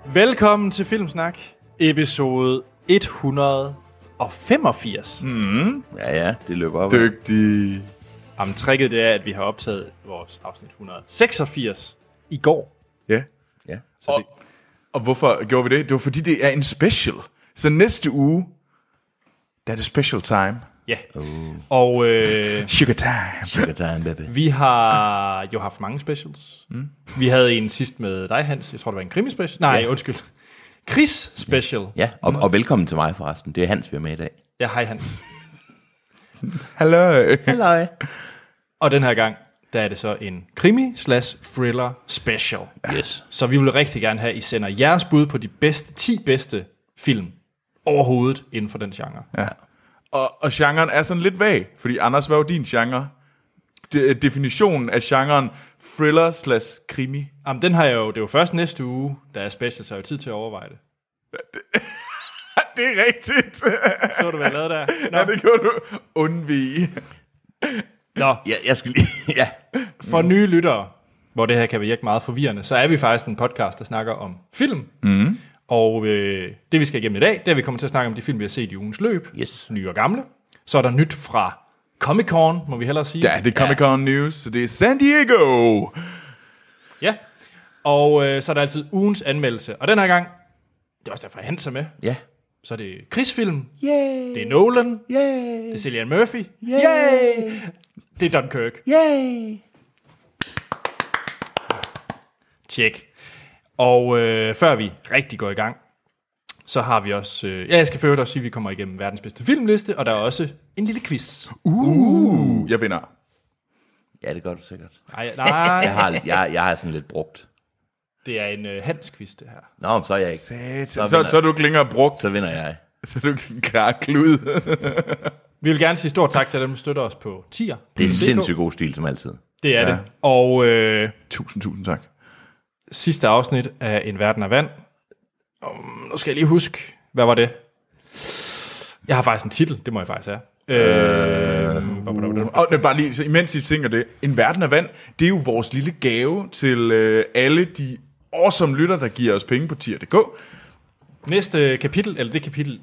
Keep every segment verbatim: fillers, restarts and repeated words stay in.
Velkommen til Filmsnak, episode et hundrede og femogfirs. Mm. Ja, ja, det løber op. Dygtig. Jamen, tricket det er, at vi har optaget vores afsnit et hundrede og seksogfirs i går. Ja. Ja. Så Og, det, og hvorfor gjorde vi det? Det var fordi, det er en special. Så næste uge, der er det special time. ja. Og øh, Sugar time. Sugar time, baby. vi har jo haft mange specials. Mm. Vi havde en sidst med dig, Hans. Jeg tror, det var en krimi-special. Nej, Ja. undskyld. Chris-special. Ja, og, og velkommen til mig forresten. Det er Hans, vi er med i dag. Ja, hej Hans. Hallo. Halløj. Og den her gang, der er det så en krimi-slash-thriller special. Yes. Så vi vil rigtig gerne have, at I sender jeres bud på de bedste, ti bedste film overhovedet inden for den genre. Ja. Og, og genren er sådan lidt vag, fordi Anders, hvad var din genre? De, definitionen af genren thriller slash krimi. Jamen, den har jeg jo, det er jo først næste uge, der er special, så jeg har jo tid til at overveje det. Det er rigtigt. Så du, hvad jeg lavede der? Nå, Ja, det gjorde du. Undvige. Nå. Ja, jeg skal lige... Ja. For nye lyttere, hvor det her kan virke meget forvirrende, så er vi faktisk en podcast, der snakker om film. Mm. Og øh, det vi skal igennem i dag, det er, at vi kommer til at snakke om de film, vi har set i ugens løb. Yes. Nye og gamle. Så er der nyt fra Comic-Con, må vi hellere sige. Ja, det er Comic-Con News, så det er San Diego. Ja. Og øh, så er der altid ugens anmeldelse. Og den her gang, det er også derfor, Hans er med. Ja. Så er det Chris-film. Yay. Det er Nolan. Yay. Det er Cillian Murphy. Yay. Det er Dunkirk. Yay. Tjek. Og øh, før vi rigtig går i gang, så har vi også... Øh, ja, jeg skal først også sige, at vi kommer igennem verdens bedste filmliste, og der er også en lille quiz. Uh, jeg vinder. Ja, det gør du sikkert. Nej, nej, Jeg har, jeg, jeg har sådan lidt brugt. det er en øh, Hans-quiz, det her. Nå, så er jeg ikke. Satan. Så Så, vinder- så er du ikke længere brugt. Så vinder jeg. Så er du klar klud. Vi vil gerne sige stort tak til dem, der støtter os på tier. Det er en sindssygt god stil, som altid. Det er Ja. det. Og øh, Tusind, tusind tak. sidste afsnit af En Verden af Vand. Um, nu skal jeg lige huske, hvad var det? Jeg har faktisk en titel, det må jeg faktisk have. Øh, Og det er bare lige, så imens I tænker det, En Verden af Vand, det er jo vores lille gave til øh, alle de awesome lytter, der giver os penge på tier punktum d k. Næste kapitel, eller det kapitel...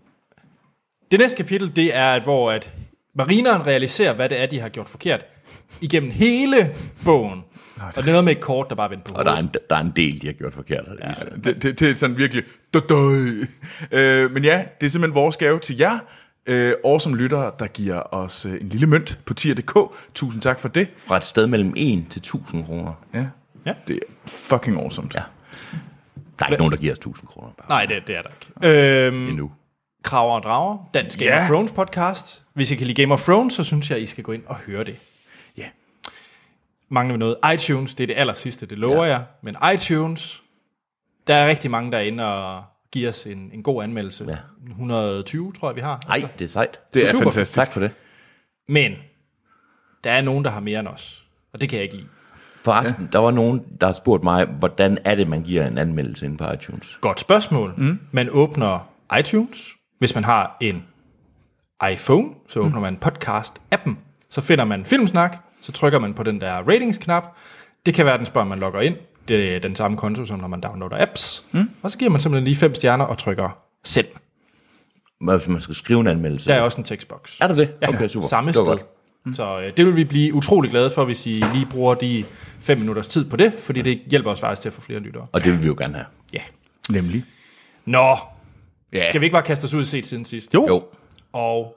Det næste kapitel, det er, at, hvor at marineren realiserer, hvad det er, de har gjort forkert igennem hele bogen. Og det er noget med et kort, der bare vender på Og der er, hovedet. en, der er en del, de har gjort forkert. Ja. Det, det, det er sådan virkelig... Øh, men ja, det er simpelthen vores gave til jer, øh, awesome lyttere, der giver os øh, en lille mønt på tier punktum d k. Tusind tak for det. Fra et sted mellem en til tusind kroner. Ja, Ja. det er fucking awesome. Ja. Der er ikke nogen, der giver os tusind kroner. Bare. Nej, det, det er der ikke. Øhm, Endnu. Kraver og Drager, dansk Game Ja. of Thrones podcast. Hvis I kan lide Game of Thrones, så synes jeg, I skal gå ind og høre det. Ja. Mangler vi noget? iTunes, det er det aller sidste, det lover ja. jeg. Men iTunes, der er rigtig mange, der er inde og giver os en, en god anmeldelse. Ja. et hundrede og tyve, tror jeg, vi har. Ej, det er sejt. Det er Super. fantastisk. Tak for det. Men der er nogen, der har mere end os. Og det kan jeg ikke lide. Forresten, ja. Der var nogen, der har spurgt mig, hvordan er det, man giver en anmeldelse inde på iTunes? Godt spørgsmål. Mm. Man åbner iTunes. Hvis man har en iPhone, så åbner mm. man podcast-appen. Så finder man Filmsnak, så trykker man på den der ratings-knap. Det kan være, den spørger, man logger ind. Det er den samme konto, som når man downloader apps. Mm. Og så giver man simpelthen lige fem stjerner og trykker send. Hvis man skal skrive en anmeldelse? Der er også en tekstboks. Er der det? Ja, Okay, super. samme Det var sted. godt. Mm. Så øh, det vil vi blive utrolig glade for, hvis I lige bruger de fem minutters tid på det, fordi det hjælper os faktisk til at få flere lyttere. Og det vil vi jo gerne have. Ja. Nemlig. Nå, Ja. skal vi ikke bare kaste os ud i set siden sidst? Jo. Jo. Og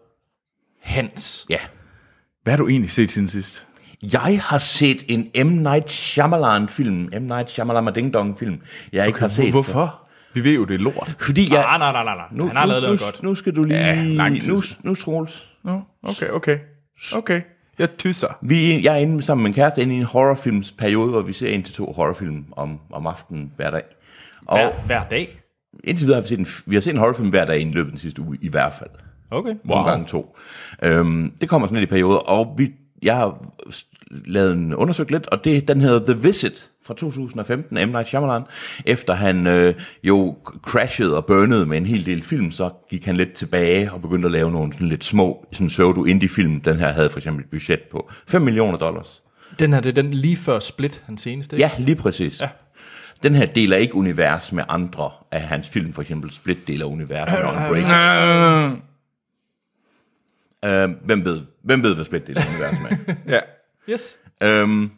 Hans. Ja. Hvad har du egentlig set siden sidst? Jeg har set en M. Night Shyamalan-film. M. Night Shyamalan-Ding-Dong-film. Jeg ikke har set. Hvorfor? Vi ved jo, det er lort. Fordi jeg... Nej, nej, nej, nej, nej. Nu, Han har lavet nu, noget nu, godt. Nu skal du lige... Ja, lang tid Nu, siden. nu Troels. Nå, okay, okay. Okay, jeg tysser. Vi, jeg er inde sammen med en kæreste inde i en horrorfilmsperiode, hvor vi ser en til to horrorfilm om, om aftenen hver dag. Og Hver, hver dag? indtil videre har vi set en, vi har set en horrorfilm hver dag i løbet af den sidste uge, i hvert fald. Okay. Nogle gange to. Øhm, det kommer sådan lidt i perioder, og vi, jeg har lavet en undersøgt lidt, og det, den hedder The Visit fra to tusind og femten, M. Night Shyamalan. Efter han øh, jo crashede og burnede med en hel del film, så gik han lidt tilbage og begyndte at lave nogle sådan lidt små sådan pseudo-indie-film. Den her havde for eksempel et budget på fem millioner dollars. Den her, det er den lige før Split, hans seneste. Ja, lige præcis. Ja. Den her deler ikke univers med andre af hans film, for eksempel Split deler univers med On Break. Uh, hvem ved, hvem ved, hvad Split deler univers med? Ja. Yes. Um,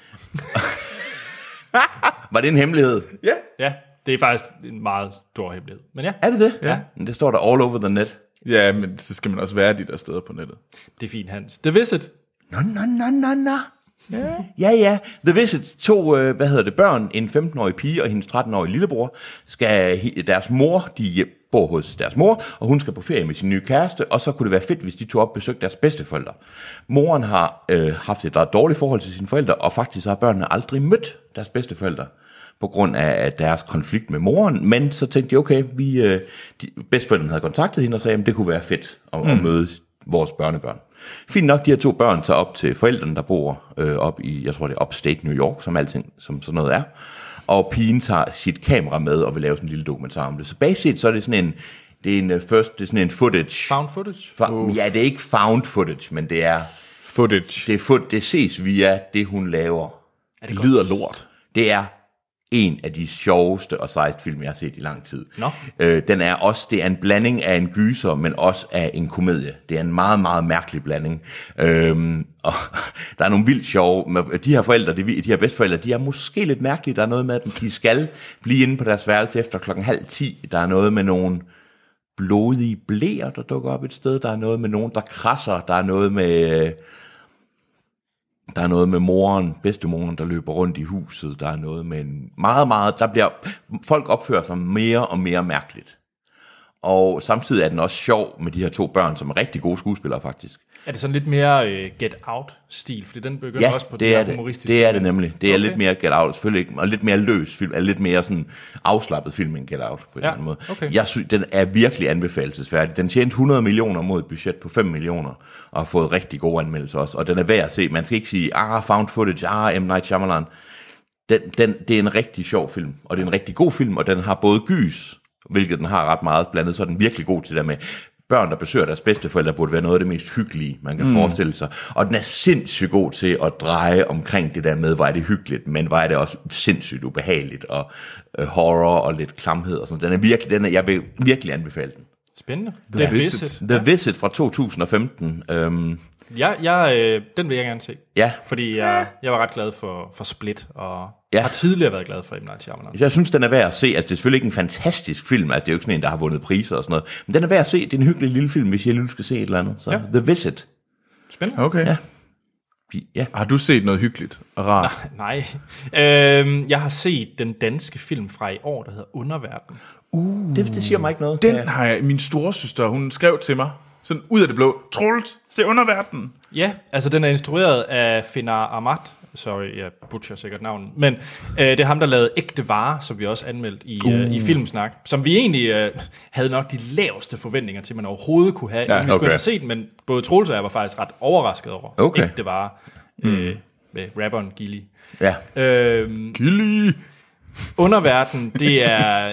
var det en hemmelighed? Ja. Ja, det er faktisk en meget stor hemmelighed. Men ja, Er det det? Ja. Men det står der all over the net. Ja, men så skal man også være de der steder på nettet. det er fint, Hans. The Visit. Nå, nå, nå, nå, nå. Ja, ja. ja. The Visit, to, øh, hvad hedder det, børn, en femten-årig pige og hendes tretten-årige lillebror, skal, deres mor, de bor hos deres mor, og hun skal på ferie med sin nye kæreste, og så kunne det være fedt, hvis de tog op og besøgte deres bedsteforældre. Moren har øh, haft et ret dårligt forhold til sine forældre, og faktisk har børnene aldrig mødt deres bedsteforældre, på grund af deres konflikt med moren, men så tænkte de, okay, vi, øh, de, bedsteforældrene havde kontaktet hende og sagde, at det kunne være fedt at, mm. at møde vores børnebørn. Fint nok, de her to børn tager op til forældrene, der bor øh, op i, jeg tror det er upstate New York, som alting, som sådan noget er. Og pigen tager sit kamera med og vil lave sådan en lille dokumentar om det. Så basisk så er det sådan en, det er en uh, first, det er sådan en footage. Found footage? Fa- uh. Ja, det er ikke found footage, men det er Footage. det, er fo- det ses via det, hun laver. Er det, Det godt? lyder lort. Det er en af de sjoveste og sejeste film, jeg har set i lang tid. Nå. Øh, den er også, det er en blanding af en gyser, men også af en komedie. Det er en meget, meget mærkelig blanding. Øhm, og der er nogle vildt sjove, med de her forældre, de, de her bedsteforældre, de er måske lidt mærkelige. Der er noget med, at de skal blive inde på deres værelse efter klokken halv ti. Der er noget med nogle blodige blæer, der dukker op et sted. Der er noget med nogen, der krasser. Der er noget med... Der er noget med moren, bedstemoren, der løber rundt i huset. Der er noget med en meget, meget... Der bliver, folk opfører sig mere og mere mærkeligt. Og samtidig er den også sjov med de her to børn, som er rigtig gode skuespillere faktisk. Er det sådan lidt mere uh, Get Out-stil? Fordi den begynder Ja, også på det det er her det. humoristiske. Det er det nemlig. Det er Okay. lidt mere Get Out, selvfølgelig ikke, og lidt mere løs film, er lidt mere sådan afslappet film end Get Out på en Ja, eller anden måde. okay. Jeg synes, den er virkelig anbefalelsesværdig. Den tjente hundrede millioner mod et budget på fem millioner, og har fået rigtig gode anmeldelser også, og den er værd at se. Man skal ikke sige, ah, found footage, ah, M. Night Shyamalan. Den, den, det er en rigtig sjov film, og det er en rigtig god film, og den har både gys, hvilket den har ret meget blandet, så er den virkelig god til det med børn, der besøger deres bedsteforældre, burde være noget af det mest hyggelige, man kan mm. forestille sig. Og den er sindssygt god til at dreje omkring det der med, hvor er det hyggeligt, men hvor er det også sindssygt ubehageligt, og øh, horror og lidt klamhed og sådan. Den er virkelig, den er, jeg vil virkelig anbefale den. Spændende. The The Visit. Visit. The Visit fra to tusind og femten. Øhm, Ja, jeg, øh, den vil jeg gerne se. ja, Fordi jeg, jeg var ret glad for, for Split, og Ja. har tidligere været glad for M. Night Shyamalan. jeg synes, den er værd at se. Altså, det er selvfølgelig ikke en fantastisk film, altså det er jo ikke sådan en, der har vundet priser og sådan noget, men den er værd at se. Det er en hyggelig lille film, hvis jeg lige skal se et eller andet. Så Ja. The Visit. Spændende. Okay. Ja. Ja. Har du set noget hyggeligt og rart? Nej. Øhm, jeg har set den danske film fra i år, der hedder Underverden. Det, det siger mig ikke noget. Den Ja. har jeg, min storesøster, hun skrev til mig, sådan ud af det blå. Troels, se Underverden. Ja, altså den er instrueret af Finar Ahmad. Sorry, jeg butcher sikkert navnet. Men øh, det er ham, der lavede Ægte Vare, som vi også anmeldte i, uh. øh, i Filmsnak. Som vi egentlig øh, havde nok de laveste forventninger til, man overhovedet kunne have. Ja, Ja, vi skulle okay. have set, men både Troels og jeg var faktisk ret overrasket over Okay. Ægte Vare. Øh, med rapperen Gilly. Ja. Øhm, Gilly. Underverden, det er,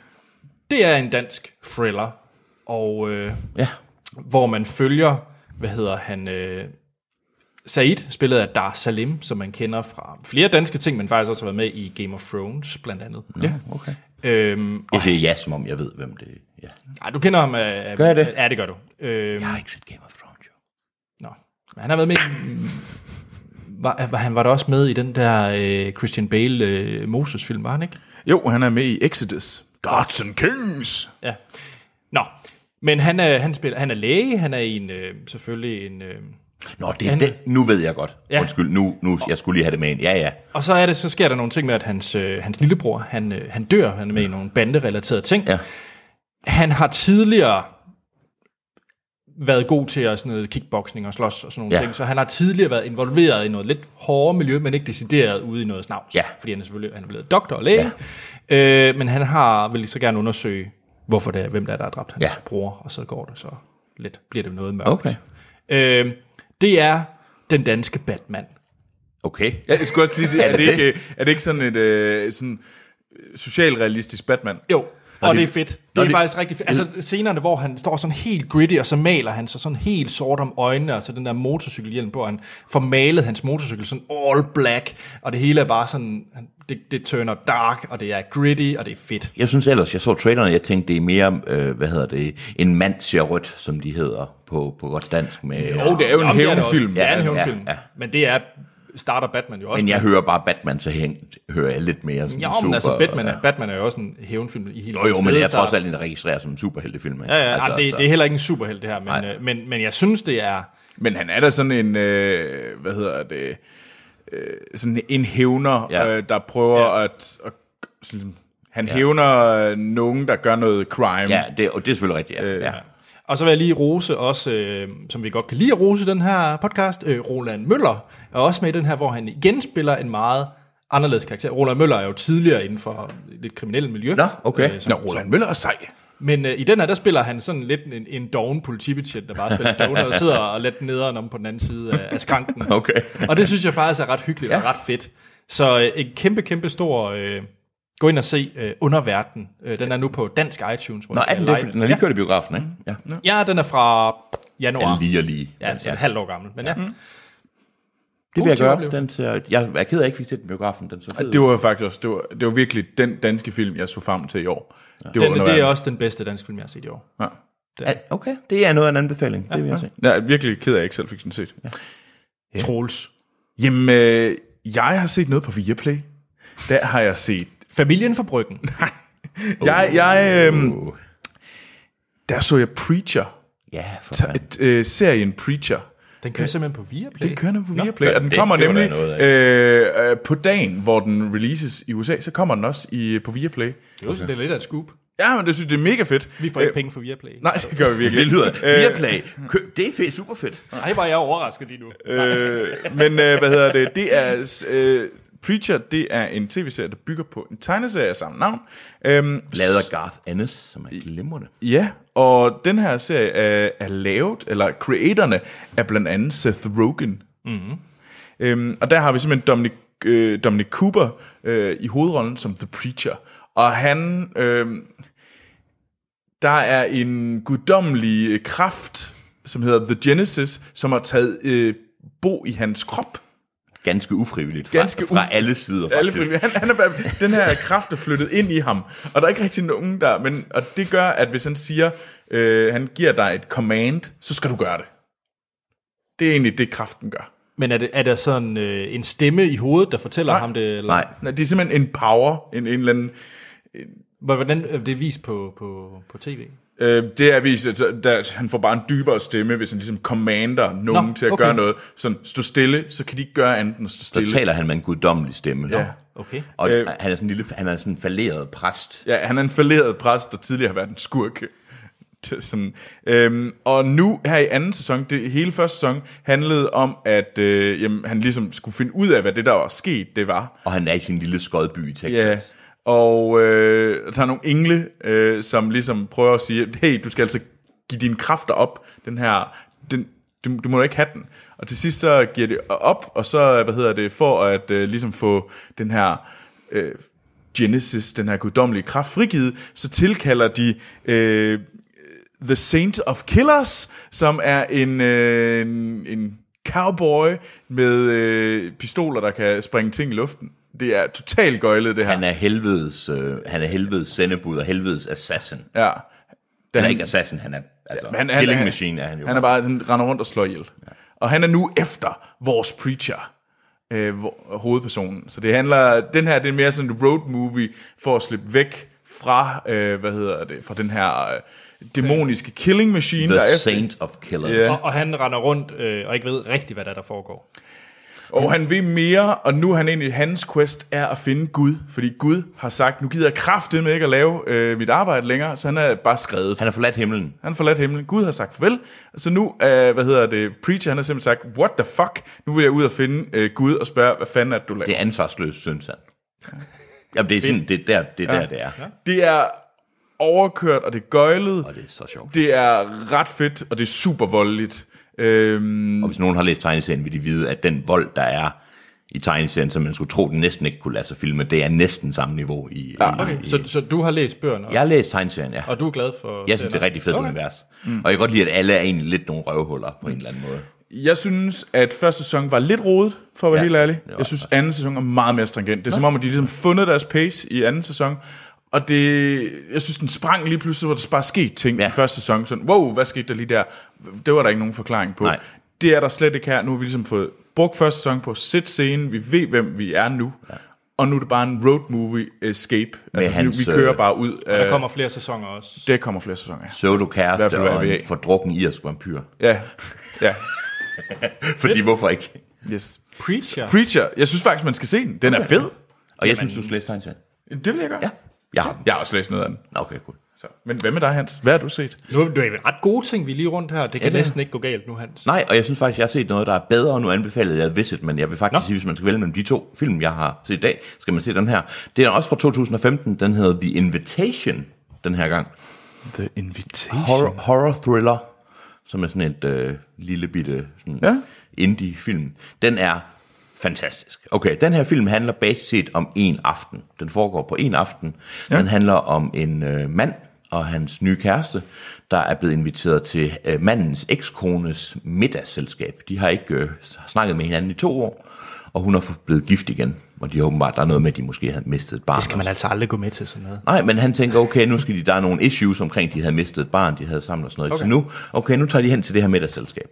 det er en dansk thriller, og øh, Ja. hvor man følger, hvad hedder han, øh, Said, spillet af Dar Salim, som man kender fra flere danske ting, men faktisk også har været med i Game of Thrones, blandt andet. Ja, okay. Øhm, og, Jeg siger ja, som om jeg ved, hvem det er. Ja. ej, du kender ham af... Gør jeg det? Ja, det gør du. Øhm, Jeg har ikke set Game of Thrones, jo. Nå. Men han har været med i... Var, var, han var da også med i den der øh, Christian Bale øh, Moses-film, var han ikke? Jo, han er med i Exodus. Gods and Kings. Ja. Nå, men han er, han spiller, han er læge, han er en, øh, selvfølgelig en... Øh, Nå, det er Han- det. Nu ved jeg godt. Ja. Undskyld, nu, nu jeg skulle lige have det med ind. Ja, ja. og så er det, så sker der nogle ting med, at hans, øh, hans lillebror, han, øh, han dør, han er med i nogle banderelaterede ting. Ja. Han har tidligere været god til at sådan noget kickboxing og slås og sådan nogle Ja. ting, så han har tidligere været involveret i noget lidt hårdere miljø, men ikke decideret ude i noget snavs. Ja. Fordi han er selvfølgelig han er blevet doktor og læge, ja. øh, men han har vil så gerne undersøge, hvorfor det er, hvem der er, der har dræbt hans Ja. bror, og så går det så lidt, bliver det noget mørkt. Okay. Øh, det er den danske Batman. Okay. Ja, jeg skulle også lige, Er er, det det det? ikke, er det ikke sådan et øh, sådan, øh, socialrealistisk Batman? Jo, Og det er fedt. Det er det- faktisk rigtig fedt. Altså scenerne, hvor han står sådan helt gritty, og så maler han sig sådan helt sort om øjnene, og så den der motorcykelhjelm på, han får malet hans motorcykel sådan all black, og det hele er bare sådan, det, det turner dark, og det er gritty, og det er fedt. Jeg synes ellers, jeg så traileren, jeg tænkte, det er mere, øh, hvad hedder det, en mand ser rødt, som de hedder på, på godt dansk. Med, Jo, det er jo en Jamen, det er det også. hævnfilm. Det er en Ja, hævnfilm, ja, ja. men det er starter Batman jo også. Men jeg hører bare Batman, så hæng, hører jeg lidt mere sådan Ja, super. men altså Batman, ja. er, Batman er jo også en hævnfilm i hele Jo, jo, men jeg tror start. også, at den er registreret som en superheltefilm. Ikke? Ja, ja, altså, altså, det, så- det er heller ikke en superhelt det her, men, øh, men, men jeg synes, det er... Men han er da sådan en, øh, hvad hedder det, øh, sådan en hævner, Ja. ja. øh, der prøver Ja. ja. at, at sådan, han ja. hævner øh, nogen, der gør noget crime. Ja, det, og det er selvfølgelig rigtigt, ja. Øh, ja. Og så vil jeg lige rose også, øh, som vi godt kan lide at rose i den her podcast, øh, Roland Møller er også med i den her, hvor han igen spiller en meget anderledes karakter. Roland Møller er jo tidligere inden for lidt kriminelle miljø. Nå, okay. som- Nå, Roland Møller er sej. Men øh, i den her, der spiller han sådan lidt en, en doven politibetjent, der bare spiller doven og sidder og lidt nederen om på den anden side af, af skranken. Okay. Og det synes jeg faktisk er ret hyggeligt ja. og ret fedt. Så øh, en kæmpe, kæmpe stor... Øh, gå ind og se øh, Underverden. Øh, den er nu på dansk iTunes. Hvor Nå, man er kan den det? lege- Fordi den er lige kørt i biografen, ikke? Ja. Ja, den er fra januar. Ja, lige og lige. Ja, så ja. et halvt år gammel. Men ja, mm. Det vil jeg Positiv gøre. oplevelse. Den ser, jeg er ked af, at jeg ikke fik set den i biografen. Den så fed. Det var faktisk også, det var, det var virkelig den danske film, jeg så frem til i år. Ja. Det, var den, det er Underverden. også den bedste dansk film, jeg har set i år. Ja. Ja, okay, det er noget af en anbefaling. Det vil jeg sige. Jeg er virkelig ked af, at jeg ikke selv fik den set. Ja. Ja. Troels. Jamen, øh, jeg har set noget på Viaplay. Der har jeg set... Familien for Bryggen. Jeg, jeg, øh, der så jeg Preacher. Ja, for Ta- fanden. et, øh, serien Preacher. Den kører simpelthen på Viaplay. Den kører nu på Nå. Viaplay, og den det kommer gjorde nemlig der noget øh, øh, på dagen, hvor den releases i U S A, så kommer den også i, på Viaplay. Det er, jo, det er lidt af et scoop. Ja, men det synes jeg, det er mega fedt. Vi får ikke penge for Viaplay. Nej, det gør vi virkelig. Det lyder, Øh, Viaplay, køb, det er fedt, super fedt. Nej, var jeg overrasket lige nu. øh, men øh, hvad hedder det? Det er... Øh, Preacher, det er en tv-serie, der bygger på en tegneserie af samme navn. Øhm, Lavet af Garth Ennis, som er glimrende. Ja, og den her serie er, er lavet, eller creatorerne er blandt andet Seth Rogen. Mm-hmm. Øhm, og der har vi simpelthen Dominic, øh, Dominic Cooper øh, i hovedrollen som The Preacher. Og han, øh, der er en guddommelig kraft, som hedder The Genesis, som har taget øh, bo i hans krop. Ganske ufrivilligt fra, Ganske fra uf- alle sider, Alle faktisk. frivillige. han, han er bare, den her kraft er flyttet ind i ham, og der er ikke rigtig nogen der, men, og det gør, at hvis han siger, øh, han giver dig et command, så skal du gøre det. Det er egentlig det, kraften gør. Men er, det, er der sådan øh, en stemme i hovedet, der fortæller Nej. ham det? Eller? Nej, Nej, det er simpelthen en power, en, en eller anden, Hvordan er det vist på, på, på tv? øh, det er vist, at der, han får bare en dybere stemme, hvis han ligesom commander nogen Nå, til at okay. gøre noget. Sådan, stå stille, så kan de ikke gøre andet end at stå så stille. taler han med en guddommelig stemme. Ja. Okay. Og Øh. han er sådan en lille, han er sådan en falderet præst. Ja, han er en falderet præst, der tidligere har været en skurk. Det er sådan. Øhm, og nu her i anden sæson, det hele første sæson, handlede om, at øh, jamen, han ligesom skulle finde ud af, hvad det der var sket, det var. Og han er i sin lille skodby i Texas. Ja, og øh, der er nogle engle, øh, som ligesom prøver at sige, hey, du skal altså give dine kræfter op, den her, den, du, du må ikke have den. Og til sidst så giver det op, og så, hvad hedder det, for at øh, ligesom få den her øh, Genesis, den her guddommelige kraft frigivet, så tilkalder de øh, The Saint of Killers, som er en, øh, en, en cowboy med øh, pistoler, der kan springe ting i luften. Det er totalt gøjlet, det her. Han er helvedes, øh, han er helvedes sendebud og helvedes assassin. Ja. Han er ikke assassin, han er, altså, Men han, killing han, machine er han jo. Han er bare, han render rundt og slår ihjel. Ja. Og han er nu efter vores Preacher, øh, hvor, hovedpersonen. Så det handler, den her, det er mere sådan en road movie, for at slippe væk fra, øh, hvad hedder det, fra den her øh, dæmoniske killing machine. The der er Saint of Killers. Ja. Og, og han render rundt øh, og ikke ved rigtigt, hvad der, der foregår. Og han vil mere, og nu er han egentlig, hans quest er at finde Gud. Fordi Gud har sagt, nu gider jeg kraftedeme ikke at lave øh, mit arbejde længere, så han er bare skrevet. Han har forladt himlen. Han har forladt himlen. Gud har sagt farvel. Så nu, øh, hvad hedder det, Preacher, han har simpelthen sagt, what the fuck? Nu vil jeg ud og finde øh, Gud og spørge, hvad fanden er det, du laver? Det er ansvarsløst, synes han. Jamen, det er sådan, det er der, det er, ja. der, det er. Ja. Det er overkørt, og det er gøjlet. Og det er så sjovt. Det er ret fedt, og det er super voldeligt. Øhm, Og hvis nogen har læst tegneserien, vil de vide, at den vold, der er i tegneserien, så man skulle tro, den næsten ikke kunne lade sig filme. Det er næsten samme niveau i... Ja, okay. i, så, så du har læst bøgerne også? Jeg har læst tegneserien, ja. Og du er glad for... Jeg synes, det er rigtig fedt okay. univers. Mm. Og jeg kan godt lide, at alle er egentlig lidt nogle røvhuller på en eller anden måde. Jeg synes, at første sæson var lidt rodet, for at være ja, helt ærlig. Jeg synes, anden sæson er meget mere stringent. Det er Nå. som om, at de ligesom fundet deres pace i anden sæson. Og det, jeg synes, den sprang lige pludselig, hvor der bare skete ting ja. i første sæson. Sådan, wow, hvad skete der lige der? Det var der ikke nogen forklaring på. Nej. Det er der slet ikke her. Nu har vi ligesom fået brugt første sæson på at sætte scenen. Vi ved, hvem vi er nu. Ja. Og nu er det bare en road movie escape. Altså, hans, vi kører bare ud. Og der kommer flere sæsoner også. Det kommer flere sæsoner, ja. Pseudo-kæreste og en fordrukken irsk vampyr. Ja, ja. Fordi hvorfor ikke? Yes. Preacher. Preacher. Jeg synes faktisk, man skal se den. Den okay. er fed. Og jeg Jamen, synes, du skal læse tegneserien. Det vil jeg gøre. Ja. Jeg har, jeg har også læst noget af den. Okay, cool. Så. Men hvad med dig, Hans? Hvad har du set? Nu er det ret gode ting, vi er lige rundt her. Det kan ja, næsten ikke gå galt nu, Hans. Nej, og jeg synes faktisk, jeg har set noget, der er bedre, og nu anbefalede jeg Visit, men jeg vil faktisk Nå. sige, hvis man skal vælge mellem de to film, jeg har set i dag, skal man se den her. Det er også fra to tusind og femten, den hedder The Invitation, den her gang. The Invitation? Horror, horror thriller, som er sådan et øh, lille bitte sådan ja. indie-film. Den er fantastisk. Okay, den her film handler basisk set om en aften. Den foregår på en aften. Ja. Den handler om en øh, mand og hans nye kæreste, der er blevet inviteret til øh, mandens ekskones middagsselskab. De har ikke øh, snakket med hinanden i to år, og hun er blevet gift igen. Og de har åbenbart, der er noget med, at de måske havde mistet et barn. Det skal man altså aldrig gå med til sådan noget. Nej, men han tænker, okay, nu skal de, der er nogle issues omkring, de havde mistet et barn, de havde samlet og sådan noget. Okay. Så nu, okay, nu tager de hen til det her middagsselskab.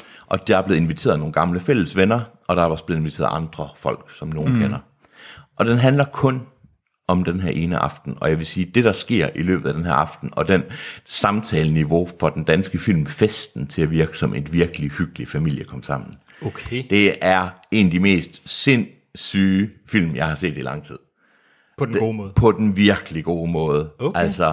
Og der er blevet inviteret nogle gamle fælles venner, og der er også blevet inviteret andre folk, som nogen mm. kender. Og den handler kun om den her ene aften, og jeg vil sige, det der sker i løbet af den her aften, og den samtaleniveau for den danske film Festen til at virke som et virkelig hyggeligt familie kom sammen. Okay. Det er en af de mest sindssyge film, jeg har set i lang tid. På den gode måde? På den virkelig gode måde. Okay. Altså,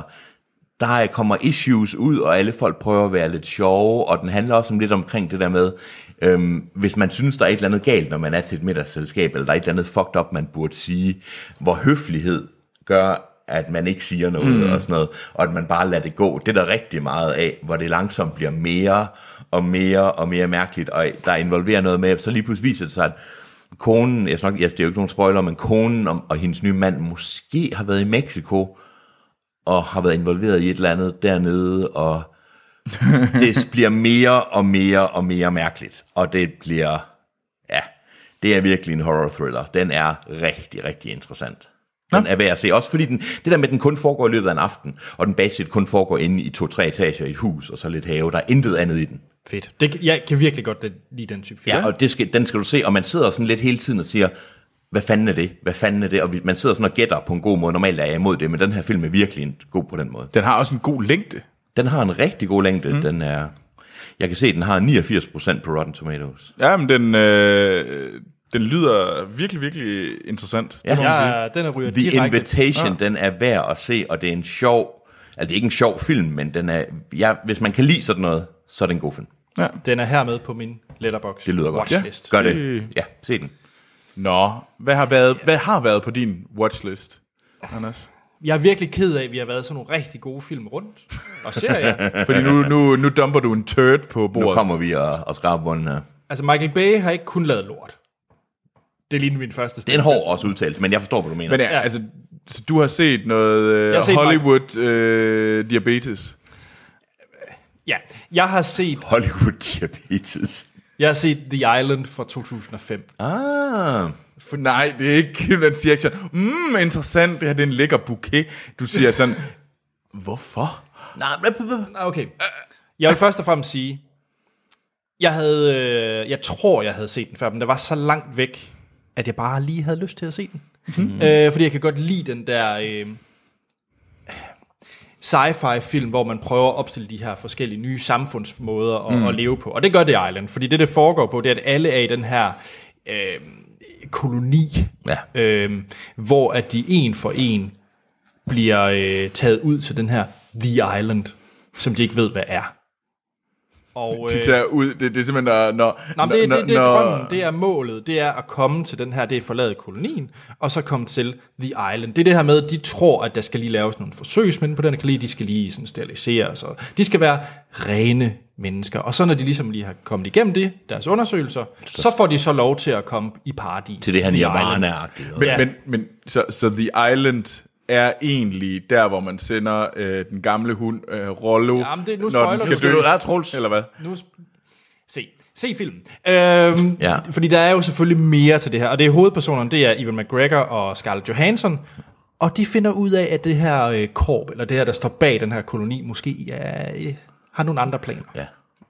der kommer issues ud, og alle folk prøver at være lidt sjove, og den handler også om lidt omkring det der med, øhm, hvis man synes, der er et eller andet galt, når man er til et middagsselskab, eller der er et eller andet fucked up, man burde sige, hvor høflighed gør, at man ikke siger noget, mm. og sådan noget, og at man bare lader det gå. Det er der rigtig meget af, hvor det langsomt bliver mere og mere og mere mærkeligt, og der involverer noget med, så lige pludselig viser det sig, at konen, jeg snakker, det er jo ikke nogen spoiler, men konen og, og hendes nye mand måske har været i Mexico, og har været involveret i et eller andet dernede, og det bliver mere og mere og mere mærkeligt, og det bliver, ja, det er virkelig en horror thriller. Den er rigtig, rigtig interessant. Den er værd at se, også fordi den, det der med, den kun foregår i løbet af en aften, og den basisk kun foregår inde i to-tre etager i et hus, og så lidt have, der er intet andet i den. Fedt. Det, jeg kan virkelig godt lide den type film. Ja, og det skal, den skal du se, og man sidder sådan lidt hele tiden og siger, hvad fanden er det? Hvad fanden er det? Og man sidder sådan og gætter på en god måde. Normalt er jeg imod det, men den her film er virkelig en god på den måde. Den har også en god længde. Den har en rigtig god længde. Mm. Den er, jeg kan se, at den har niogfirs procent på Rotten Tomatoes. Ja, men den, øh, den lyder virkelig, virkelig interessant. Ja, ja den er ryger The direkte. Invitation, ja. Den er værd at se, og det er en sjov, altså det er ikke en sjov film, men den er, ja, hvis man kan lide sådan noget, så er det en god film. Ja. Den er hermed på min Letterboxd. Det lyder godt. Ja, gør det. Ja, se den. Nå, hvad har været, hvad har været på din watchlist, Anders? Jeg er virkelig ked af, at vi har været sådan nogle rigtig gode film rundt og serier. Fordi nu, nu, nu dumper du en turd på bordet. Nu kommer vi og, og skraber bunden her. Altså, Michael Bay har ikke kun lavet lort. Det er lige min første sted. Det er en hård også udtalelse, men jeg forstår, hvad du mener. Men ja, altså, så du har set noget uh, set Hollywood uh, Diabetes? Ja, jeg har set... Hollywood Diabetes. Jeg har set The Island fra to tusind og fem. Ah. For nej, det er ikke, man siger ikke sådan, mm, interessant, det her det er en lækker bouquet. Du siger sådan, hvorfor? Nej, okay. Jeg vil først og fremmest sige, jeg havde, øh, jeg tror, jeg havde set den før, men det var så langt væk, at jeg bare lige havde lyst til at se den. Mm-hmm. Øh, fordi jeg kan godt lide den der øh, sci-fi film, hvor man prøver at opstille de her forskellige nye samfundsmåder at, mm. at leve på. Og det gør The Island, fordi det, det foregår på, det er, at alle er i den her øh, koloni, ja. øh, hvor at de en for en bliver øh, taget ud til den her The Island, som de ikke ved, hvad er. Og, de tager ud, det, det er simpelthen, når... når nej, det, det, det er drømmen, det er målet, det er at komme til den her, det er forladet kolonien, og så komme til The Island. Det er det her med, at de tror, at der skal lige laves nogle forsøgsmænd på den koloni, de skal lige sådan steriliseres, og de skal være rene mennesker. Og så når de ligesom lige har kommet igennem det, deres undersøgelser, så, så får de så lov til at komme i paradis. Til det her Nirvana-agtigt. Men, Ja. men, men så, så The Island er egentlig der, hvor man sender øh, den gamle hund, øh, Rollo, Jamen, det- nu når spoiler den du. skal Skal dø, du ret, Troels? eller hvad? Nu sp- se. Se filmen. Øhm, Ja. Fordi der er jo selvfølgelig mere til det her. Og det er hovedpersonerne, det er Ewan McGregor og Scarlett Johansson. Og de finder ud af, at det her øh, korp, eller det her, der står bag den her koloni, måske er, øh, har nogle andre planer. Ja.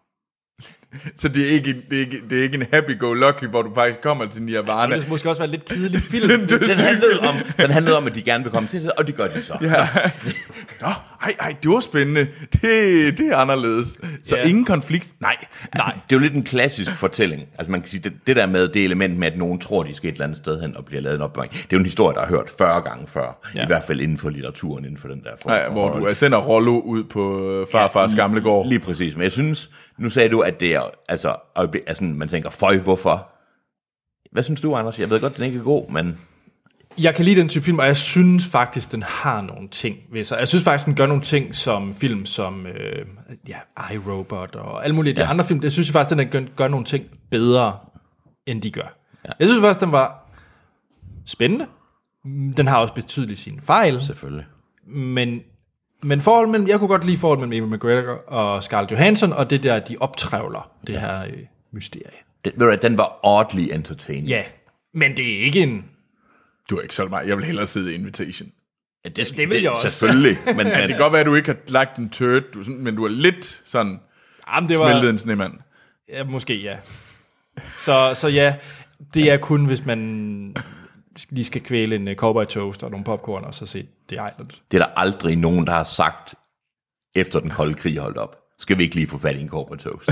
Så det er ikke, det er ikke, det er ikke en happy-go-lucky, hvor du faktisk kommer til Nirvana. Det skal måske også være en lidt kedelig film. Den handlede, om, den handlede om, at de gerne vil komme til det, og det gør de så. Ja. Nå, ej, ej, det var spændende. Det, det er anderledes. Så Ja. ingen konflikt. Nej. Nej. Det er jo lidt en klassisk fortælling. Altså man kan sige, det, det der med det element med, at nogen tror, de skal et eller andet sted hen og bliver lavet en opbevaring. Det er jo en historie, der er hørt fyrre gange før. Ja. I hvert fald inden for litteraturen, inden for den der form. Nej, hvor du sender Rollo ud på øh, farfars gamle gård. Lige præcis. Men jeg synes, nu sagde du, at det er, altså, altså man tænker, føj, hvorfor? Hvad synes du, Anders? Jeg ved godt, den ikke er god, men... Jeg kan lide den type film, og jeg synes faktisk, den har nogle ting ved sig. Jeg synes faktisk, den gør nogle ting som film som øh, ja, iRobot og alle mulige af de Ja. andre film. Jeg synes faktisk, den gør, gør nogle ting bedre, end de gør. Ja. Jeg synes faktisk, den var spændende. Den har også betydeligt sine fejl, Selvfølgelig. men, men forhold mellem, jeg kunne godt lide forholdet mellem Ewan McGregor og Scarlett Johansson, og det der, de optrævler det ja. her øh, mysterie. Den, ved du, hvad, den var oddly entertaining. Ja, men det er ikke en... Du er ikke så meget. Jeg vil hellere sidde i Invitation. Ja, det, det vil jeg også. Selvfølgelig. Men, men, Det kan godt være, at du ikke har lagt en turd, du, er sådan- men du er lidt sådan Jamen, det smeltet var, en snemand. ja, måske ja. Så, så ja, det er kun, hvis man lige skal kvæle en uh, cowboy toast og nogle popcorn, og så se The Island. det er der aldrig nogen, der har sagt, efter den kolde krig holdt op. Skal vi ikke lige få fat i en corporate toast?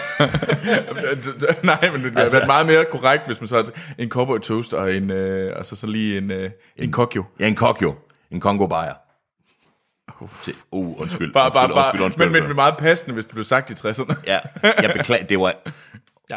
Nej, men det ville altså, være meget mere korrekt, hvis man så har en cowboy toast og en, øh, og så, så lige en, øh, en kokjo. Ja, en kokjo. En Congo bajer. Se- Uh, undskyld. Bare, undskyld, bare, bare, undskyld, undskyld, men, men det er meget passende, hvis det blev sagt i tresserne. Ja, jeg beklager, det var... Ja.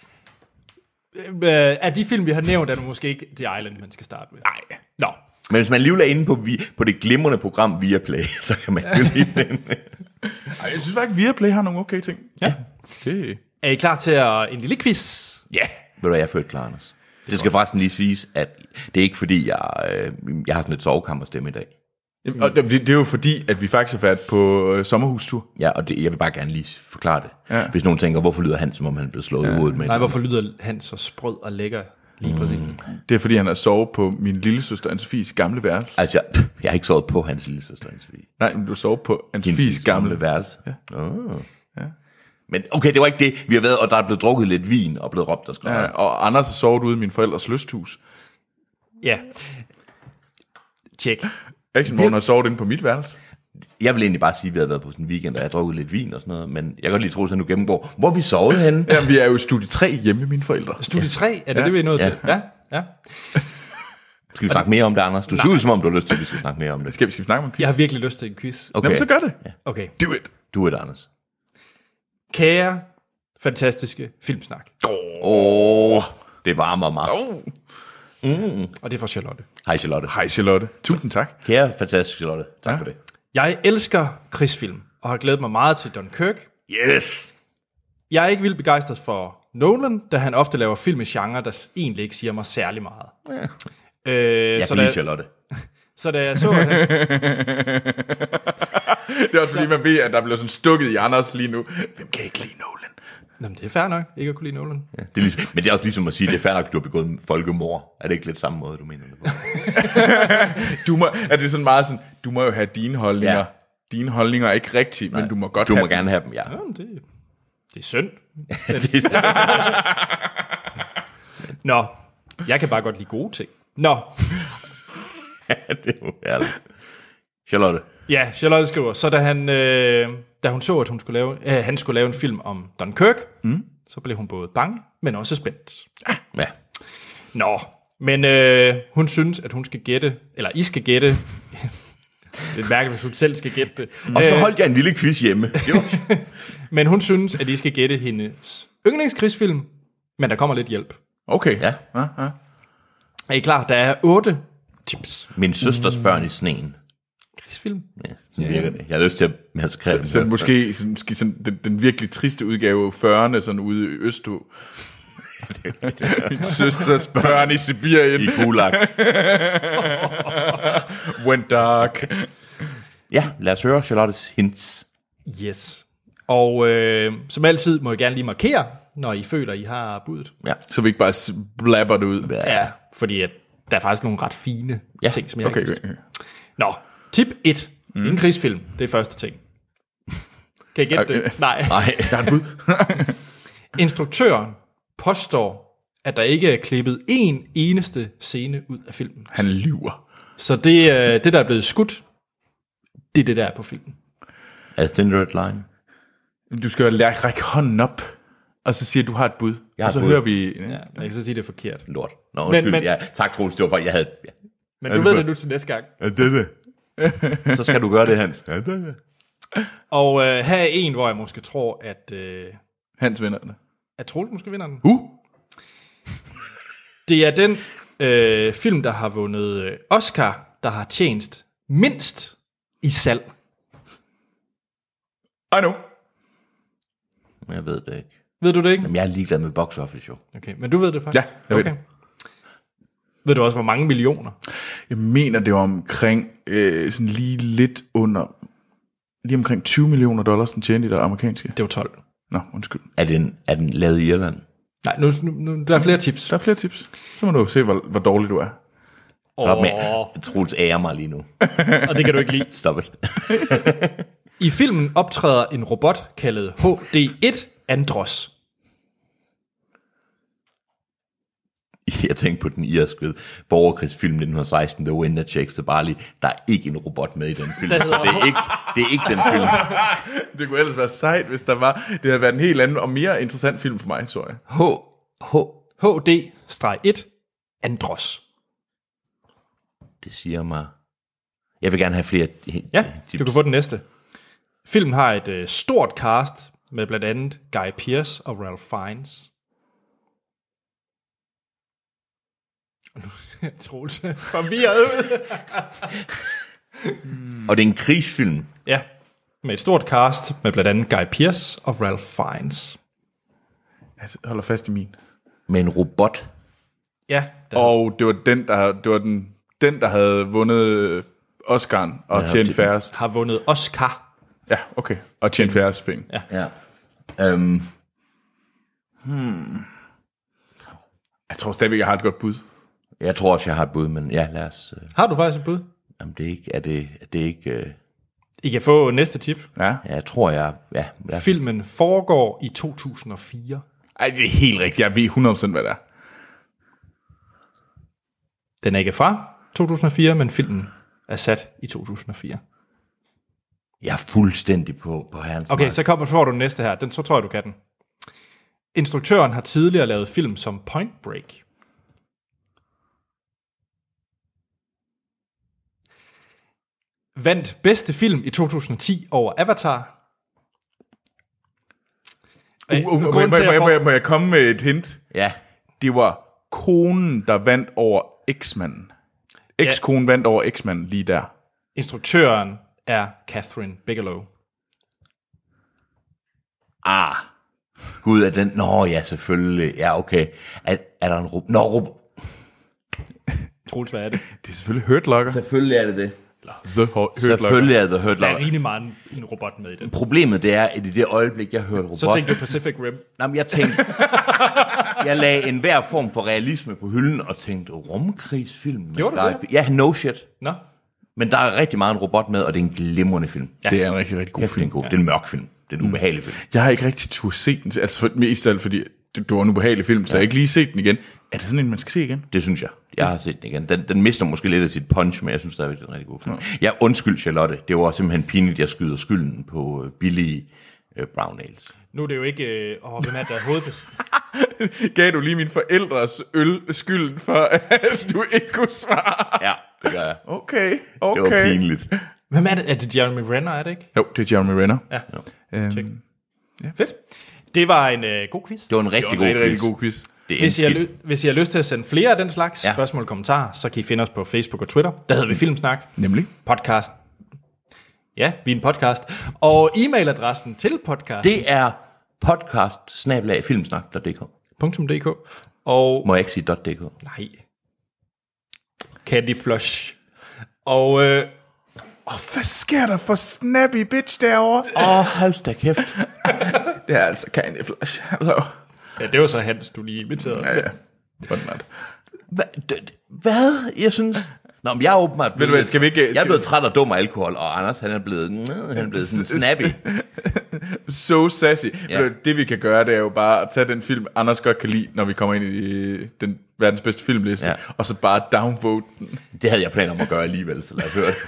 Øh, af de film, vi har nævnt, er det måske ikke The Island, man skal starte med. Nej. Nå. Men hvis man alligevel er inde på, vi, på det glimrende program Viaplay, så kan man jo lige... Ej, jeg synes faktisk, Viaplay har nogle okay ting. Ja. Det. Er I klar til at, en lille quiz? Ja, ved du hvad, jeg er født klar, Anders. Det skal forresten lige siges, at det er ikke fordi, jeg, øh, jeg har sådan et sovekammerstemme i dag. Jamen, og det, det er jo fordi, at vi faktisk har været på øh, sommerhustur. Ja, og det, jeg vil bare gerne lige forklare det. Ja. Hvis nogen tænker, hvorfor lyder han, som om han er blevet slået ja. i hovedet med Nej, et- hvorfor lyder han så sprød og lækker lige præcis? Mm. Det er fordi, han har sovet på min lillesøster Anne-Sophies gamle værelse. Altså, jeg, jeg har ikke sovet på hans lille søster, Nej, men du sov på Anne-Sophies Hendes gamle gamle værelse. Ja. Oh. Ja. Men okay, det var ikke det. Vi har været, og der er blevet drukket lidt vin og blevet råbt og skrevet. Ja, og Anders har sovet ude i min forældres lysthus. Ja. Tjek. Action Morgen har sovet inde på mit værelse. Jeg vil egentlig bare sige, at vi har været på sådan en weekend, og jeg har drukket lidt vin og sådan noget, men jeg kan godt lige tro, at nu gennemgår. Hvor er vi sovet henne? Jamen, vi er jo i studie tre hjemme med mine forældre. Studie tre, er det Ja. det, vi er nået Ja. til? Ja. Ja. Skal vi snakke mere om det, Anders? Du ser ud, som om du har lyst til, at vi skal snakke mere om det. Skal vi, skal vi snakke om en quiz? Jeg har virkelig lyst til en quiz. Okay. Jamen, så gør det. Okay. Do it. Du er det, Anders. Kære, fantastiske filmsnak. Åh, oh, det varmer mig. Oh. Og det er fra Charlotte. Hej, Charlotte. Hej, Charlotte. Tusind tak. Kære, fantastisk Charlotte. Tak Ja. for det. Jeg elsker krigsfilm, og har glædet mig meget til Dunkirk. Yes! Jeg er ikke vildt begejstret for Nolan, da han ofte laver film i genre, der egentlig ikke siger mig særlig meget. Ja. Øh, Jeg så, kan da, lide Charlotte. så da jeg så, at han, Det er også fordi, man ved, at der bliver sådan stukket i Anders lige nu. Hvem kan ikke lide Nolan? Jamen, det er fair nok, ikke at kunne lide Nolan. Ja, det er ligesom, men det er også ligesom at sige, det er fair nok, at du har begået en folkemord. Er det ikke lidt samme måde, du mener det på? Du må, er det sådan meget sådan, du må jo have dine holdninger. Ja. Dine holdninger er ikke rigtige, men du må godt Du have må dem. gerne have dem, ja. Jamen, det, det er synd. Det- Nå, jeg kan bare godt lide gode ting. Nå, det er jo herligt. Charlotte. ja, Charlotte skriver, så da, han, øh, da hun så, at hun skulle lave, øh, han skulle lave en film om Dunkirk, mm. så blev hun både bange, men også spændt. Ja. Nå, men øh, hun synes, at hun skal gætte, eller I skal gætte. Det er mærkeligt, hvis hun selv skal gætte det. Og så Øh, holdt jeg en lille quiz hjemme. Det var... Men hun synes, at I skal gætte hendes yndlingskrigsfilm, men der kommer lidt hjælp. Okay. Ja. Ja, ja. Er I klar? Der er otte tips. Min søsters børn i sneen. Krigsfilm? Ja, sådan virker det. Jeg har lyst til at massakrere dem. Så, så måske, så måske sådan, den, den virkelig triste udgave af fyrrerne, sådan ude i Østå. Min søsters børn i Sibirien. I Gulag. Went dark. Ja, lad os høre Charlottes hints. Yes. Og øh, som altid må jeg gerne lige markere, når I føler, I har budet. Ja. Så vi ikke bare blabber det ud. Ja, fordi at der er faktisk nogle ret fine Ja, ting, som jeg Okay, har okay. læst. Nå, tip et. Mm. En krigsfilm. Det er første ting. Kan I gætte Okay. det? Nej. Nej. Jeg har et bud. Instruktøren påstår, at der ikke er klippet en eneste scene ud af filmen. Han lyver. Så det, øh, det der er blevet skudt, det er det, der er på filmen. Altså, den red line. Du skal jo lære række hånden op, og så siger du har et bud. Jeg har og så et bud. hører vi... Ja, jeg kan så sige, det er forkert. Lort. Nå, undskyld. Men- men- ja, tak, Troels. Det var bare, jeg havde... Ja. Men du ved det nu til næste gang. Ja, det er Så skal du gøre det, Hans. Ja, det er det. Og øh, her er en, hvor jeg måske tror, at, øh, Hans vinder det. at Troels måske vinder den. Uh! Det er den øh, film, der har vundet øh, Oscar, der har tjent mindst i salg. I know. Men jeg ved det ikke. Ved du det ikke? Jamen, jeg er ligeglad med box office, jo. Okay, men du ved det faktisk? Ja, jeg ved det. Ved du også, hvor mange millioner? Jeg mener, det var omkring øh, sådan lige lidt under... Lige omkring tyve millioner dollars, den tjente i det amerikanske. Det var tolv. Nå, undskyld. Er den, er den lavet i Irland? Nej, nu, nu, nu der er flere tips. Der er flere tips. Så må du se, hvor, hvor dårlig du er. Stop Åh, med. Troels ærer mig lige nu. og det kan du ikke lide. Stop it. I filmen optræder en robot kaldet H D et Andros. Jeg tænkte på den irske borgerkrigsfilm nitten seksten, The Wind That Shakes the Barley. Der er ikke en robot med i den film, så det er ikke, det er ikke den film. Det kunne ellers være sejt, hvis der var... Det havde været en helt anden og mere interessant film for mig, så jeg. H, H, H D et Andros. det siger mig... Jeg vil gerne have flere Ja, tips. du kan få den næste. Filmen har et øh, stort cast med blandt andet Guy Pearce og Ralph Fiennes. Og nu ser Troels forvirret ud. Og det er en krigsfilm. Ja, med et stort cast med blandt andet Guy Pearce og Ralph Fiennes. Jeg holder fast i min. Med en robot. Ja, der, Og det var den, der, det var den, den, der havde vundet Oscar'en og Ja, tjent det- færrest. har vundet Oscar. Ja, okay. Og tjent færrest penge. Ja. Ja. Um, Jeg tror stadigvæk, jeg har et godt bud. jeg tror også, jeg har et bud, men ja, lad os... Uh, Har du faktisk et bud? jamen, det er ikke... Er det, er det ikke uh, I kan få næste tip. Ja. ja, jeg tror, jeg... Ja, ja. Filmen foregår i to tusind og fire. Ej, det er helt rigtigt. Jeg ved hundrede procent, hvad det er. Den er ikke fra to tusind og fire, men filmen er sat i to tusind og fire. Jeg er fuldstændig på, på herrens Okay, mark. så kommer får du den næste her. Den så tror jeg, du kan den. Instruktøren har tidligere lavet film som Point Break. Vandt bedste film i to tusind og ti over Avatar. Øh, Uh, uh, må, grunden må, til, må, at jeg må, får- jeg- må jeg komme med et hint? Ja, Det var konen, der vandt over X-manden. X-konen vandt over X-manden lige der. Instruktøren er Catherine Bigelow. ah. Gud, er den... Nå, ja, selvfølgelig. Ja, okay. Er, er der en robot? Nå, robot. Troels, hvad er det? Det er selvfølgelig Hurt Locker. Selvfølgelig er det det. The Hurt Locker. Selvfølgelig er det Hurt Der er Locker. rigtig meget en, en robot med i den. Problemet det er, at i det øjeblik, jeg hørte robot... Så tænkte du Pacific Rim. Jamen, jeg tænkte... jeg lagde enhver form for realisme på hylden og tænkte, rumkrigsfilm. med Gjorde du Guy det? Pe- Ja, no shit. Nå, Men der er rigtig meget en robot med, og det er en glimrende film. Ja. Det er en rigtig, rigtig god Kæft, det er film. en god. Det er en mørk film. Det er en ubehagelig film. Jeg har ikke rigtig tur set den, altså for, mest af alt fordi det, det var en ubehagelig film, så ja. jeg har ikke lige set den igen. Er det sådan en, man skal se igen? Det synes jeg. Jeg har set den igen. Den, den mister måske lidt af sit punch, men jeg synes stadigvæk, det er en rigtig god film. Ja, ja undskyld, Charlotte. Det var simpelthen pinligt, jeg skyder skylden på uh, billige uh, brown ales. nu er det jo ikke... Øh, åh, hvem er der hovedbes... Gav du lige mine forældres øl skylden for, at du ikke kunne svare? Ja, det gør jeg. Okay, Det okay. var pinligt. Hvem er det? Er det Jeremy Renner, er det ikke? Jo, det er Jeremy Renner. Ja, Øhm, fedt. Det var en øh, god quiz. Det var en rigtig det var god en rigtig, rigtig quiz. god quiz. Det er Hvis I, har, skidt. ly- hvis I har lyst til at sende flere af den slags Ja. ja. spørgsmål og kommentarer, så kan I finde os på Facebook og Twitter. Der hedder vi Filmsnak. Nemlig? Podcast Ja, vi er en podcast. Og e-mailadressen til podcast. Det er podcast snabel-a filmsnak punktum d k. .dk. Og... Må jeg ikke sige .dk? Nej. Candy Flush. Og... Øh, Oh, hvad sker der for snappy bitch derovre? Åh, oh, hold da kæft. Det er altså Candy Flush. Hello. ja, det var så Hans, du lige inviterede. Ja, ja. Sådan er det. Hva- d- Hvad? Jeg synes... Nå, men jeg er åbenbart blevet, du hvad, skal vi ikke- jeg er skal blevet vi- træt af dum alkohol, og Anders, han er blevet, mm, han er blevet sådan snappy. So sassy. Ja. Ja. Det vi kan gøre, det er jo bare at tage den film, Anders godt kan lide, når vi kommer ind i den verdens bedste filmliste, Ja. ja. og så bare downvote den. Det havde jeg planer om at gøre alligevel, så lad os høre det.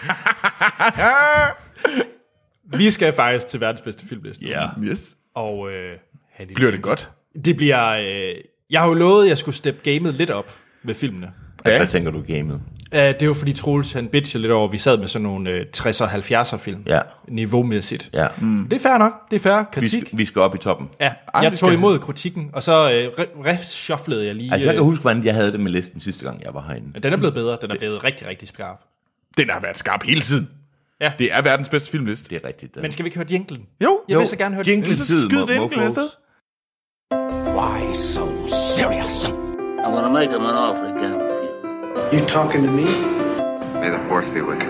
Vi skal faktisk til verdens bedste filmliste. Ja. Yes. Og... Øh, Handy, Bliver det godt? Det bliver... Øh, jeg har jo lovet, at jeg skulle steppe gamet lidt op med filmene. Ja. Hvad tænker du, gamet? Uh, det er jo fordi Troels, han bitcher lidt over, vi sad med sådan nogle uh, tresser og halvfjerdser film. Ja. Niveaumæssigt. Ja. Mm. Det er fair nok. Det er fair Vi kritik. skal, vi skal op i toppen. Ja, Ej, jeg vi tog skal- imod kritikken, og så uh, re- reshufflede jeg lige. Altså, jeg kan øh, huske, hvordan jeg havde det med listen sidste gang, jeg var herinde. Den er blevet bedre. Den er blevet rigtig, rigtig skarp. Den har været skarp hele tiden. Ja. Det er verdens bedste filmliste. Det er rigtigt. Men skal vi ikke høre jinglen? Jo, Jeg vil så gerne høre Jingle Så tid, skyd må, det må enkelt afsted. Why so serious? I'm gonna make him an offer he can't refuse. You talking to me? May the force be with you.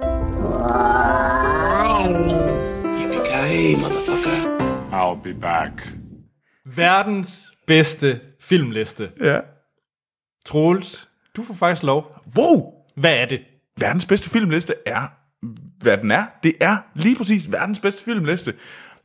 Yippee-ki-yay, motherfucker. I'll be back. Verdens bedste filmliste. Ja. Troels, du får faktisk lov. Wow! Hvad er det? Verdens bedste filmliste er, hvad den er. Det er lige præcis verdens bedste filmliste.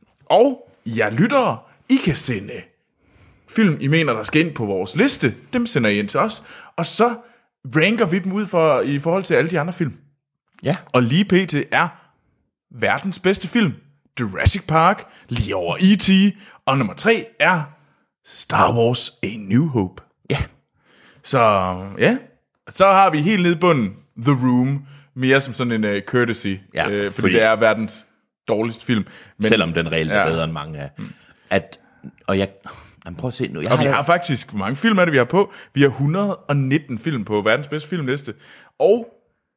Og jeg lytter, I kan sende film, I mener, der skal ind på vores liste. Dem sender I ind til os. Og så ranker vi dem ud for, i forhold til alle de andre film. Ja. Og lige pt. er verdens bedste film Jurassic Park, lige over E T Og nummer tre er Star Wars A New Hope. Ja. Så ja, så har vi helt nede i bunden The Room, mere som sådan en uh, courtesy, Ja, øh, fordi, fordi- det er verdens dårligste film. Men, Selvom den reelt er Ja. bedre end mange af. At, og jeg... Jamen, prøv at se nu. Jeg Og vi da- har faktisk, hvor mange film er det, vi har på? Vi har et hundrede og nitten film på verdens bedste filmliste. Og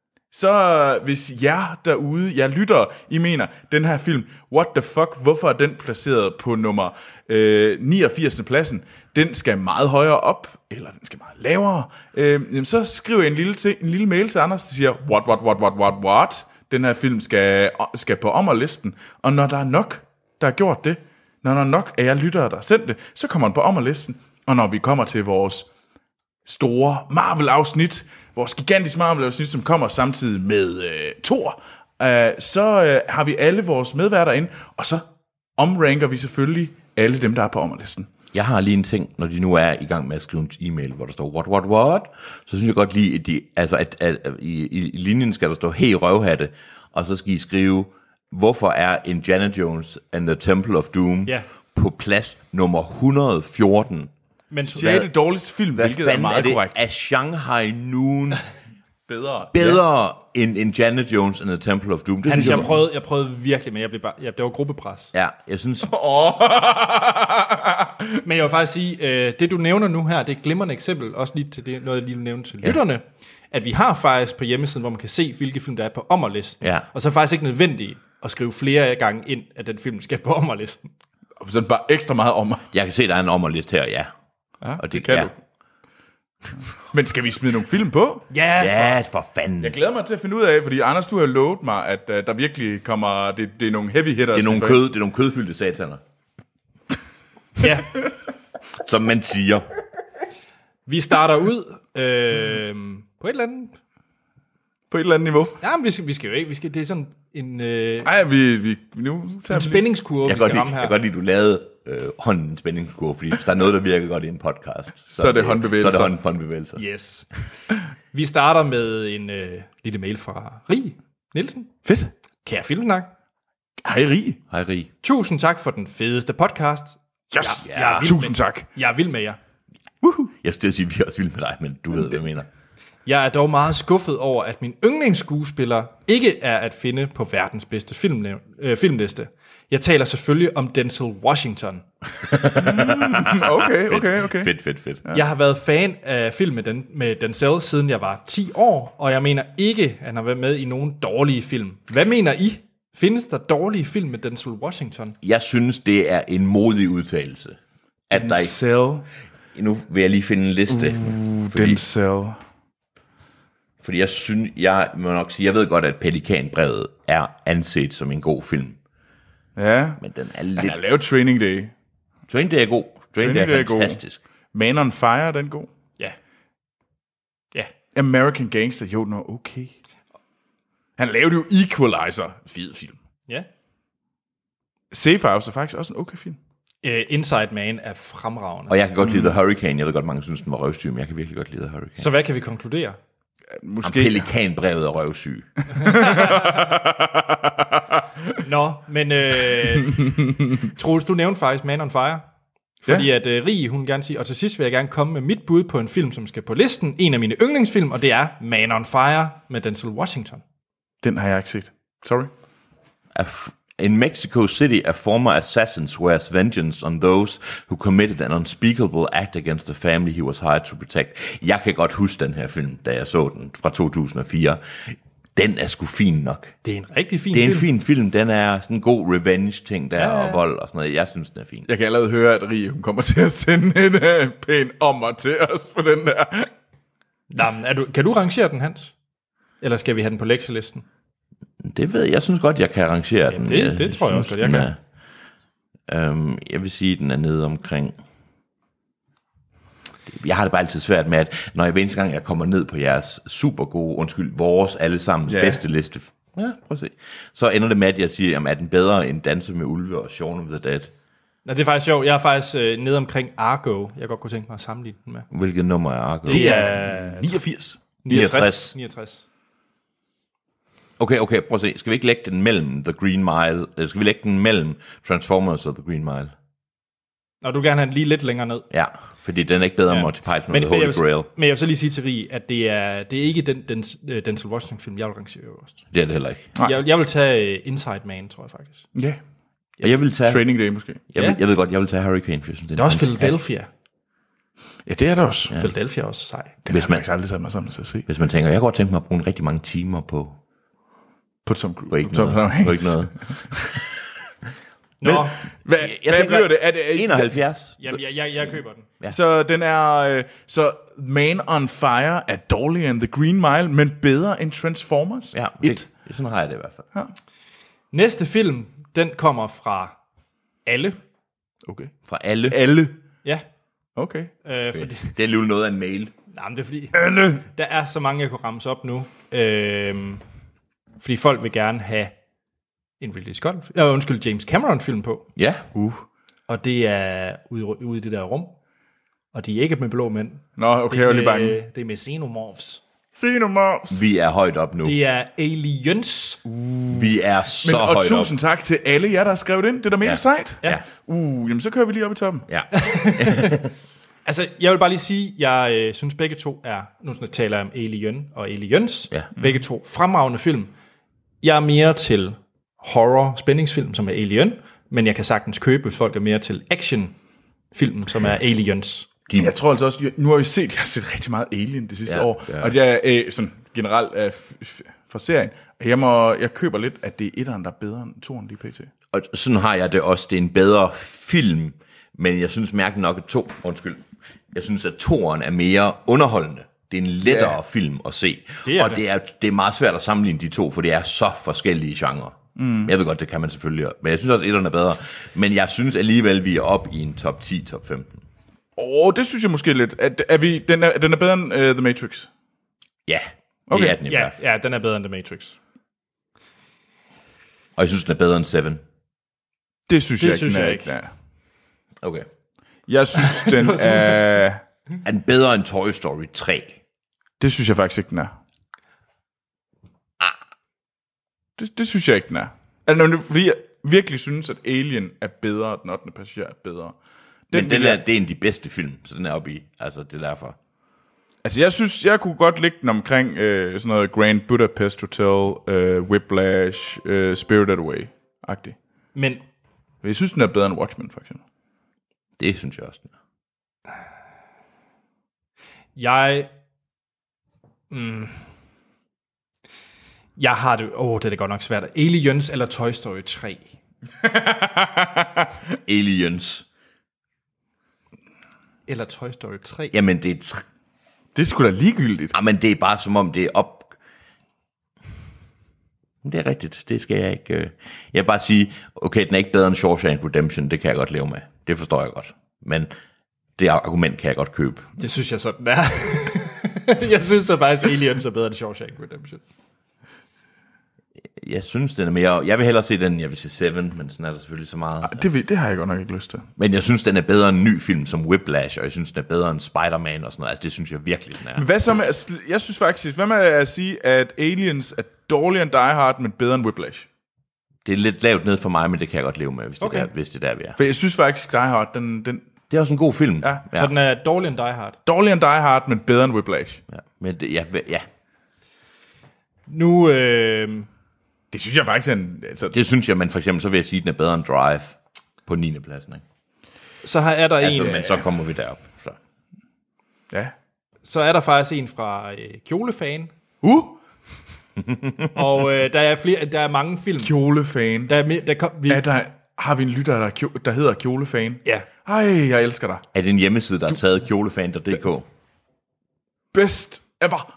så hvis jer derude, jeg lytter, I mener, den her film, what the fuck, hvorfor er den placeret på nummer øh, niogfirs. pladsen? Den skal meget højere op, eller den skal meget lavere. Øh, jamen, så skriver jeg en lille, ting, en lille mail til Anders, der siger, what, what, what, what, what, what? Den her film skal, skal på ommerlisten. Og når der er nok, der har gjort det, når der er nok af jer lyttere, der har sendt det, så kommer den på ommerlisten. Og når vi kommer til vores store Marvel-afsnit, vores gigantiske Marvel-afsnit, som kommer samtidig med øh, Thor, øh, så øh, har vi alle vores medværter ind, og så omranker vi selvfølgelig alle dem, der er på ommerlisten. Jeg har lige en ting, når de nu er i gang med at skrive en e-mail, hvor der står, what, what, what? Så synes jeg godt lige, at, de, altså at, at, at i, i linjen skal der stå, hey røvhatte, og så skal I skrive, hvorfor er Indiana Jones and the Temple of Doom Ja. på plads nummer et hundrede og fjorten? Men sjette dårligste film, Hvad hvilket er fanden er, meget det? korrekt. Er Shanghai Noon Bedre. bedre ja. end Indiana Jones and the Temple of Doom? Det Hans, synes jeg prøvede, jeg prøvede virkelig, men jeg blev bare, jeg, det var gruppepres. Ja, jeg synes... Men jeg vil faktisk sige, øh, det du nævner nu her, det er et glimrende eksempel, også lige til det, noget jeg lige vil nævne til ja. lytterne, at vi har faktisk på hjemmesiden, hvor man kan se, hvilke film der er på ommerlisten. Ja. Og så er det faktisk ikke nødvendigt at skrive flere gange ind, at den film skal på ommerlisten. Sådan bare ekstra meget om. Jeg kan se, der er en ommerliste her, ja. Ja, Og det, det kan ja. du. Men skal vi smide nogle film på? Ja, Ja, for fanden. Jeg glæder mig til at finde ud af, fordi Anders, du har lovet mig, at uh, der virkelig kommer, det, det er nogle heavy hitters. Det er nogle, vi får kød, det er nogle kødfyldte sataner, ja. som man siger. Vi starter ud øh, på et eller andet. på et eller andet niveau. Ja, men vi skal, vi skal jo ikke. Vi skal, det er sådan en, øh, Nej, vi, vi nu tager en vi spændingskurve, Jeg vi kan skal godt lide, ramme jeg her. kan godt lide, du lavede øh, hånden spændingskurve, fordi hvis der er noget, der virker godt i en podcast, så, Så er det håndbevægelser. Så er det hånd, håndbevægelser. Yes. Vi starter med en øh, lille mail fra Rie Nielsen. Fedt. Kære Filmsnak. Hej, Rig. Hej, Rig. Tusind tak for den fedeste podcast. Yes. Jeg, jeg er vild Tusind med, tak. Jeg er vild med jer. Jeg skal sige, at vi er også vilde med dig, men du ved, hvad jeg mener. Jeg er dog meget skuffet over, at min yndlingsskuespiller ikke er at finde på verdens bedste filmnæv- øh, filmliste. Jeg taler selvfølgelig om Denzel Washington. Okay, okay, okay. Fedt, fedt, fedt. Ja. Jeg har været fan af film med, den, med Denzel, siden jeg var ti år, og jeg mener ikke, at han har været med i nogen dårlige film. Hvad mener I? Findes der dårlige film med Denzel Washington? Jeg synes, det er en modig udtalelse. At der Denzel. ikke, nu vil jeg lige finde en liste. Uh, fordi, Denzel. fordi jeg synes, jeg må nok sige, jeg ved godt, at Pelikanbrevet er anset som en god film. Ja. Men den er Han lidt... har lavet Training Day. Training Day er god. Training Day er fantastisk. Man on Fire, den er god. Ja. Ja. American Gangster, jo, den var okay. Han lavede jo Equalizer. Fed film. Ja. Safe House er faktisk også en okay film. Uh, Inside Man er fremragende. Og jeg kan godt lide The Hurricane. Jeg ved godt, mange synes, den var røvsyg, men jeg kan virkelig godt lide The Hurricane. Så hvad kan vi konkludere? Måske. Om Pelikanbrevet er røvsyg. Nå, men øh, Troels, du nævnte faktisk Man on Fire. Fordi ja. at øh, Rie, hun gerne sige, og til sidst vil jeg gerne komme med mit bud på en film, som skal på listen. En af mine yndlingsfilm, og det er Man on Fire med Denzel Washington. Den har jeg ikke set. Sorry. In Mexico City, a former assassin swears vengeance on those who committed an unspeakable act against the family he was hired to protect. Jeg kan godt huske den her film, da jeg så den fra to tusind og fire. Den er sgu fin nok. Det er en rigtig fin film. Det er en film. fin film. Den er sådan en god revenge-ting der, ja, ja. og vold og sådan noget. Jeg synes, den er fin. Jeg kan allerede høre, at Rie, hun kommer til at sende en uh, pæn ommer til os på den der. Nå, men er du, kan du rangere den, Hans? Eller skal vi have den på lektielisten? Det ved jeg. Jeg synes godt, jeg kan arrangere Jamen, den. det, jeg det tror jeg også, at jeg kan. Er, øhm, jeg vil sige, at den er nede omkring... Jeg har det bare altid svært med, at når jeg hver eneste gang, jeg kommer ned på jeres super gode, undskyld, vores allesammens Yeah. bedste liste, ja, prøv at se, så ender det med, at jeg siger, jamen, er den bedre end Danse med Ulve og Shaun of the Dead? Nå, det er faktisk sjovt. Jeg er faktisk øh, nede omkring Argo. Jeg godt kunne tænke mig at sammenligne den med. Hvilket nummer er Argo? Det er niogfirs. niogtres. niogtres. Okay, okay, prøv at se. Skal vi ikke lægge den mellem The Green Mile? Eller skal vi lægge den mellem Transformers og The Green Mile? Nå, du vil gerne have den lige lidt længere ned. Ja, fordi den er ikke bedre end Ja. Monty Python og Men, The men, jeg Holy vil, Grail. men jeg vil så lige sige til Rie, at det er, det er ikke den, den, den Denzel Washington-film, jeg vil rangere øverst. Det er det heller ikke. Jeg, jeg vil tage uh, Inside Man, tror jeg faktisk. Ja. Og jeg vil tage... Training Day måske. Jeg, vil, Ja. jeg ved godt, jeg vil tage Hurricane, for jeg synes, Det er også fantastisk. Philadelphia. Ja, det er det også. Ja. Philadelphia er også sej. Den Hvis har man- jeg faktisk aldrig sat mig sammen til at se. Hvis man tænker, jeg kunne godt tænke mig at bruge rigtig mange timer på, På Tom Cruise. på ikke Tom noget. Hanks. På ikke noget. Nå, Hvad, Jeg hvad tænker- bliver det? Er det enoghalvfjerds. jamen, jeg, jeg, jeg køber den. Ja. Så den er... Øh, så Man on Fire er dårligere end The Green Mile, men bedre end Transformers. Ja, Et. det, sådan har jeg det i hvert fald. Ja. Næste film, den kommer fra alle. Okay. Fra alle. Alle. Ja, Okay. øh, fordi, Det er alligevel noget af en mail. nej, men det er fordi, alle. Der er så mange, jeg kunne ramse op nu. Øh, fordi folk vil gerne have en Ridley Scott, øh, undskyld, James Cameron-film på. Ja. Uh. Og det er ude, ude i det der rum. Og de er ikke med blå mænd. Nå, okay, det jeg er var lige bange. med, det er med xenomorphs. Xenomorphs. Vi er højt op nu. Det er aliens. Vi er så Men, og højt tusind op. tak til alle jer, der har skrevet ind. Det er da mega Ja. sejt. Ja. Uh, jamen så kører vi lige op i toppen. Ja. Altså, jeg vil bare lige sige, jeg øh, synes begge to er, nu taler jeg om Alien og Aliens, Ja. begge to fremragende film. Jeg er mere til horror spændingsfilm, som er Alien, men jeg kan sagtens købe, hvis folk er mere til actionfilm, som er Aliens. Men jeg tror altså også, nu har vi set, jeg har set rigtig meget Alien det sidste Ja, år, ja. og jeg er øh, sådan generelt øh, f- f- for serien, og jeg, må, jeg køber lidt, at det er etteren, der er bedre end toeren lige pt. Og sådan har jeg det også. Det er en bedre film, men jeg synes mærkeligt nok, at to, undskyld, jeg synes, at toeren er mere underholdende. Det er en lettere Ja. ja. film at se. Det er og det. det er, det er meget svært at sammenligne de to, for det er så forskellige genrer. Mm. Jeg ved godt, det kan man selvfølgelig, men jeg synes også, at etteren er bedre. Men jeg synes alligevel, vi er oppe i en top ti, top femten. Åh, oh, det synes jeg måske lidt. At, er vi, den, er, den er bedre end uh, The Matrix. Ja, det Okay. er den i Ja, hvert fald. ja, den er bedre end The Matrix. Og jeg synes, den er bedre end Seven. Det synes Det jeg synes ikke, den jeg er, ikke. den er. Okay. Jeg synes, den er... Er den bedre end Toy Story tre? Det synes jeg faktisk ikke, den er. Det, det synes jeg ikke, den er. Altså, det er fordi jeg virkelig synes, at Alien er bedre, den ottende passager er bedre. Den, men vil den er, jeg- det er en af de bedste film, så den er oppe i. Altså, det er derfor. Altså, jeg synes, jeg kunne godt lægge den omkring øh, sådan noget Grand Budapest Hotel, øh, Whiplash, øh, Spirited Away-agtigt. Men Jeg synes, den er bedre end Watchmen, for eksempel. Det synes jeg også. Den er. jeg... Mm, Jeg har det... Åh, oh, det er da godt nok svært. Aliens eller Toy Story tre? Aliens. Eller Toy Story tre? Jamen, det er... Tr- Det er sgu da ligegyldigt. Jamen, det er bare som om, det er op... Det er rigtigt, det skal jeg ikke... Øh... Jeg vil bare sige, okay, den er ikke bedre end Shawshank Redemption, det kan jeg godt leve med. Det forstår jeg godt. Men det argument kan jeg godt købe. Det synes jeg sådan er. Jeg synes så faktisk, Aliens er bedre end Shawshank Redemption. Jeg synes, den er mere... Jeg vil hellere se den, jeg vil se Seven, men sådan er der selvfølgelig så meget. Det, vil- det har jeg godt nok ikke lyst til. Men jeg synes, den er bedre end en ny film som Whiplash, og jeg synes, den er bedre end Spider-Man og sådan noget. Altså, det synes jeg virkelig, den er. Hvad så med, at sl- jeg synes faktisk, hvad med at sige, at Aliens er dårligere end Die Hard, men bedre end Whiplash? Det er lidt lavt ned for mig, men det kan jeg godt leve med, hvis det, Okay. er, der, hvis det er der, vi er. For jeg synes faktisk, Die Hard, den, den Det er også en god film. Ja. Så den er dårligere end Die Hard. dårligere end Die Hard, men bedre end Whiplash. Ja. Men det, ja, ja, Nu... Øh, Det synes jeg faktisk er en... Altså, det synes jeg, men for eksempel, så vil jeg sige, at den er bedre end Drive på niende pladsen. Ikke? så har- er der Altså, en... men så kommer vi derop. Så. ja. Så er der faktisk en fra øh, Kjolefan. Uh! Og øh, der er flere, der er mange film. Kjolefan. Der er, me- der kom, vi, Er der, har vi en lytter, der, er kjo- der hedder Kjolefan? ja. Ej, jeg elsker dig. Er det en hjemmeside, der har taget kjolefan punktum d k? Best ever.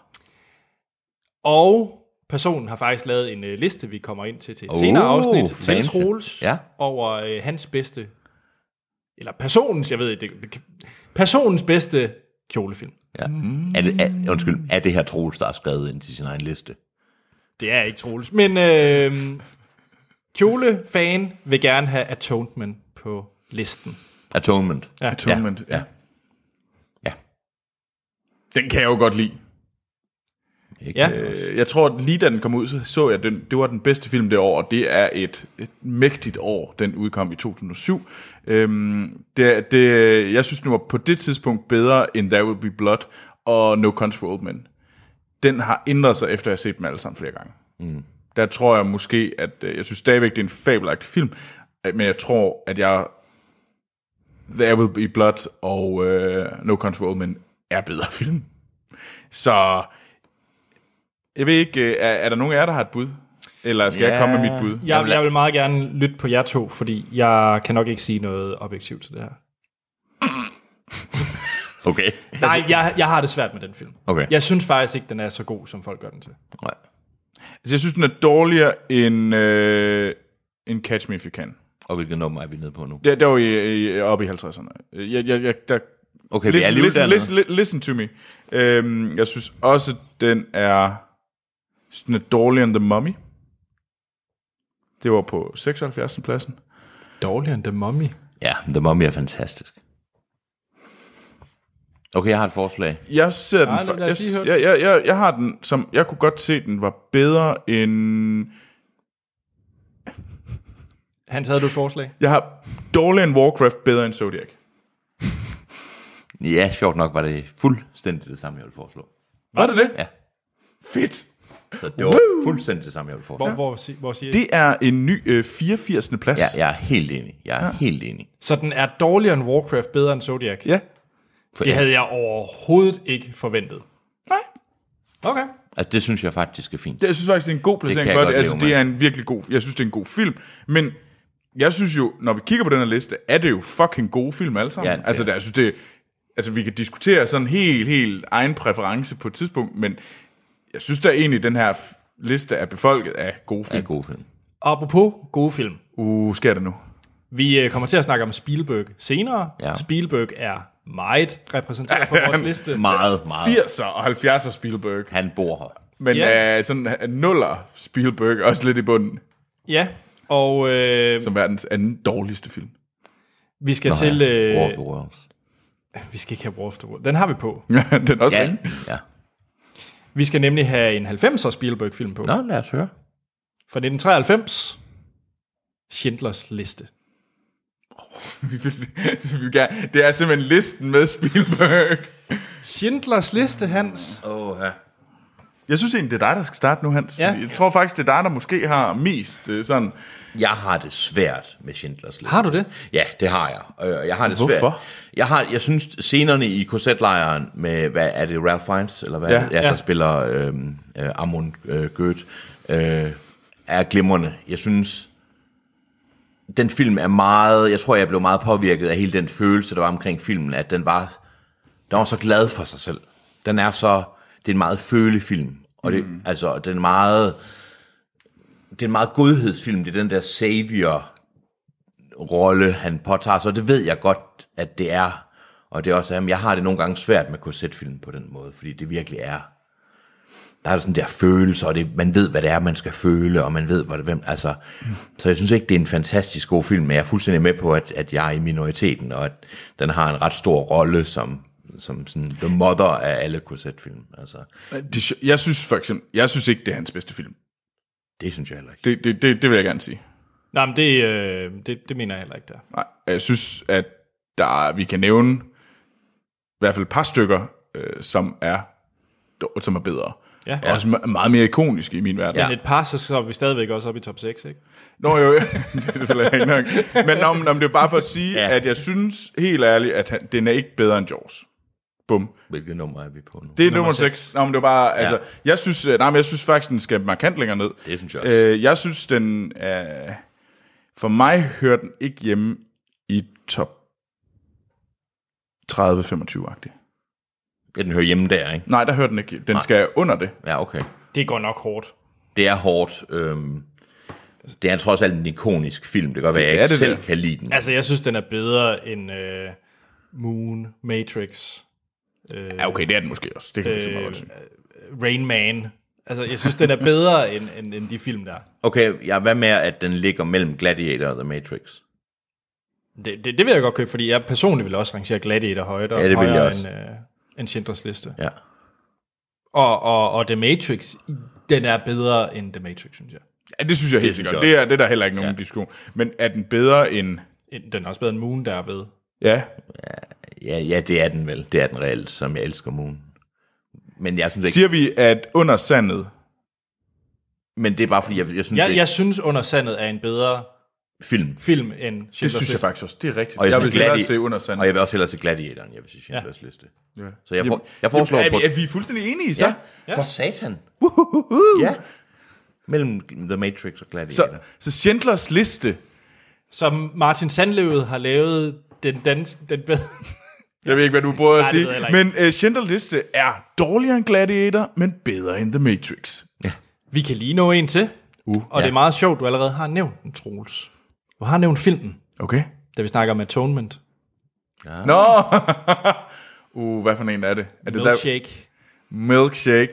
Og personen har faktisk lavet en øh, liste, vi kommer ind til til et Oh, senere afsnit, til fancy. Troels, Ja. over øh, hans bedste, eller personens, jeg ved ikke, det, personens bedste kjolefilm. Ja. Er det, er, undskyld, er det her Troels, der har skrevet ind til sin egen liste? Det er ikke Troels, men øh, kjolefan vil gerne have Atonement på listen. Atonement. Ja. Atonement. Ja. Ja. Den kan jeg jo godt lide. Ikke, Ja. Øh, Jeg tror, at lige da den kom ud, så så jeg, at den, det var den bedste film det år, og det er et, et mægtigt år, den udkom i to tusind og syv. Øhm, det, det, jeg synes, den var på det tidspunkt bedre end There Will Be Blood og No Country for Old Men. Den har ændret sig, efter jeg har set dem alle sammen flere gange. Mm. Der tror jeg måske, at øh, jeg synes stadigvæk, det er en fabelagtig film, øh, men jeg tror, at jeg There Will Be Blood og øh, No Country for Old Men er bedre film. Så jeg ved ikke, er, er der nogen af jer, der har et bud? Eller skal ja. jeg komme med mit bud? Jeg, jeg vil meget gerne lytte på jer to, fordi jeg kan nok ikke sige noget objektivt til det her. Okay. Nej, jeg, jeg har det svært med den film. Okay. Jeg synes faktisk ikke, den er så god, som folk gør den til. Nej. Altså, jeg synes, den er dårligere end, øh, end Catch Me If You Can. Og hvilket nummer er vi nede på nu? Det, det var i, i, oppe i halvtredserne. Jeg, jeg, jeg, der, Okay, vi er listen, alligevel listen, dernede. listen, listen to me. Øhm, jeg synes også, den er, den er dårligere end The Mummy. Det var på seksoghalvfjerdsende pladsen. Dårligere end The Mummy. Ja, The Mummy er fantastisk. Okay, jeg har et forslag. Jeg ser den, Nej, fa- lad os lige jeg, høre jeg, jeg, jeg, jeg har den, som jeg kunne godt se, den var bedre end... Hans, havde du et forslag? Jeg har dårligere end Warcraft, bedre end Zodiac. Ja, sjovt nok var det fuldstændig det samme, jeg ville foreslå. Var det det? Ja, Fedt! så det var fuldstændig det samme, jeg ville foreslå. Hvor, hvor, hvor, hvor siger I? Det er en ny øh, fireogfirsende plads. Ja, jeg er helt enig. Jeg er ja. helt enig. Så den er dårligere end Warcraft, bedre end Zodiac? Ja. For Det havde jeg overhovedet ikke forventet. Nej. Okay. Altså, det synes jeg faktisk er fint. Det, jeg synes faktisk, det er en god placering kan jeg for godt det. Altså, leve det med. er en virkelig god... Jeg synes, det er en god film. Men jeg synes jo, når vi kigger på den her liste, er det jo fucking gode film alle sammen. Ja, det altså, er. det, jeg synes, det... Altså, vi kan diskutere sådan helt, helt egen præference på et tidspunkt, men jeg synes da egentlig, den her f- liste er befolket af gode Det er film. en god film. Apropos gode film. Uh, sker det nu? Vi øh, kommer til at snakke om Spielberg senere. Ja. Spielberg er meget repræsenteret på vores liste. Meget, meget. firser og halvfjerdser Spielberg. Han bor her. Men Ja. ja. uh, sådan uh, nuller Spielberg også lidt i bunden, Ja, og øh, som verdens anden dårligste film. vi skal Nå, til... ja. Øh, War of the Worlds. vi skal ikke have War of the World. Den har vi på. den er også Ja, rigtig. ja. Vi skal nemlig have en halvfemser Spielberg-film på. Nå, lad os høre. Fra nitten treoghalvfems. Schindlers Liste. Vi vil- vi vil gerne- Det er simpelthen listen med Spielberg. Schindlers Liste, Hans. Åh, ja. Jeg synes egentlig, det er dig, der skal starte nu, Hans. Ja. Jeg tror faktisk, det er dig, der måske har mest øh, sådan... Jeg har det svært med Schindlers Liste. Har du det? Ja, det har jeg. Øh, Jeg har det Hvorfor? svært. Jeg har, jeg synes scenerne i K Z-lejren med, hvad er det, Ralph Fiennes, eller hvad Ja. ja, er det, ja, der Ja. spiller øh, øh, Amon øh, Goeth, øh, er glimrende. Jeg synes, den film er meget, jeg tror, jeg blev meget påvirket af hele den følelse, der var omkring filmen, at den var, den var så glad for sig selv. Den er så, det er en meget følelig film, og det, mm. altså, den er meget, det er en meget godhedsfilm, det er den der savior-rolle, han påtager sig, og det ved jeg godt, at det er, og det er også, at jeg har det nogle gange svært med K Z-film på den måde, fordi det virkelig er, der er sådan der følelser, og det, man ved, hvad det er, man skal føle, og man ved, hvad det, hvem, altså, mm. så jeg synes ikke, det er en fantastisk god film, men jeg er fuldstændig med på, at, at jeg er i minoriteten, og at den har en ret stor rolle som, som sådan the mother af alle K Z-film, altså, Det, jeg synes for eksempel, jeg synes ikke, det er hans bedste film. det synes jeg heller ikke. Det, det, det, det vil jeg gerne sige. Nej, men det, øh, det, det mener jeg heller ikke, der. Nej, jeg synes, at der, vi kan nævne i hvert fald et par stykker, øh, som er som er bedre. Ja. Og også me- meget mere ikoniske i min verden. Men et par, så er vi stadigvæk også oppe i top seks, ikke? Nå jo, det vil jeg ikke nok. Men nå, nå, det er bare for at sige, Ja. at jeg synes helt ærligt, at han, den er ikke bedre end Jaws. Bum. Hvilket nummer er vi på nu? Det er nummer seks. Nå, men det var bare, altså, jeg synes, nej, men jeg synes faktisk, den skal markant længere ned. Det synes jeg også. Øh, jeg synes, den er, for mig hører den ikke hjemme i top tredive femogtyve-agtig. Ja, den hører hjemme der, ikke? Nej, der hører den ikke. Den skal under det. Ja, okay. Det går nok hårdt. Det er hårdt. Øhm, det er trods alt en ikonisk film. Det kan godt være, at jeg er ikke det selv der. kan lide den. Altså, jeg synes, den er bedre end øh, Moon, Matrix, øh, Ja, okay, det er den måske også. Det kan øh, jeg godt sige. Rain Man. Altså, jeg synes, den er bedre end, end, end de film der. Okay, ja, hvad med, at den ligger mellem Gladiator og The Matrix? Det, det, det vil jeg godt købe, fordi jeg personligt vil også rangere Gladiator højere, Ja, det vil jeg højere også. end, øh, end Schindlers Liste. Ja. Og, og, og The Matrix, den er bedre end The Matrix, synes jeg. Ja, det synes jeg helt Det synes sikkert. jeg Det er, det er der heller ikke nogen Ja. diskussion. Men er den bedre end... Den er også bedre end Moon, der er ved. Ja, Ja, ja, det er den vel. Det er den reelt, som jeg elsker Moon. Men jeg synes ikke... siger vi, at Under Sandet... Men det er bare fordi, jeg, jeg synes Jeg, ikke... jeg synes, Under Sandet er en bedre Film. film end Schindlers Det synes jeg Liste. faktisk også. Det er rigtigt. Og jeg, jeg synes, vil hellere Gladi- se Under Sandet. Og jeg vil også hellere se Gladiatoren, jeg vil sige Schindlers ja. Liste. Ja. Så jeg, for, jeg foreslår er, på... vi, er vi fuldstændig enige så? Ja, Ja. for satan. Ja. Mellem The Matrix og Gladiator. Så, så Schindlers Liste... Som Martin Sandløvet har lavet den danske... Den bedre. Jeg ved ikke, hvad du prøver at Nej, det sige. ved jeg heller Men uh, Schindlers Liste er dårligere end Gladiator, men bedre end The Matrix. Vi kan lige nå en til. Uh, Og det er meget sjovt, du allerede har nævnt den, Troels. Du har nævnt filmen, Okay. da vi snakker om Atonement. Nå! uh, hvad for en er det? Er det Milkshake. Der? Milkshake.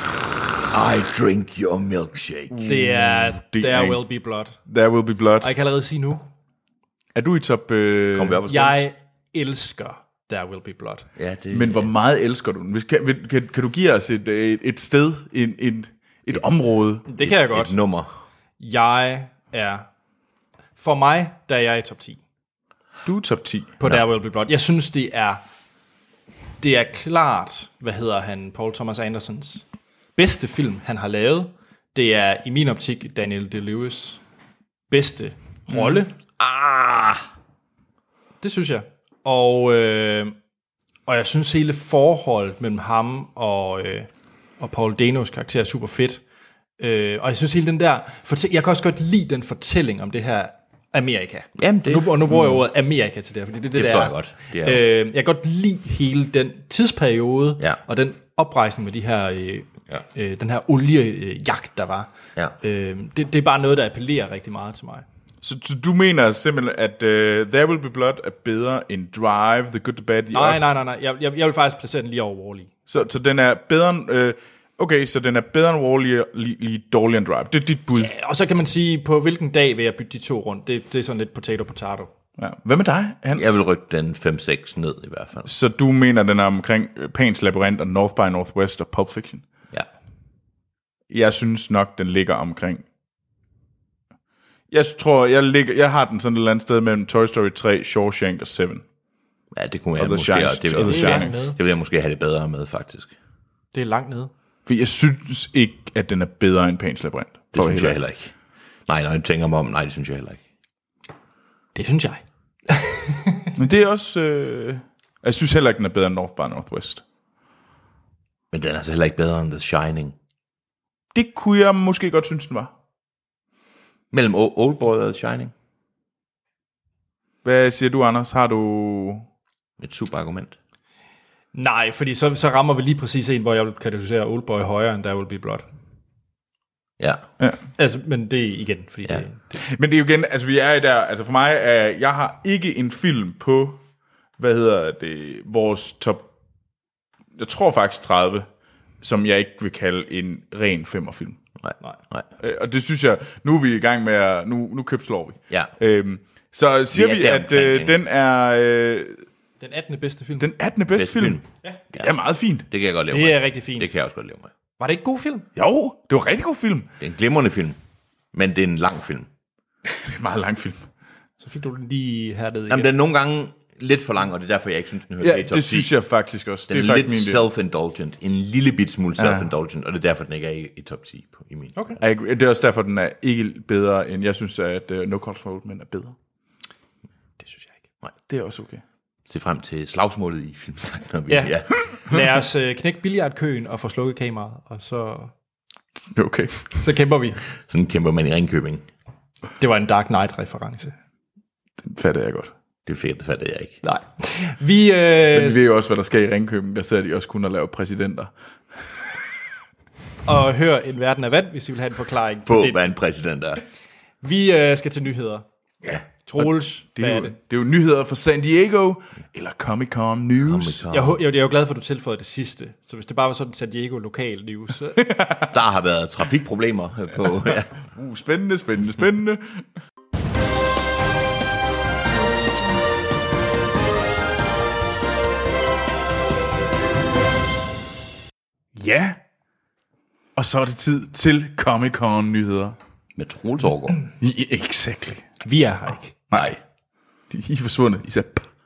I drink your milkshake. Det er det There er en- Will Be Blood. There Will Be Blood. Og jeg kan allerede sige nu, Er du i top... Øh... Kom vi op og jeg elsker There Will Be Blood. Ja, det, Men hvor meget elsker du den? Hvis, kan, vil- kan, kan du give os et, et, et sted, en, en, et område? Det kan jeg godt. Et nummer. Jeg er... For mig, der er jeg i top ti. Du er top ti. På There Will Be Blood. Jeg synes, det er... Det er klart, hvad hedder han, Paul Thomas Andersons bedste film, han har lavet. Det er i min optik Daniel Day-Lewis bedste rolle. Mm. Ah! Det synes jeg. Og, øh, og jeg synes hele forholdet mellem ham og, øh, og Paul Danos karakter er super fedt. Øh, og jeg synes hele den der... Fortæl- jeg kan også godt lide den fortælling om det her Amerika. Jamen, det- og, nu, og nu bruger jeg ordet Amerika til det her, fordi det er det, Det det forstår er. jeg godt. Det er jo- øh, jeg kan godt lide hele den tidsperiode, Ja. og den oprejsning med de her, øh, Ja. øh, den her oliejagt, der var. Ja. Øh, det, det er bare noget, der appellerer rigtig meget til mig. Så, så du mener simpelthen, at uh, There Will Be Blood er bedre end Drive, The Good, The Bad, The Nej, Ugly? nej, nej, nej. Jeg, jeg, jeg vil faktisk placere den lige over Wall-E. Så, så den er bedre end... Øh, okay, så den er bedre end Wall-E, lige, lige dårligere end Drive. Det er dit bud. Og så kan man sige, på hvilken dag vil jeg bytte de to rundt. Det, det er sådan lidt potato-potato. Ja. Hvad med dig, Hans? Jeg vil rykke den fem seks ned i hvert fald. Så du mener, den er omkring øh, Pan's Labyrinth og North by Northwest og Pulp Fiction? Ja. Jeg synes nok, den ligger omkring... Jeg tror, jeg, ligger, jeg har den sådan et eller andet sted mellem Toy Story tre, Shawshank og Seven. Ja, det kunne jeg Og The måske... Shining. og det, Og The vil, Shining. det vil jeg måske have det bedre med, faktisk. Det er langt nede. For jeg synes ikke, at den er bedre end Pan's Labyrinth. Det synes jeg heller ikke. Nej, når jeg tænker mig om, nej, det synes jeg heller ikke. Det synes jeg. Men det er også... Øh, jeg synes heller ikke, den er bedre end North by Northwest. Men den er altså heller ikke bedre end The Shining. Det kunne jeg måske godt synes, den var. Mellem Oldboy og The Shining. Hvad siger du, Anders? Har du... Et super argument. Nej, fordi så, så rammer vi lige præcis en, hvor jeg vil kategorisere Oldboy højere, end There Will Be Blood. Ja. Ja. Altså, men det er igen, fordi Ja. det, det... Men det er jo igen, altså vi er i der, altså for mig, er, jeg har ikke en film på, hvad hedder det, vores top, jeg tror faktisk tredive, som jeg ikke vil kalde en ren femmerfilm. Nej, nej, nej. Øh, Og det synes jeg, nu er vi i gang med at, nu, nu købslår vi. Ja. Øhm, så siger Vi er vi, der at omkring, øh, ikke? den er øh, Den attende bedste film. den attende bedste Bedste film. film. Ja. Det er meget fint. Det kan jeg godt leve Det med. er rigtig fint. Det kan jeg også godt leve med. Var det ikke god film? Jo, det var en rigtig god film. Det er en glimrende film, men det er en lang film. Det er en meget lang film. Så fik du den lige hernede igen. Jamen, den er nogle gange lidt for lang, og det er derfor, jeg ikke synes, den hører Ja, til i top det ti. synes jeg faktisk også. Den det er, er lidt faktisk min idé. self-indulgent. En lille bit smule self-indulgent, og det er derfor, den ikke er i, i top ti på, i min. Okay. Jeg- Det er også derfor, den er ikke bedre, end jeg synes, at uh, No Country for Old Men er bedre. Det synes jeg ikke. Nej. Det er også okay. Se frem til slagsmålet i filmsang, når vi Ja. ja. Lad os øh, knække billiardkøen og få slukket kameraet, og så, Det er okay. så kæmper vi. Sådan kæmper man i Ringkøbing. Det var en Dark Knight-reference. Det fatter jeg godt. Det er fedt, det fatter jeg ikke. Nej. Vi, øh, Men vi ved jo også, hvad der sker i Ringkøbing. Der sidder de også kun og laver præsidenter. og hør En Verden af Vand, hvis I vil have en forklaring På, det. hvad en præsident er. Vi øh, skal til nyheder. Ja. Troels, Det hvad er, er jo, det? det er jo nyheder fra San Diego, eller Comic-Con News. Comic-Con. Jeg, hå- jeg, jeg er jo glad for, at du tilføjede det sidste. Så hvis det bare var sådan San Diego lokal news. Så... Der har været trafikproblemer på... Ja. Uh, spændende, spændende, spændende. Ja. Og så er det tid til Comic-Con nyheder. Med Troels Aargaard. I, exactly. Vi er her ikke. Nej. I er forsvundet. I sagde,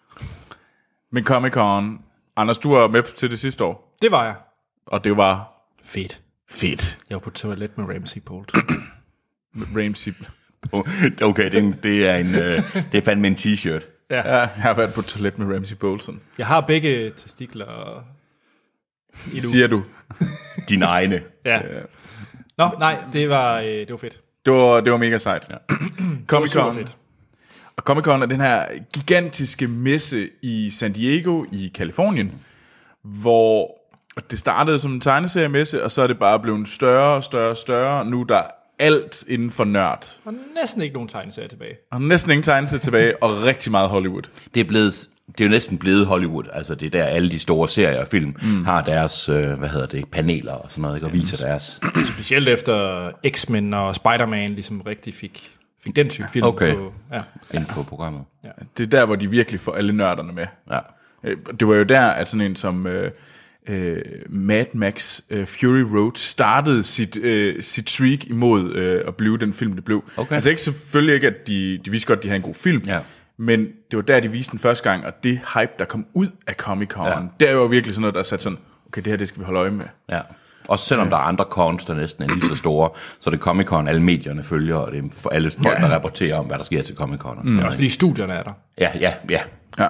men Comic-Con, Anders, du var med til det sidste år, Det var jeg. og det var Fedt. fedt. Jeg var på toilet med Ramsey Bolt. Ramsey. Okay, det er en, det er, en, øh, det er fandme en t-shirt. Ja, jeg har været på toilet med Ramsey Bolton. Jeg har begge testikler og... endnu. Siger du. Dine egne. Ja. Nå, nej, det var, øh, det var fedt. Det var, det var mega sejt. Ja. super Comic-Con. fedt. Og Comic-Con er den her gigantiske messe i San Diego i Kalifornien, hvor det startede som en tegneseriemesse, og så er det bare blevet større og større og større. Nu er der alt inden for nørd. Og næsten ikke nogen tegneserier tilbage. Og næsten ingen tegneserier tilbage, og rigtig meget Hollywood. Det er, blevet, det er jo næsten blevet Hollywood. Altså det er der alle de store serier og film mm. har deres, øh, hvad hedder det, paneler og sådan noget, ikke? Og viser deres. Specielt efter X-Men og Spider-Man ligesom rigtig fik, fik den type film Okay. på. Ja. Ind på programmet. Det er der, hvor de virkelig får alle nørderne med. Ja. Øh, Det var jo der, at sådan en som øh, øh, Mad Max øh, Fury Road startede sit, øh, sit streak imod øh, at blive den film, det blev. Okay. Altså ikke selvfølgelig ikke, at de, de vidste godt, at de havde en god film, Ja. men det var der, de viste den første gang, og det hype, der kom ud af Comic-Con, Ja. det er jo virkelig sådan noget, der satte sådan, okay, det her, det skal vi holde øje med. Ja. Også selvom der er andre cons, der næsten er lige så store, så er det Comic-Con, alle medierne følger, og det er for alle folk, der rapporterer om, hvad der sker til Comic-Con. Mm. Også fordi studierne er der. Ja, ja, ja. Ja.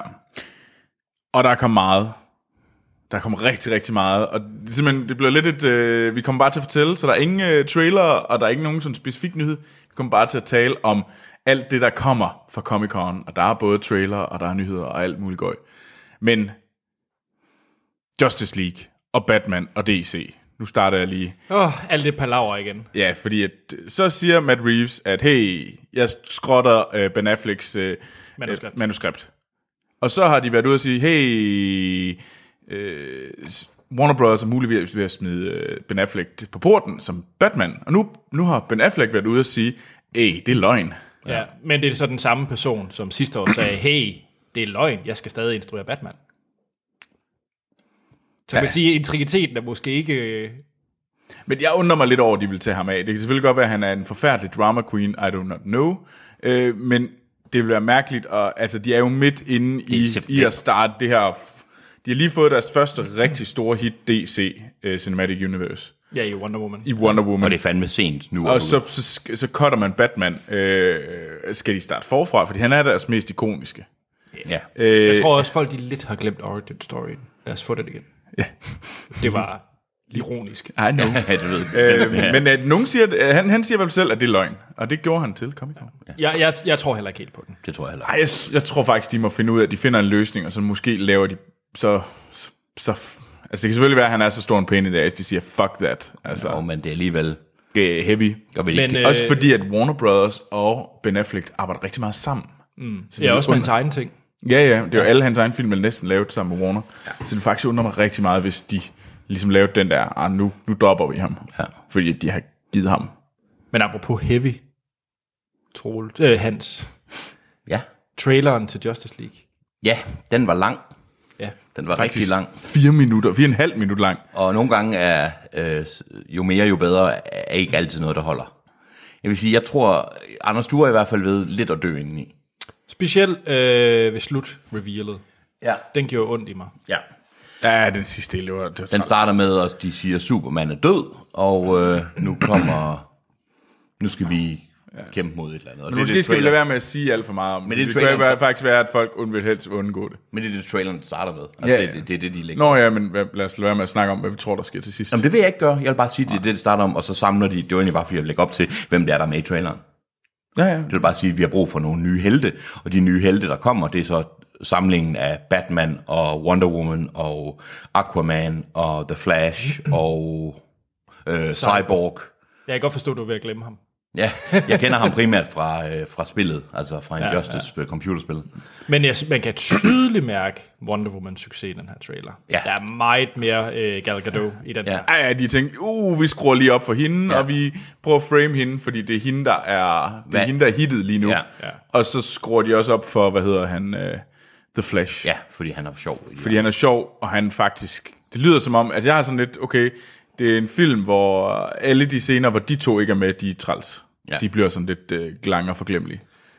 Og der kom meget. Der kom rigtig, rigtig meget. Og det, er simpelthen, det bliver lidt et... Øh, vi kommer bare til at fortælle, så der er ingen øh, trailer, og der er ikke nogen sådan specifik nyhed. Vi kommer bare til at tale om alt det, der kommer fra Comic-Con. Og der er både trailer, og der er nyheder, og alt muligt gøj. Men Justice League, og Batman, og D C. Nu starter jeg lige. Åh, oh, alt det palaver igen. Ja, fordi at, så siger Matt Reeves, at hey, jeg skrotter øh, Ben Afflecks øh, Manuskript. Øh, manuskript. Og så har de været ude og sige, hey, øh, Warner Brothers er muligvis ved at smide øh, Ben Affleck på porten som Batman. Og nu, nu har Ben Affleck været ude og sige, hey, det er løgn. Ja. ja, men det er så den samme person, som sidste år sagde, hey, det er løgn, jeg skal stadig instruere Batman. Så man kan sige, at integriteten er måske ikke... øh, Men jeg undrer mig lidt over, at de vil tage ham af. Det kan selvfølgelig godt være, at han er en forfærdelig drama queen, I do not know. Øh, men det vil være mærkeligt, og altså, de er jo midt inde i, i at starte det her... De har lige fået deres første rigtig store hit, D C uh, Cinematic Universe. Ja, i Wonder Woman. I Wonder Woman. Og det er fandme sent nu. Og så, så, så cutter man Batman. Øh, skal de starte forfra? Fordi han er deres mest ikoniske. Ja. Øh, Jeg tror også, folk de lidt har glemt origin storyen. Lad os få det igen. Ja. Det var ironisk. I know. Ja, du ved. øh, men at nogen siger, at, han, han siger vel selv, at det er løgn. Og det gjorde han til Comic Con. Ja. Jeg, jeg, jeg tror heller ikke helt på den. Det tror jeg heller. Ej, jeg, jeg tror faktisk, de må finde ud af, at de finder en løsning, og så måske laver de så... så, så altså, det kan selvfølgelig være, at han er så stor en pain i det, at de siger, fuck that. Altså, Jo, men det er alligevel... det er heavy. Og vil Men, ikke, øh, Også fordi, at Warner Brothers og Ben Affleck arbejder rigtig meget sammen. Mm. Det er også med hans egen ting. Ja, ja, det er jo alle hans egen film, eller næsten lavet sammen med Warner. Ja. Så det faktisk undrer mig rigtig meget, hvis de ligesom lavede den der, ah, nu, nu dropper vi ham. Ja. Fordi de har givet ham. Men apropos heavy, Troel, øh, Hans, ja. traileren til Justice League. ja, den var lang. Ja. Den var rigtig lang. Fire minutter, fire og en halv minut lang. Og nogle gange er øh, jo mere, jo bedre, er ikke altid noget, der holder. Jeg vil sige, jeg tror, Anders, du er i hvert fald ved lidt at dø indeni. Specielt øh, ved slut-revealet. Ja. Den gjorde ondt i mig. Ja. Ja, den sidste del, det var, det var Den starter med, at de siger, at Superman er død, og øh, nu kommer... Nu skal vi kæmpe mod et eller andet. Og Men det er måske det, skal vi trailer- lade være med at sige alt for meget om. Men Men det det, er det kan traileren, være, faktisk være, at folk vil helst undgå det. Men det er det, traileren starter med. Altså, Ja, det, ja. det, det er det, de lægger. Nå ja, men lad os lade være med at snakke om, hvad vi tror, der sker til sidst. Jamen, det vil jeg ikke gøre. Jeg vil bare sige, at det er det, det starter om, og så samler de. Det var egentlig bare, fordi jeg vil lægge op til, hvem det er, der er med i traileren. Ja, ja. Det vil bare sige, at vi har brug for nogle nye helte, og de nye helte, der kommer, det er så samlingen af Batman og Wonder Woman og Aquaman og The Flash og øh, Cyborg. Jeg kan godt forstå, at du er ved at glemme ham. Ja, jeg kender ham primært fra, øh, fra spillet, altså fra Ja, Injustice ja. computerspil. Men jeg, man kan tydeligt mærke Wonder Womans succes i den her trailer. Ja. Der er meget mere øh, Gal Gadot i den Ja. her. Ja, ja, de tænkte, uh, vi skruer lige op for hende, Ja. og vi prøver at frame hende, fordi det er hende, der er, det er, Hvad? hende, der er hittet lige nu. Ja. Ja. Og så skruer de også op for, hvad hedder han, uh, The Flash. Ja, fordi han er sjov. Fordi han er sjov, og han faktisk... Det lyder som om, at jeg har sådan lidt, okay, det er en film, hvor alle de scener, hvor de to ikke er med, de er træls. Ja. De bliver sådan lidt uh, glange og forglemmelige.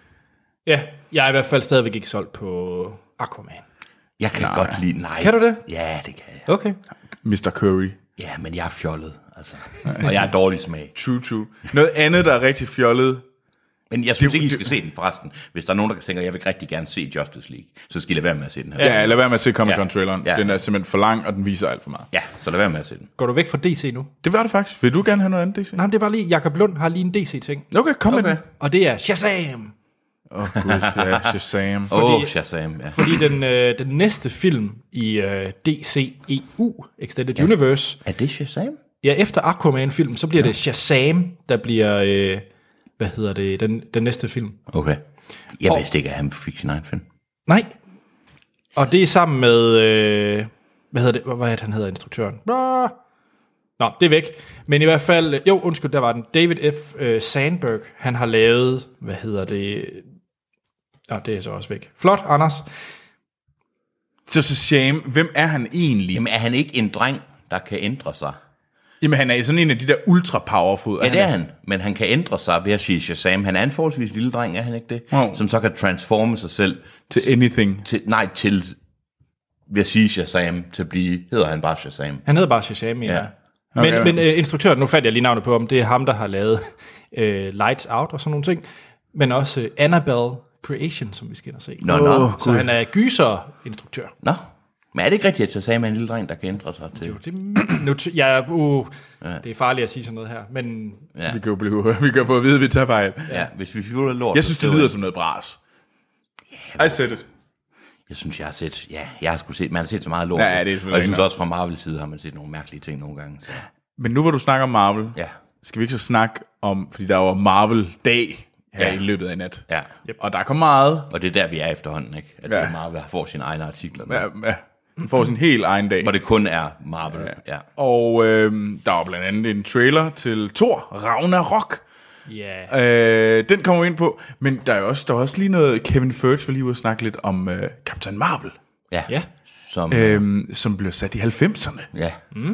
Ja, jeg er i hvert fald stadigvæk ikke solgt på Aquaman. Jeg kan Nej. godt lide... Nej. Kan du det? Ja, det kan jeg. Okay. mister Curry. Ja, men jeg er fjollet, altså. Og jeg er dårlig smag. True, true. Noget andet, der er rigtig fjollet. Men jeg synes ikke, I skal se den forresten. Hvis der er nogen, der tænker, jeg vil rigtig gerne se Justice League, så skal I lade være med at se den her. Ja, lad være med at se Comic Con Ja. traileren. Ja. Den er simpelthen for lang, og den viser alt for meget. Ja, så lad være med at se den. Går du væk fra D C nu? Det var det faktisk. Vil du gerne have noget andet, D C? Nej, men det er bare lige, Jakob Lund har lige en D C-ting. Okay, kom okay. med den. Og det er Shazam! Åh, oh, gud, ja, Shazam. Åh, Fordi- oh, Shazam, ja. Fordi den, øh, den næste film i øh, D C E U, Extended ja. Universe, Er det Shazam? ja, efter Aquaman-film, så bliver ja. det Shazam, der bliver, øh, hvad hedder det, den, den næste film. Okay. Jeg Og- vidste ikke, at han fik sin egen film. Nej. Og det er sammen med, øh, hvad hedder det, hvad er det, han hedder, instruktøren? Ah. Nå, det er væk. Men i hvert fald, jo, undskyld, der var den. David F. Øh, Sandberg, han har lavet, hvad hedder det, nå, det er så også væk. Flot, Anders. Så Shazam, hvem er han egentlig? Jamen, er han ikke en dreng, der kan ændre sig? Jamen, han er sådan en af de der ultra-powerful. Ja, det er han. Men han kan ændre sig ved at sige Shazam. Han er en forholdsvis lille dreng, er han ikke det? Wow. Som så kan transforme sig selv Til anything. til, nej, til ved at sige Shazam, til at blive, hedder han bare Shazam. Han hedder bare Shazam, ja. Ja. ja. Men, Okay. men øh, instruktøren, nu fandt jeg lige navnet på ham, det er ham, der har lavet øh, Lights Out og sådan nogle ting. Men også øh, Annabelle Creation, som vi skal ind og se. Nå, nå. Så han er gyser-instruktør. Nå, men er det ikke rigtigt, at Shazam er en lille dreng, der kan ændre sig til? Jo, det, nu, t- jeg, uh, det er farligt at sige sådan noget her, men Ja. Vi kan jo blive, vi kan få at vide, at vi tager fejl. Ja, hvis vi fylder lort. Jeg så synes, det skriver lyder jeg- som noget bras. I said it. Jeg synes, jeg har set, ja, jeg har sgu set, man har set så meget lort. Ja, det er selvfølgelig Og jeg synes rigtigt. også, fra Marvels side har man set nogle mærkelige ting nogle gange. Så. Men nu hvor du snakker om Marvel, Ja, skal vi ikke så snakke om, fordi der var Marvel-dag her Ja. i løbet af nat. ja. Og der kom meget. Og det er der, vi er efterhånden, ikke? At Ja. ja. Marvel får sine egne artikler. Ja, ja. Den får sin helt egen dag. Hvor det kun er Marvel. Ja. ja. Og øh, der var blandt andet en trailer til Thor, Ragnarok. ja. Øh, den kommer vi ind på. Men der er jo også, der er også lige noget, Kevin Feige var lige ude og snakke lidt om øh, Captain Marvel, ja. ja. Som, øh, som blev sat i halvfemserne. ja.